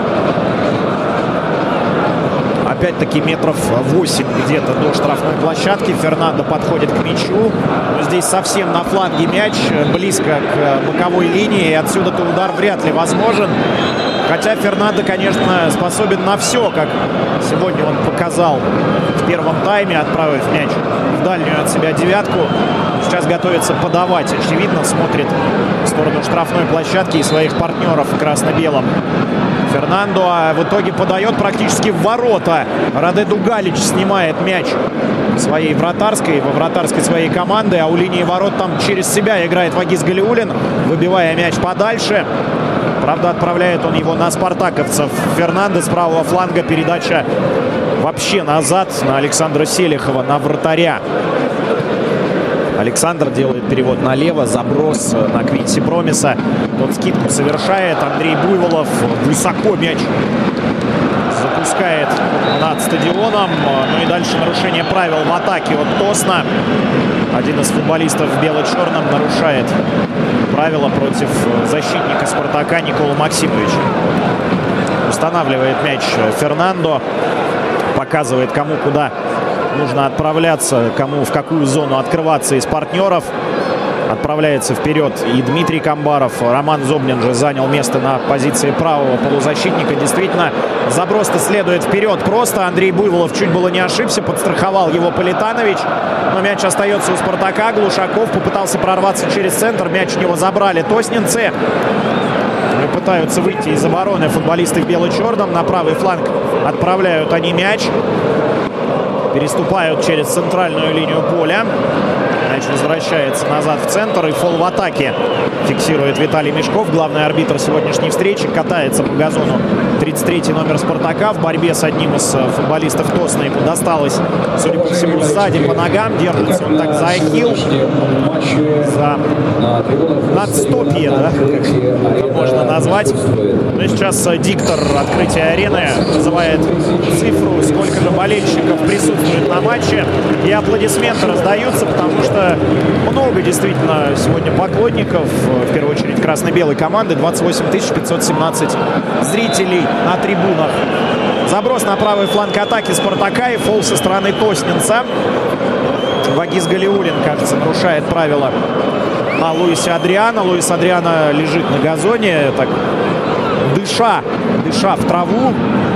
Опять-таки метров восемь где-то до штрафной площадки. Фернандо подходит к мячу. Но здесь совсем на фланге мяч, близко к боковой линии. И отсюда-то удар вряд ли возможен. Хотя Фернандо, конечно, способен на все, как сегодня он показал в первом тайме, отправив мяч в дальнюю от себя девятку. Сейчас готовится подавать. Очевидно, смотрит в сторону штрафной площадки и своих партнеров в красно-белом. Фернандо а в итоге подает практически в ворота. Радеду Галич снимает мяч своей вратарской, во вратарской своей команды. А у линии ворот там через себя играет Вагиз Галиуллин, выбивая мяч подальше. Правда, отправляет он его на спартаковцев. Фернандо с правого фланга. Передача вообще назад на Александра Селихова, на вратаря. Александр делает перевод налево, заброс на Квинси Промиса. Тот скидку совершает. Андрей Буйволов высоко мяч запускает над стадионом. Ну и дальше нарушение правил в атаке от Тосна. Один из футболистов в бело-черном нарушает правила против защитника «Спартака» Никола Максимович. Устанавливает мяч Фернандо. Показывает, кому куда нужно отправляться, кому в какую зону открываться из партнеров. отправляется вперед и Дмитрий Камбаров. Роман Зобнин же занял место на позиции правого полузащитника. Действительно, заброс-то следует вперед просто. Андрей Буйволов чуть было не ошибся, подстраховал его Политанович. Но мяч остается у «Спартака». Глушаков попытался прорваться через центр. Мяч у него забрали тоснинцы. Пытаются выйти из обороны футболисты в бело-черном. На правый фланг отправляют они мяч. Переступают через центральную линию поля. Мяч возвращается назад в центр. И фол в атаке фиксирует Виталий Мешков. Главный арбитр сегодняшней встречи. Катается по газону тридцать третий номер «Спартака». В борьбе с одним из футболистов Тосна ему досталось, судя по всему, сзади по ногам. Держится он так за ахилл. За надстопье, да, как это можно назвать. Ну и сейчас диктор открытия арены называет цифру, сколько же болельщиков присутствует на матче. И аплодисменты раздаются, потому что много действительно сегодня поклонников, в первую очередь красно-белой команды. двадцать восемь тысяч пятьсот семнадцать зрителей на трибунах. Заброс на правый фланг атаки «Спартака» и фол со стороны тоснинца. Вагиз Галиуллин, кажется, нарушает правила на Луисе Адриано. Луис Адриано лежит на газоне, так дыша, дыша в траву.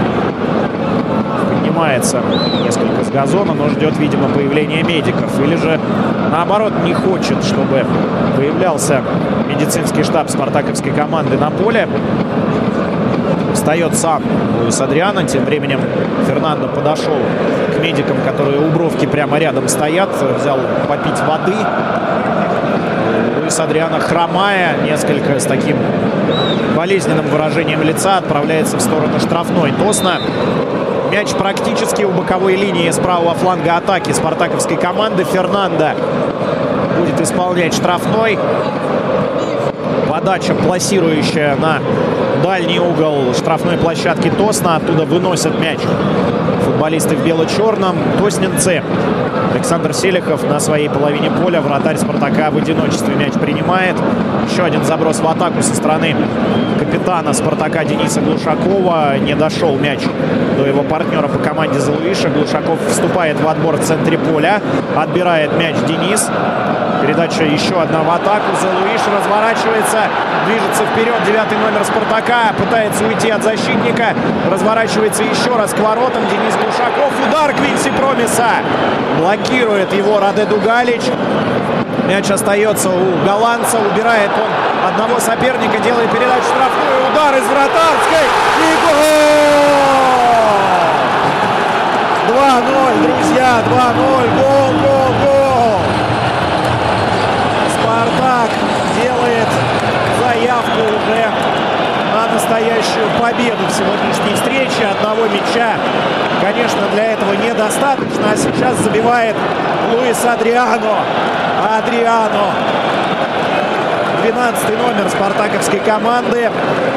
Поднимается несколько с газона, но ждет, видимо, появления медиков. Или же, наоборот, не хочет, чтобы появлялся медицинский штаб спартаковской команды на поле. Встает сам Луис Адриано. Тем временем Фернандо подошел к медикам, которые у бровки прямо рядом стоят. Взял попить воды. Луис Адриано, хромая, несколько с таким болезненным выражением лица, отправляется в сторону штрафной Тосна. Мяч практически у боковой линии с правого фланга атаки спартаковской команды. Фернандо будет исполнять штрафной. Подача, пласирующая на дальний угол штрафной площадки Тосна. Оттуда выносят мяч футболисты в бело-черном. Тоснинцы. Александр Селихов на своей половине поля. Вратарь «Спартака» в одиночестве мяч принимает. Еще один заброс в атаку со стороны капитана «Спартака» Дениса Глушакова. Не дошел мяч до его партнера по команде Зелуиша. Глушаков вступает в отбор в центре поля. Отбирает мяч Денис. Передача еще одна в атаку. Зелуиш разворачивается, движется вперед. Девятый номер «Спартака» пытается уйти от защитника. Разворачивается еще раз к воротам. Денис Глушаков. Удар Квинси Промиса. Блокирует его Радеду Галич. Мяч остается у голландца. Убирает он одного соперника. Делает передачу штрафную. Удар из вратарской. И гол! два ноль, друзья. два ноль. Гол, гол, гол. «Спартак» делает заявку уже на настоящую победу в сегодняшней встрече. Одного мяча, конечно, для этого недостаточно. А сейчас забивает Луис Адриано. Адриано. двенадцатый номер спартаковской команды.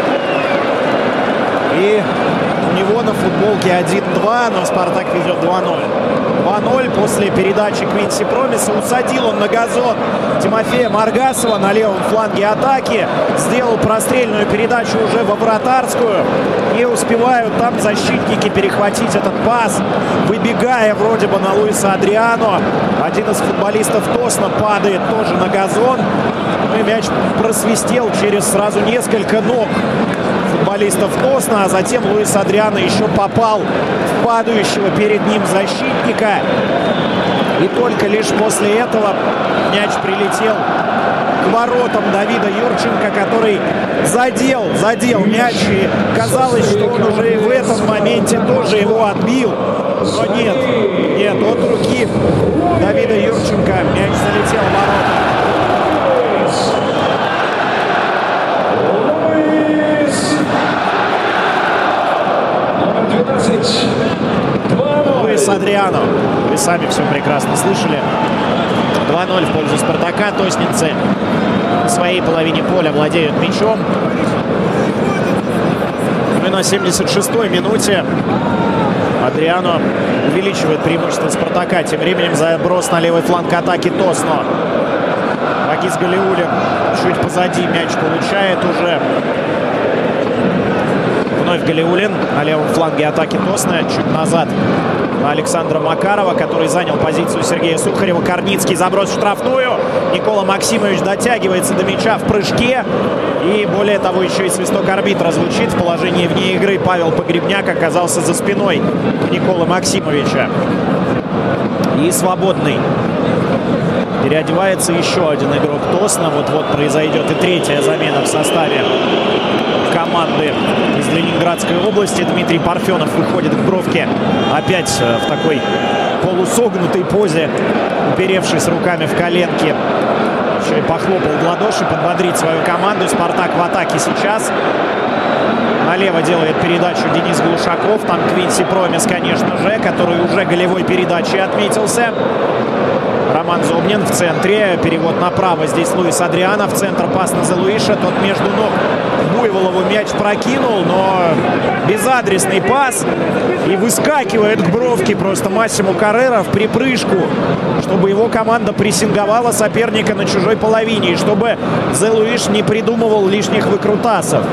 И у него на футболке один-два, но «Спартак» ведет два ноль. два ноль после передачи Квинси Промиса. Усадил он на газон Тимофея Маргасова на левом фланге атаки. Сделал прострельную передачу уже во вратарскую. Не успевают там защитники перехватить этот пас. Выбегая вроде бы на Луиса Адриано. Один из футболистов Тосна падает тоже на газон. Ну и мяч просвистел через сразу несколько ног футболистов Тосна, а затем Луис Адриано еще попал в падающего перед ним защитника. И только лишь после этого мяч прилетел к воротам Давида Юрченко, который задел, задел мяч. И казалось, что он уже и в этом моменте тоже его отбил. Но нет, нет, от руки Давида Юрченко мяч залетел в ворота. Луис Адриано. Вы сами все прекрасно слышали. два ноль в пользу «Спартака». Тоснинцы на своей половине поля владеют мячом. Ну и на семьдесят шестой минуте Адриано увеличивает преимущество «Спартака». Тем временем заброс на левый фланг атаки Тосно. Вагиз Галиуллин чуть позади мяч получает уже. Вновь Галиуллин на левом фланге атаки Тосна. Чуть назад на Александра Макарова, который занял позицию Сергея Сухарева. Корницкий, заброс в штрафную. Никола Максимович дотягивается до мяча в прыжке. И более того, еще и свисток арбитра звучит. В положении вне игры Павел Погребняк оказался за спиной Николы Максимовича. И свободный. Переодевается еще один игрок Тосна. Вот-вот произойдет и третья замена в составе команды из Ленинградской области. Дмитрий Парфенов выходит к бровке опять в такой полусогнутой позе, уперевшись руками в коленки. Еще и похлопал в ладоши, подбодрить свою команду. Спартак в атаке сейчас. Налево делает передачу Денис Глушаков. Там Квинси Промис, конечно же, который уже голевой передачей отметился. Роман Зобнин в центре. Перевод направо. Здесь Луис Адриано. В центр пас на Зелуиша. Тот между ног Буйволову мяч прокинул, но безадресный пас. И выскакивает к бровке просто Массимо Каррера в припрыжку, чтобы его команда прессинговала соперника на чужой половине. И чтобы Зелуиш не придумывал лишних выкрутасов.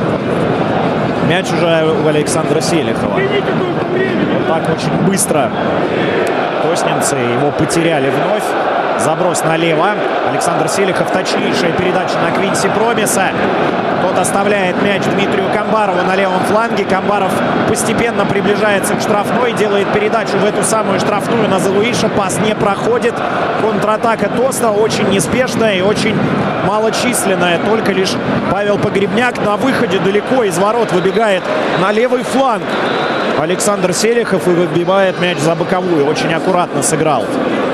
Мяч уже у Александра Селихова. Вот так очень быстро тосненцы его потеряли вновь. Заброс налево. Александр Селихов. Точнейшая передача на Квинси Промиса. Тот оставляет мяч Дмитрию Камбарову на левом фланге. Камбаров постепенно приближается к штрафной. Делает передачу в эту самую штрафную на Зелуиша. Пас не проходит. Контратака Тосна очень неспешная и очень малочисленная. Только лишь Павел Погребняк на выходе далеко из ворот выбегает на левый фланг. Александр Селихов и выбивает мяч за боковую. Очень аккуратно сыграл.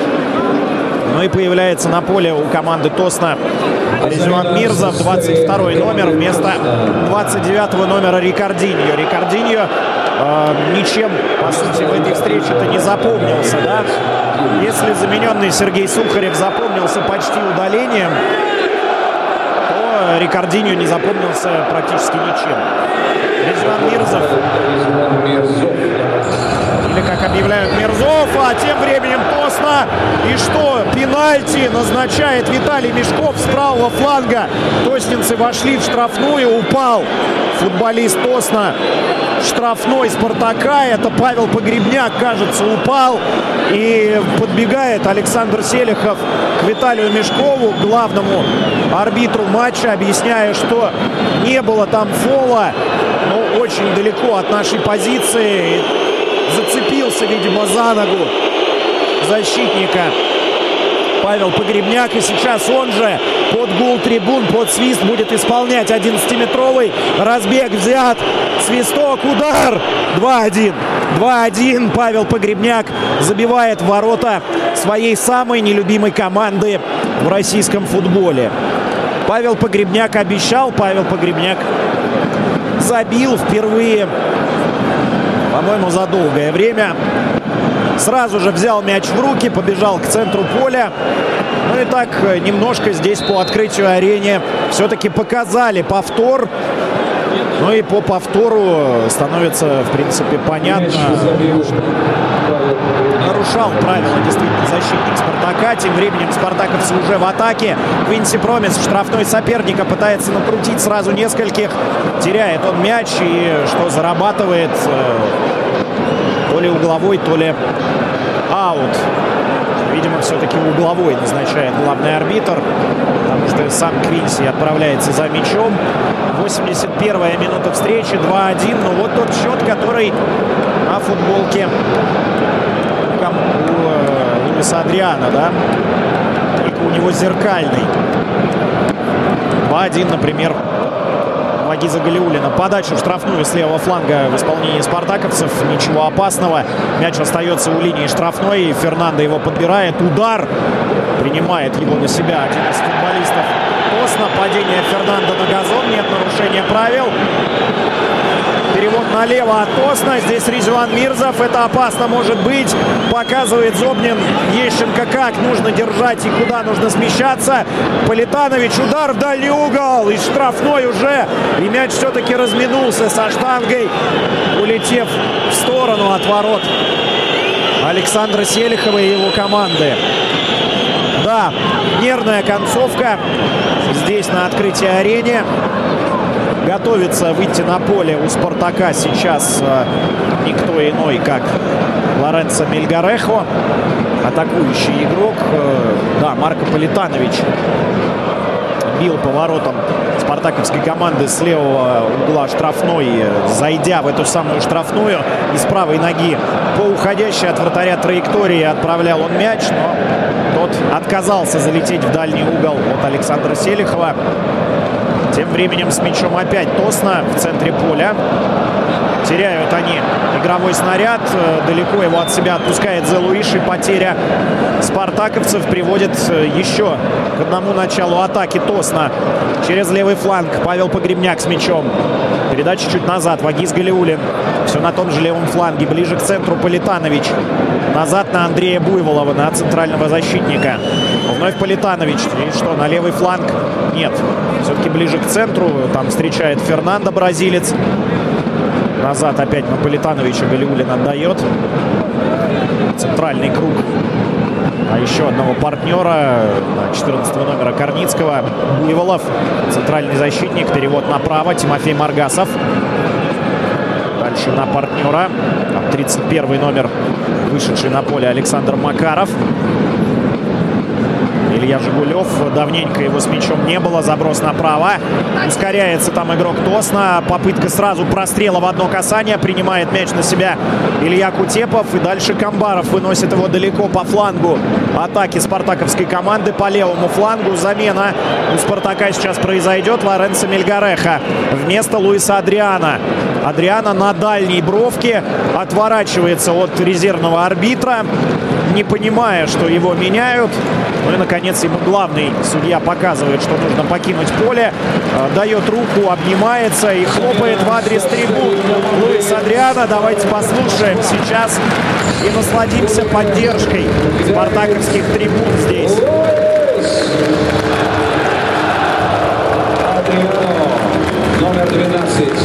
Ну и появляется на поле у команды Тосна Резюан Мирзов, двадцать второй номер, вместо двадцать девятого номера Рикардиньо. Рикардиньо э, ничем, по сути, в этой встрече-то не запомнился, да? Если замененный Сергей Сухарев запомнился почти удалением, то Рикардиньо не запомнился практически ничем. Резюан Мирзов. Или, как объявляют, Мирзов, а тем временем Тосна. И что? Пенальти назначает Виталий Мешков с правого фланга. Тосненцы вошли в штрафную, упал футболист Тосна в штрафной Спартака. Это Павел Погребняк, кажется, упал. И подбегает Александр Селихов к Виталию Мешкову, главному арбитру матча, объясняя, что не было там фола, но очень далеко от нашей позиции. Зацепился, видимо, за ногу защитника Павел Погребняк. И сейчас он же под гул трибун, под свист будет исполнять одиннадцатиметровый разбег. Взят, свисток, удар. два один. два один. Павел Погребняк забивает в ворота своей самой нелюбимой команды в российском футболе. Павел Погребняк обещал, Павел Погребняк забил впервые, по-моему, за долгое время. Сразу же взял мяч в руки, побежал к центру поля. Ну и так немножко здесь по открытию арене все-таки показали повтор. Ну и по повтору становится, в принципе, понятно, нарушал правила действительно защитник Спартака. Тем временем спартаковцы уже в атаке. Квинси Промис в штрафной соперника пытается накрутить сразу нескольких. Теряет он мяч и что зарабатывает то ли угловой, то ли аут. Видимо, все-таки угловой назначает главный арбитр, потому что сам Квинси отправляется за мячом. восемьдесят первая минута встречи, два один. Ну вот тот счет, который на футболке у Луиса Адриано, да? Только у него зеркальный. два один, например, Вагиза Галиуллина. Подача в штрафную с левого фланга в исполнении спартаковцев. Ничего опасного. Мяч остается у линии штрафной. Фернандо его подбирает. Удар. Принимает его на себя один из футболистов Тосна. Падение Фернандо на газон. Нет нарушения правил. Перевод налево от Тосна. Здесь Резюан Мирзов. Это опасно может быть. Показывает Зобнин Ещенко, как нужно держать и куда нужно смещаться. Политанович. Удар в дальний угол. И штрафной уже. И мяч все-таки разминулся со штангой, улетев в сторону от ворот Александра Селихова и его команды. Да, нервная концовка здесь на открытии арене. готовится выйти на поле у «Спартака» сейчас э, никто иной, как Лоренцо Мельгарехо, атакующий игрок. Э, да, Марко Политанович бил поворотом спартаковской команды с левого угла штрафной, зайдя в эту самую штрафную, и с правой ноги по уходящей от вратаря траектории отправлял он мяч, но тот отказался залететь в дальний угол от Александра Селихова. Тем временем с мячом опять Тосно в центре поля. Теряют они игровой снаряд. Далеко его от себя отпускает Зе Луиш. И потеря спартаковцев приводит еще к одному началу атаки Тосно. Через левый фланг Павел Погребняк с мячом. Передача чуть назад. Вагиз Галиуллин. Все на том же левом фланге. Ближе к центру Политанович. Назад на Андрея Буйволова, на центрального защитника. Вновь Политанович. И что, на левый фланг? Нет. Все-таки ближе к центру. Там встречает Фернандо, бразилец. Назад опять на Политановича Галиуллин отдает. Центральный круг. А еще одного партнера, четырнадцатого номера Корницкого. Буйволов, центральный защитник. Перевод направо. Тимофей Маргасов. Дальше на партнера. тридцать первый номер, вышедший на поле, Александр Макаров. Илья Жигулев. Давненько его с мячом не было. Заброс направо. Ускоряется там игрок Тосно. Попытка сразу прострела в одно касание. Принимает мяч на себя Илья Кутепов. И дальше Камбаров выносит его далеко по флангу атаки спартаковской команды. По левому флангу замена у «Спартака» сейчас произойдет. Лоренцо Мельгарехо вместо Луиса Адриана. Адриана на дальней бровке отворачивается от резервного арбитра, не понимая, что его меняют. Ну и, наконец, ему главный судья показывает, что нужно покинуть поле. Дает руку, обнимается и хлопает в адрес трибун Луис Адриана. Давайте послушаем сейчас и насладимся поддержкой спартаковских трибун здесь. Номер двенадцать.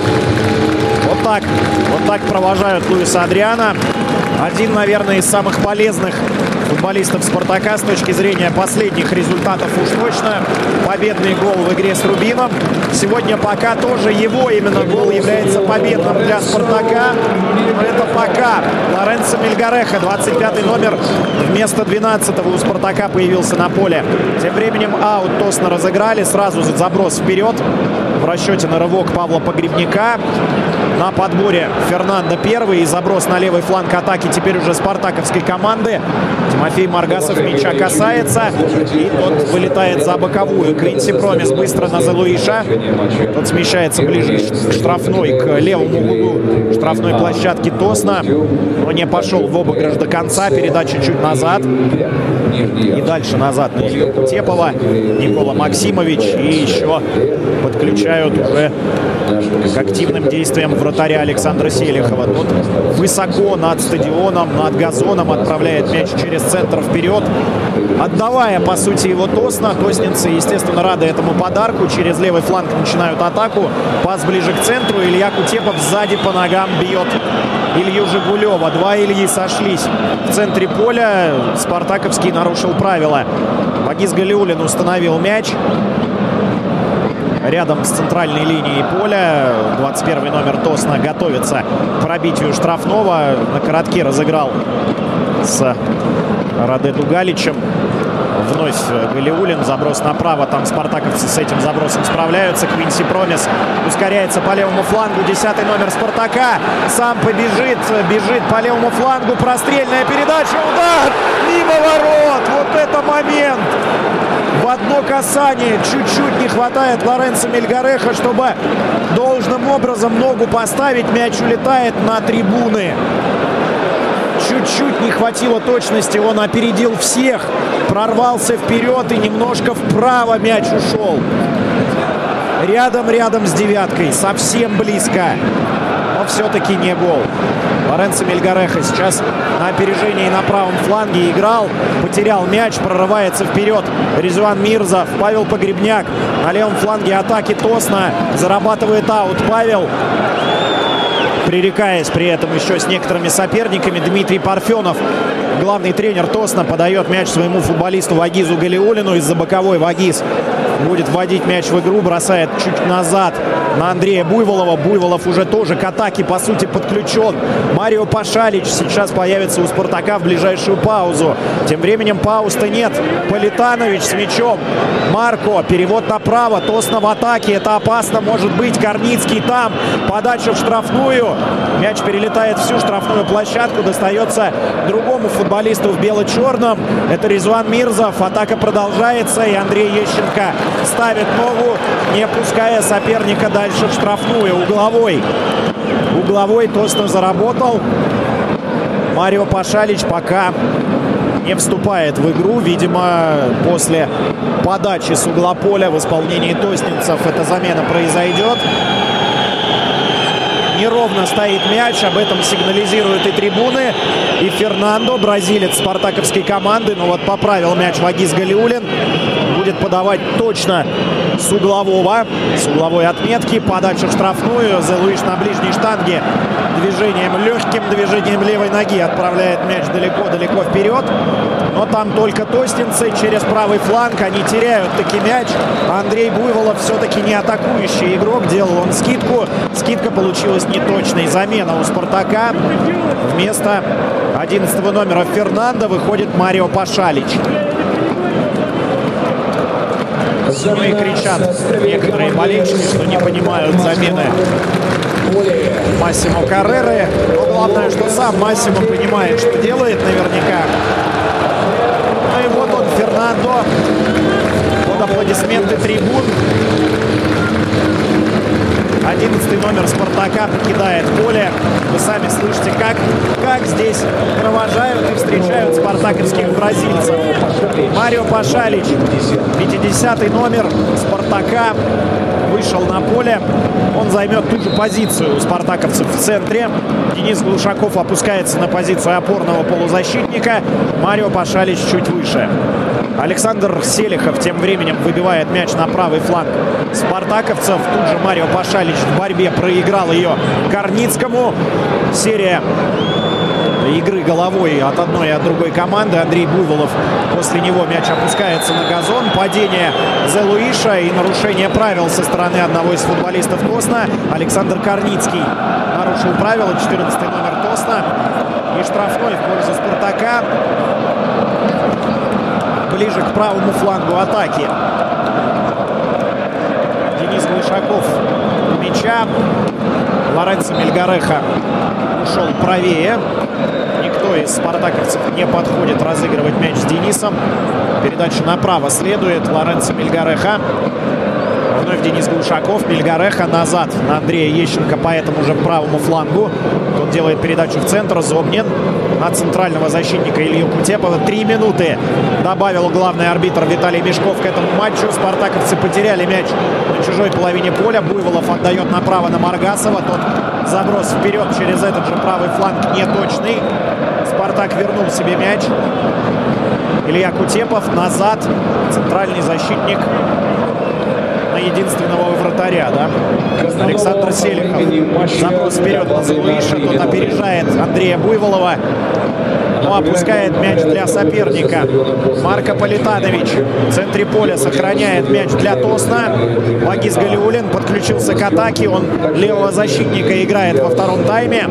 Вот так, вот так провожают Луиса Адриана. Один, наверное, из самых полезных футболистов «Спартака» с точки зрения последних результатов уж точно. Победный гол в игре с Рубином. Сегодня пока тоже его именно гол является победным для «Спартака». Но это пока. Лоренцо Мельгарехо, двадцать пятый номер, вместо двенадцатого у «Спартака» появился на поле. Тем временем аут Тосно разыграли. Сразу заброс вперед. В расчете на рывок Павла Погребняка. На подборе Фернандо первый. И заброс на левый фланг атаки теперь уже спартаковской команды. Тимофей Маргасов мяча касается. И тот вылетает за боковую. Квинси Промис быстро на Зе Луиша. Тот смещается ближе к штрафной, к левому углу штрафной площадки Тосно. Но не пошел в обыгрыш до конца. Передача чуть назад. И дальше назад на Илью Кутепова. Никола Максимович. И еще подключают уже к активным действиям вратаря Александра Селихова. Тот высоко над стадионом, над газоном отправляет мяч через центр вперед, отдавая, по сути, его Тосно. Тосненцы, естественно, рады этому подарку. Через левый фланг начинают атаку. Пас ближе к центру. Илья Кутепов сзади по ногам бьет Илью Жигулева. Два Ильи сошлись в центре поля. Спартаковский нарушил правила. Вагиз Галиуллин установил мяч рядом с центральной линией поля. двадцать первый номер Тосно готовится к пробитию штрафного. На коротке разыграл с Раде Дугаличем. Вновь Галиуллин. Заброс направо. Там спартаковцы с этим забросом справляются. Квинси Промис ускоряется по левому флангу. Десятый номер «Спартака» сам побежит. Бежит по левому флангу. Прострельная передача. Удар! Мимо ворот! Вот это момент! В одно касание чуть-чуть не хватает Лоренцо Мельгарехо, чтобы должным образом ногу поставить. Мяч улетает на трибуны. Чуть-чуть не хватило точности. Он опередил всех. Прорвался вперед и немножко вправо мяч ушел. Рядом-рядом с девяткой. Совсем близко. Но все-таки не гол. Лоренцо Мельгарехо сейчас на опережении на правом фланге играл. Потерял мяч. Прорывается вперед Резуан Мирзов. Павел Погребняк. На левом фланге атаки Тосно. Зарабатывает аут Павел. Пререкаясь при этом еще с некоторыми соперниками. Дмитрий Парфенов главный тренер Тосна подает мяч своему футболисту Вагизу Галиуллину. Из-за боковой Вагиз будет вводить мяч в игру, бросает чуть назад на Андрея Буйволова. Буйволов уже тоже к атаке, по сути, подключен. Марио Пашалич сейчас появится у «Спартака» в ближайшую паузу. Тем временем пауз-то нет. Политанович с мячом. Марко, перевод направо. Тосна в атаке. Это опасно может быть. Корницкий там. Подача в штрафную. Мяч перелетает всю штрафную площадку. Достается другому футболисту в бело-черном. Это Резван Мирзов. Атака продолжается. И Андрей Ещенко ставит ногу, не пуская соперника дальше в штрафную. Угловой. Угловой Тосна заработал. Марио Пашалич пока не вступает в игру. Видимо, после подачи с угла поля в исполнении тоснинцев эта замена произойдет. Неровно стоит мяч, об этом сигнализируют и трибуны. И Фернандо, бразилец спартаковской команды, ну вот поправил мяч Вагиз Галиуллин. Будет подавать точно с углового, с угловой отметки. Подача в штрафную. Зе Луиш на ближней штанге движением, легким движением левой ноги отправляет мяч далеко-далеко вперед. Но там только тоснинцы через правый фланг. Они теряют таки мяч. Андрей Буйволов все-таки не атакующий игрок. Делал он скидку. Скидка получилась неточной. Замена у «Спартака». Вместо одиннадцатого номера Фернандо выходит Марио Пашалич. Ну и кричат некоторые болельщики, что не понимают замены Массимо Карреры. Но главное, что сам Массимо понимает, что делает наверняка. Ну и вот он, Фернандо, под аплодисменты трибун. одиннадцатый номер «Спартака» покидает поле. Вы сами слышите, как, как здесь провожают и встречают спартаковских бразильцев. Марио Пашалич, пятидесятый номер «Спартака», вышел на поле. Он займет ту же позицию у спартаковцев в центре. Денис Глушаков опускается на позицию опорного полузащитника. Марио Пашалич чуть выше. Александр Селихов тем временем выбивает мяч на правый фланг спартаковцев. Тут же Марио Пашалич в борьбе проиграл ее Корницкому. Серия игры головой от одной и от другой команды. Андрей Буйволов, после него мяч опускается на газон. Падение Зе Луиша и нарушение правил со стороны одного из футболистов Тосна. Александр Корницкий нарушил правила, четырнадцатый номер Тосна. И штрафной в пользу «Спартака». Ближе к правому флангу атаки. Денис Глушаков у мяча. Лоренцо Мельгареха ушел правее. Никто из спартаковцев не подходит разыгрывать мяч с Денисом. Передача направо следует. Лоренцо Мельгареха. Вновь Денис Глушаков. Мельгареха назад на Андрея Ещенко по этому же правому флангу. Тот делает передачу в центр. Зобнин на центрального защитника Илью Кутепова. Три минуты добавил главный арбитр Виталий Мешков к этому матчу. Спартаковцы потеряли мяч на чужой половине поля. Буйволов отдает направо на Маргасова. Тот заброс вперед через этот же правый фланг неточный. Спартак вернул себе мяч. Илья Кутепов назад. Центральный защитник на единственного вратаря, да? Александр Селихов. Заброс вперед на Зе Луиша. Тот опережает Андрея Буйволова. Но опускает мяч для соперника. Марко Политанович в центре поля сохраняет мяч для Тосна. Вагиз Галиуллин подключился к атаке. Он левого защитника играет во втором тайме.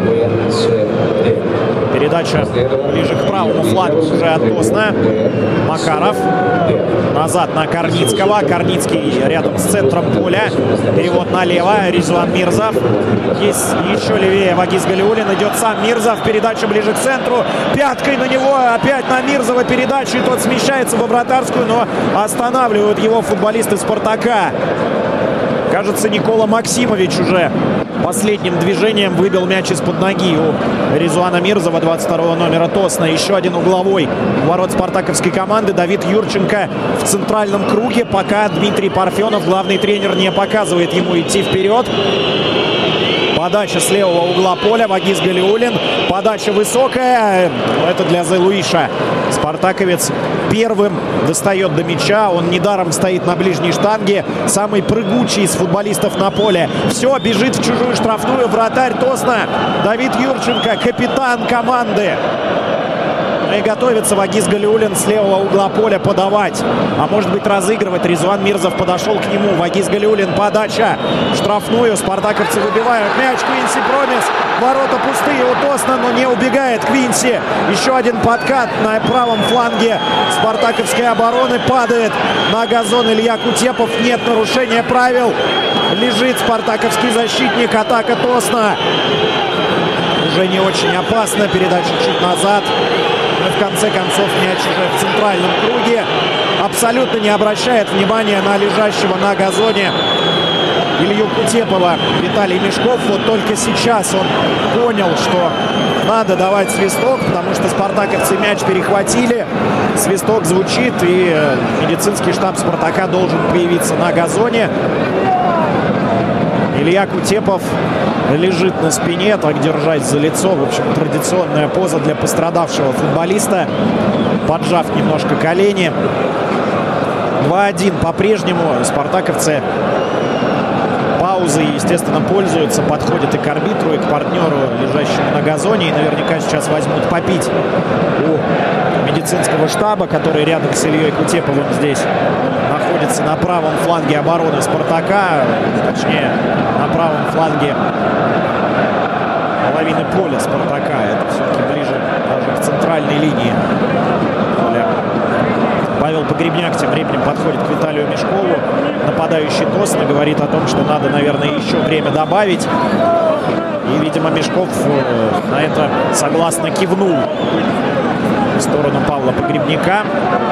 Передача ближе к правому флангу уже от Тосна. Макаров. Назад на Корницкого. Корницкий рядом с центром поля. Перевод налево. Резван Мирзов. Есть еще левее Вагиз Галиуллин. Идет сам Мирзов. Передача ближе к центру. Пяткой на него. Опять на Мирзова передачу. И тот смещается во вратарскую, но останавливают его футболисты «Спартака». Кажется, Никола Максимович уже последним движением выбил мяч из-под ноги у Резвана Мирзова, двадцать второго номера Тосна. Еще один угловой ворот спартаковской команды. Давид Юрченко в центральном круге, пока Дмитрий Парфенов, главный тренер, не показывает ему идти вперед. Подача с левого угла поля. Вагиз Галиуллин. Подача высокая. Это для Зе Луиша. Спартаковец первым достает до мяча. Он недаром стоит на ближней штанге. Самый прыгучий из футболистов на поле. Все, бежит в чужую штрафную. Вратарь Тосна Давид Юрченко, капитан команды. Ну и готовится Вагиз Галиуллин с левого угла поля подавать. А может быть разыгрывать. Резуан Мирзов подошел к нему. Вагиз Галиуллин, подача в штрафную. Спартаковцы выбивают мяч. Квинси Промис. Ворота пустые у Тосна, но не убегает Квинси. Еще один подкат на правом фланге спартаковской обороны. Падает на газон Илья Кутепов. Нет нарушения правил. Лежит спартаковский защитник. Атака Тосна. Уже не очень опасно. Передача чуть назад. Но в конце концов мяч уже в центральном круге. Абсолютно не обращает внимания на лежащего на газоне Илью Кутепова Виталий Мешков. Вот только сейчас он понял, что надо давать свисток, потому что спартаковцы мяч перехватили. Свисток звучит, и медицинский штаб Спартака должен появиться на газоне. Илья Кутепов лежит на спине, так держась за лицо. В общем, традиционная поза для пострадавшего футболиста, поджав немножко колени. два один по-прежнему. Спартаковцы паузы, естественно, пользуются. Подходят и к арбитру, и к партнеру, лежащему на газоне. И наверняка сейчас возьмут попить у медицинского штаба, который рядом с Ильей Кутеповым здесь находится на правом фланге обороны Спартака. Точнее, на правом фланге половины поля Спартака. Это все-таки ближе даже к центральной линии поля. Павел Погребняк тем временем подходит к Виталию Мешкову. Нападающий Тосна говорит о том, что надо, наверное, еще время добавить. И, видимо, Мешков на это согласно кивнул в сторону Павла Погребняка.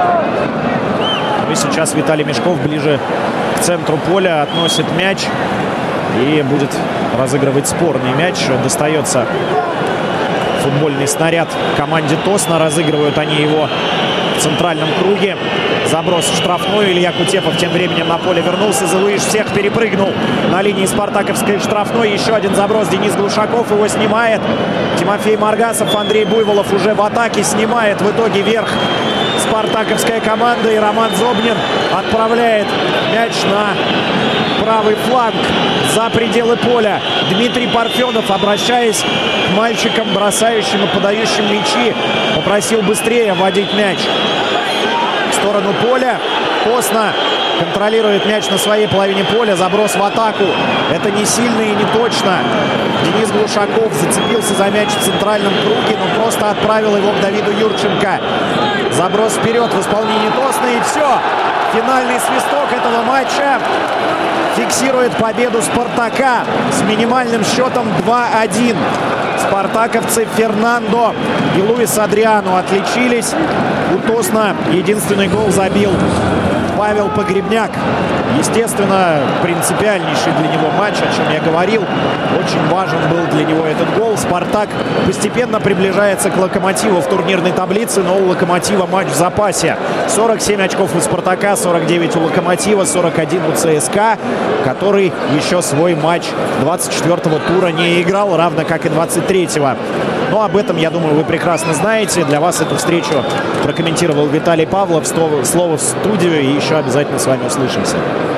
И сейчас Виталий Мешков ближе к центру поля относит мяч и будет разыгрывать спорный мяч. Достается футбольный снаряд команде Тосна. Разыгрывают они его в центральном круге. Заброс в штрафную. Илья Кутепов тем временем на поле вернулся. Залуиш всех перепрыгнул на линии спартаковской штрафной. Еще один заброс. Денис Глушаков его снимает. Тимофей Маргасов, Андрей Буйволов уже в атаке. Снимает в итоге верх спартаковская команда. И Роман Зобнин отправляет мяч на правый фланг за пределы поля. Дмитрий Парфенов, обращаясь к мальчикам, бросающим и подающим мячи, попросил быстрее вводить мяч в сторону поля. Тосна контролирует мяч на своей половине поля. Заброс в атаку. Это не сильно и не точно. Денис Глушаков зацепился за мяч в центральном круге, но просто отправил его к Давиду Юрченко. Заброс вперед в исполнении Тосны, и все. Финальный свисток этого матча фиксирует победу Спартака с минимальным счетом два один. Спартаковцы Фернандо и Луис Адриано отличились. У Тосна единственный гол забил Павел Погребняк. Естественно, принципиальнейший для него матч, о чем я говорил. Очень важен был для него этот гол. Спартак постепенно приближается к Локомотиву в турнирной таблице, но у Локомотива матч в запасе. сорок семь очков у Спартака, сорок девять у Локомотива, сорок один у ЦСКА, который еще свой матч двадцать четвёртого тура не играл, равно как и двадцать третьего. Но об этом, я думаю, вы прекрасно знаете. Для вас эту встречу прокомментировал Виталий Павлов. Слово в студию, и еще обязательно с вами услышимся.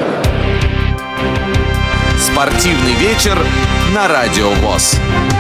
Спортивный вечер на Радио ВОС.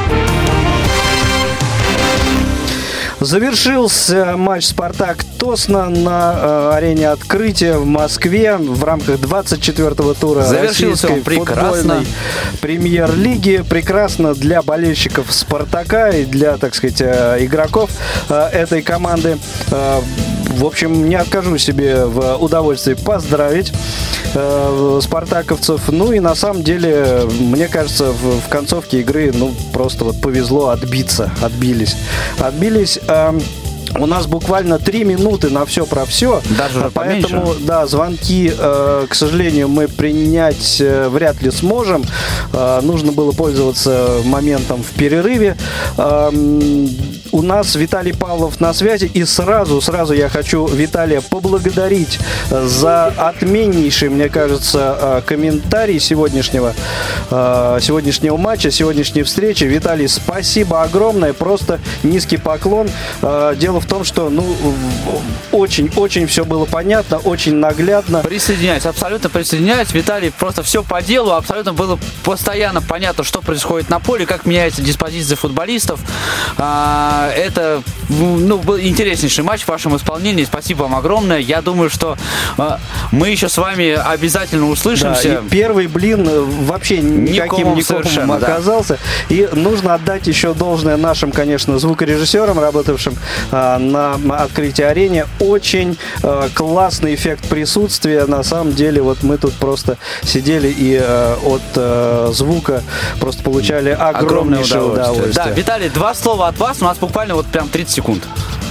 Завершился матч «Спартак-Тосна» на э, арене открытия в Москве в рамках двадцать четвёртого тура российской футбольной премьер-лиги. Прекрасно для болельщиков «Спартака» и для, так сказать, э, игроков э, этой команды. Э, в общем, не откажу себе в удовольствии поздравить э, спартаковцев. Ну и на самом деле, мне кажется, в, в концовке игры, ну, просто вот повезло отбиться. Отбились. Отбились. Э, У нас буквально три минуты на все про все. Даже поэтому, поменьше. да, звонки, э, к сожалению, мы принять э, вряд ли сможем. Э, нужно было пользоваться моментом в перерыве. Э, у нас Виталий Павлов на связи. И сразу, сразу я хочу Виталия поблагодарить за отменнейший, мне кажется, комментарий сегодняшнего, сегодняшнего матча, сегодняшней встречи. Виталий, спасибо огромное. Просто низкий поклон. Дело в том, что, ну, очень-очень все было понятно, очень наглядно. Присоединяюсь, абсолютно присоединяюсь. Виталий, просто все по делу. Абсолютно было постоянно понятно, что происходит на поле, как меняется диспозиция футболистов. А, Это ну, был интереснейший матч в вашем исполнении. Спасибо вам огромное. Я думаю, что мы еще с вами обязательно услышимся. Да, и первый блин вообще никаким никаким оказался. Да. И нужно отдать еще должное нашим, конечно, звукорежиссерам, работавшим а, на открытии арены. Очень а, классный эффект присутствия. На самом деле, вот мы тут просто сидели и а, от а, звука просто получали огромнейшее удовольствие. удовольствие. Да, Виталий, два слова от вас. У нас буквально вот прям тридцать секунд.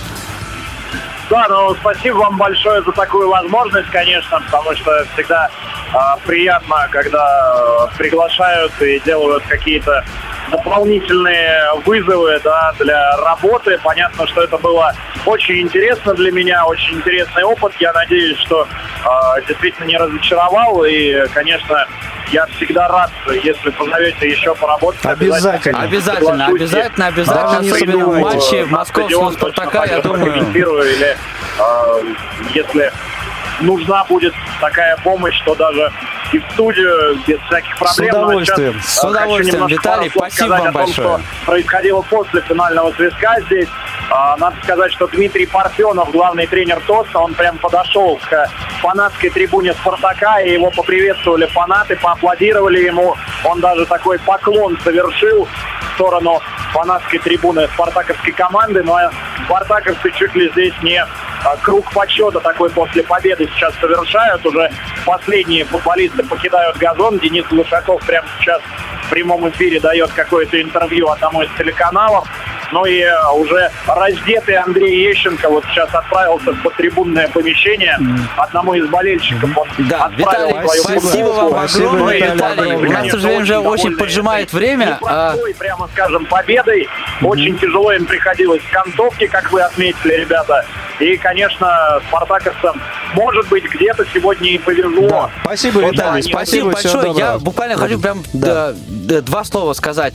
Да, ну спасибо вам большое за такую возможность, конечно, потому что всегда э, приятно, когда э, приглашают и делают какие-то дополнительные вызовы, да, для работы. Понятно, что это было очень интересно для меня, очень интересный опыт. Я надеюсь, что э, действительно не разочаровал. И, конечно, я всегда рад, если позовете еще поработать. Обязательно. Обязательно, обязательно, обязательно. Да, особенно в матче московского «Спартака», я думаю. Или э, если нужна будет такая помощь, то даже и в студию без всяких проблем. С удовольствием. Сейчас, с удовольствием, Виталий, спасибо вам большое. Том, что происходило после финального свистка здесь. А, надо сказать, что Дмитрий Парфенов, главный тренер ТОСа, он прям подошел к фанатской трибуне «Спартака», и его поприветствовали фанаты, поаплодировали ему. Он даже такой поклон совершил в сторону фанатской трибуны спартаковской команды. Но спартаковцы чуть ли здесь не круг почета такой после победы сейчас совершают. Уже последние футболисты покидают газон. Денис Глушаков прямо сейчас в прямом эфире дает какое-то интервью одному из телеканалов. Ну и уже раздетый Андрей Ещенко вот сейчас отправился в подтрибунное помещение. Одному из болельщиков он да, отправил Виталий, свою спасибо вам огромное, Виталий. Виталий. У нас, к сожалению, уже очень поджимает время. Непростой, прямо скажем, победой. Mm-hmm. Очень тяжело им приходилось в концовке, как вы отметили, ребята. И, конечно, спартаковцам, может быть, где-то сегодня и повезло. Да. Спасибо, вот, Виталий, да, спасибо большое. Я буквально да. хочу прям да. два слова сказать,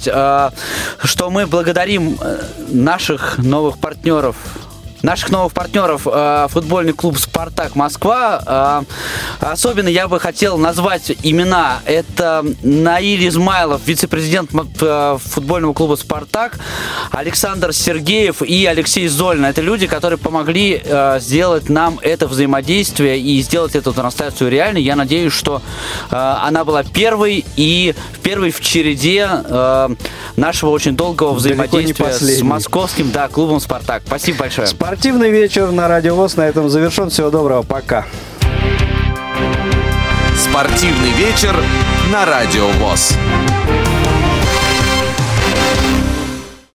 что мы благодарим наших новых партнеров, наших новых партнеров э, футбольный клуб «Спартак Москва». Э, особенно я бы хотел назвать имена. Это Наиль Измайлов, вице-президент э, футбольного клуба «Спартак», Александр Сергеев и Алексей Золин. Это люди, которые помогли э, сделать нам это взаимодействие и сделать эту трансляцию реальной. Я надеюсь, что э, она была первой и первой в череде э, нашего очень долгого взаимодействия с московским да, клубом «Спартак». Спасибо большое. Спортивный вечер на Радио ВОС на этом завершен. Всего доброго. Пока. Спортивный вечер на Радио ВОС.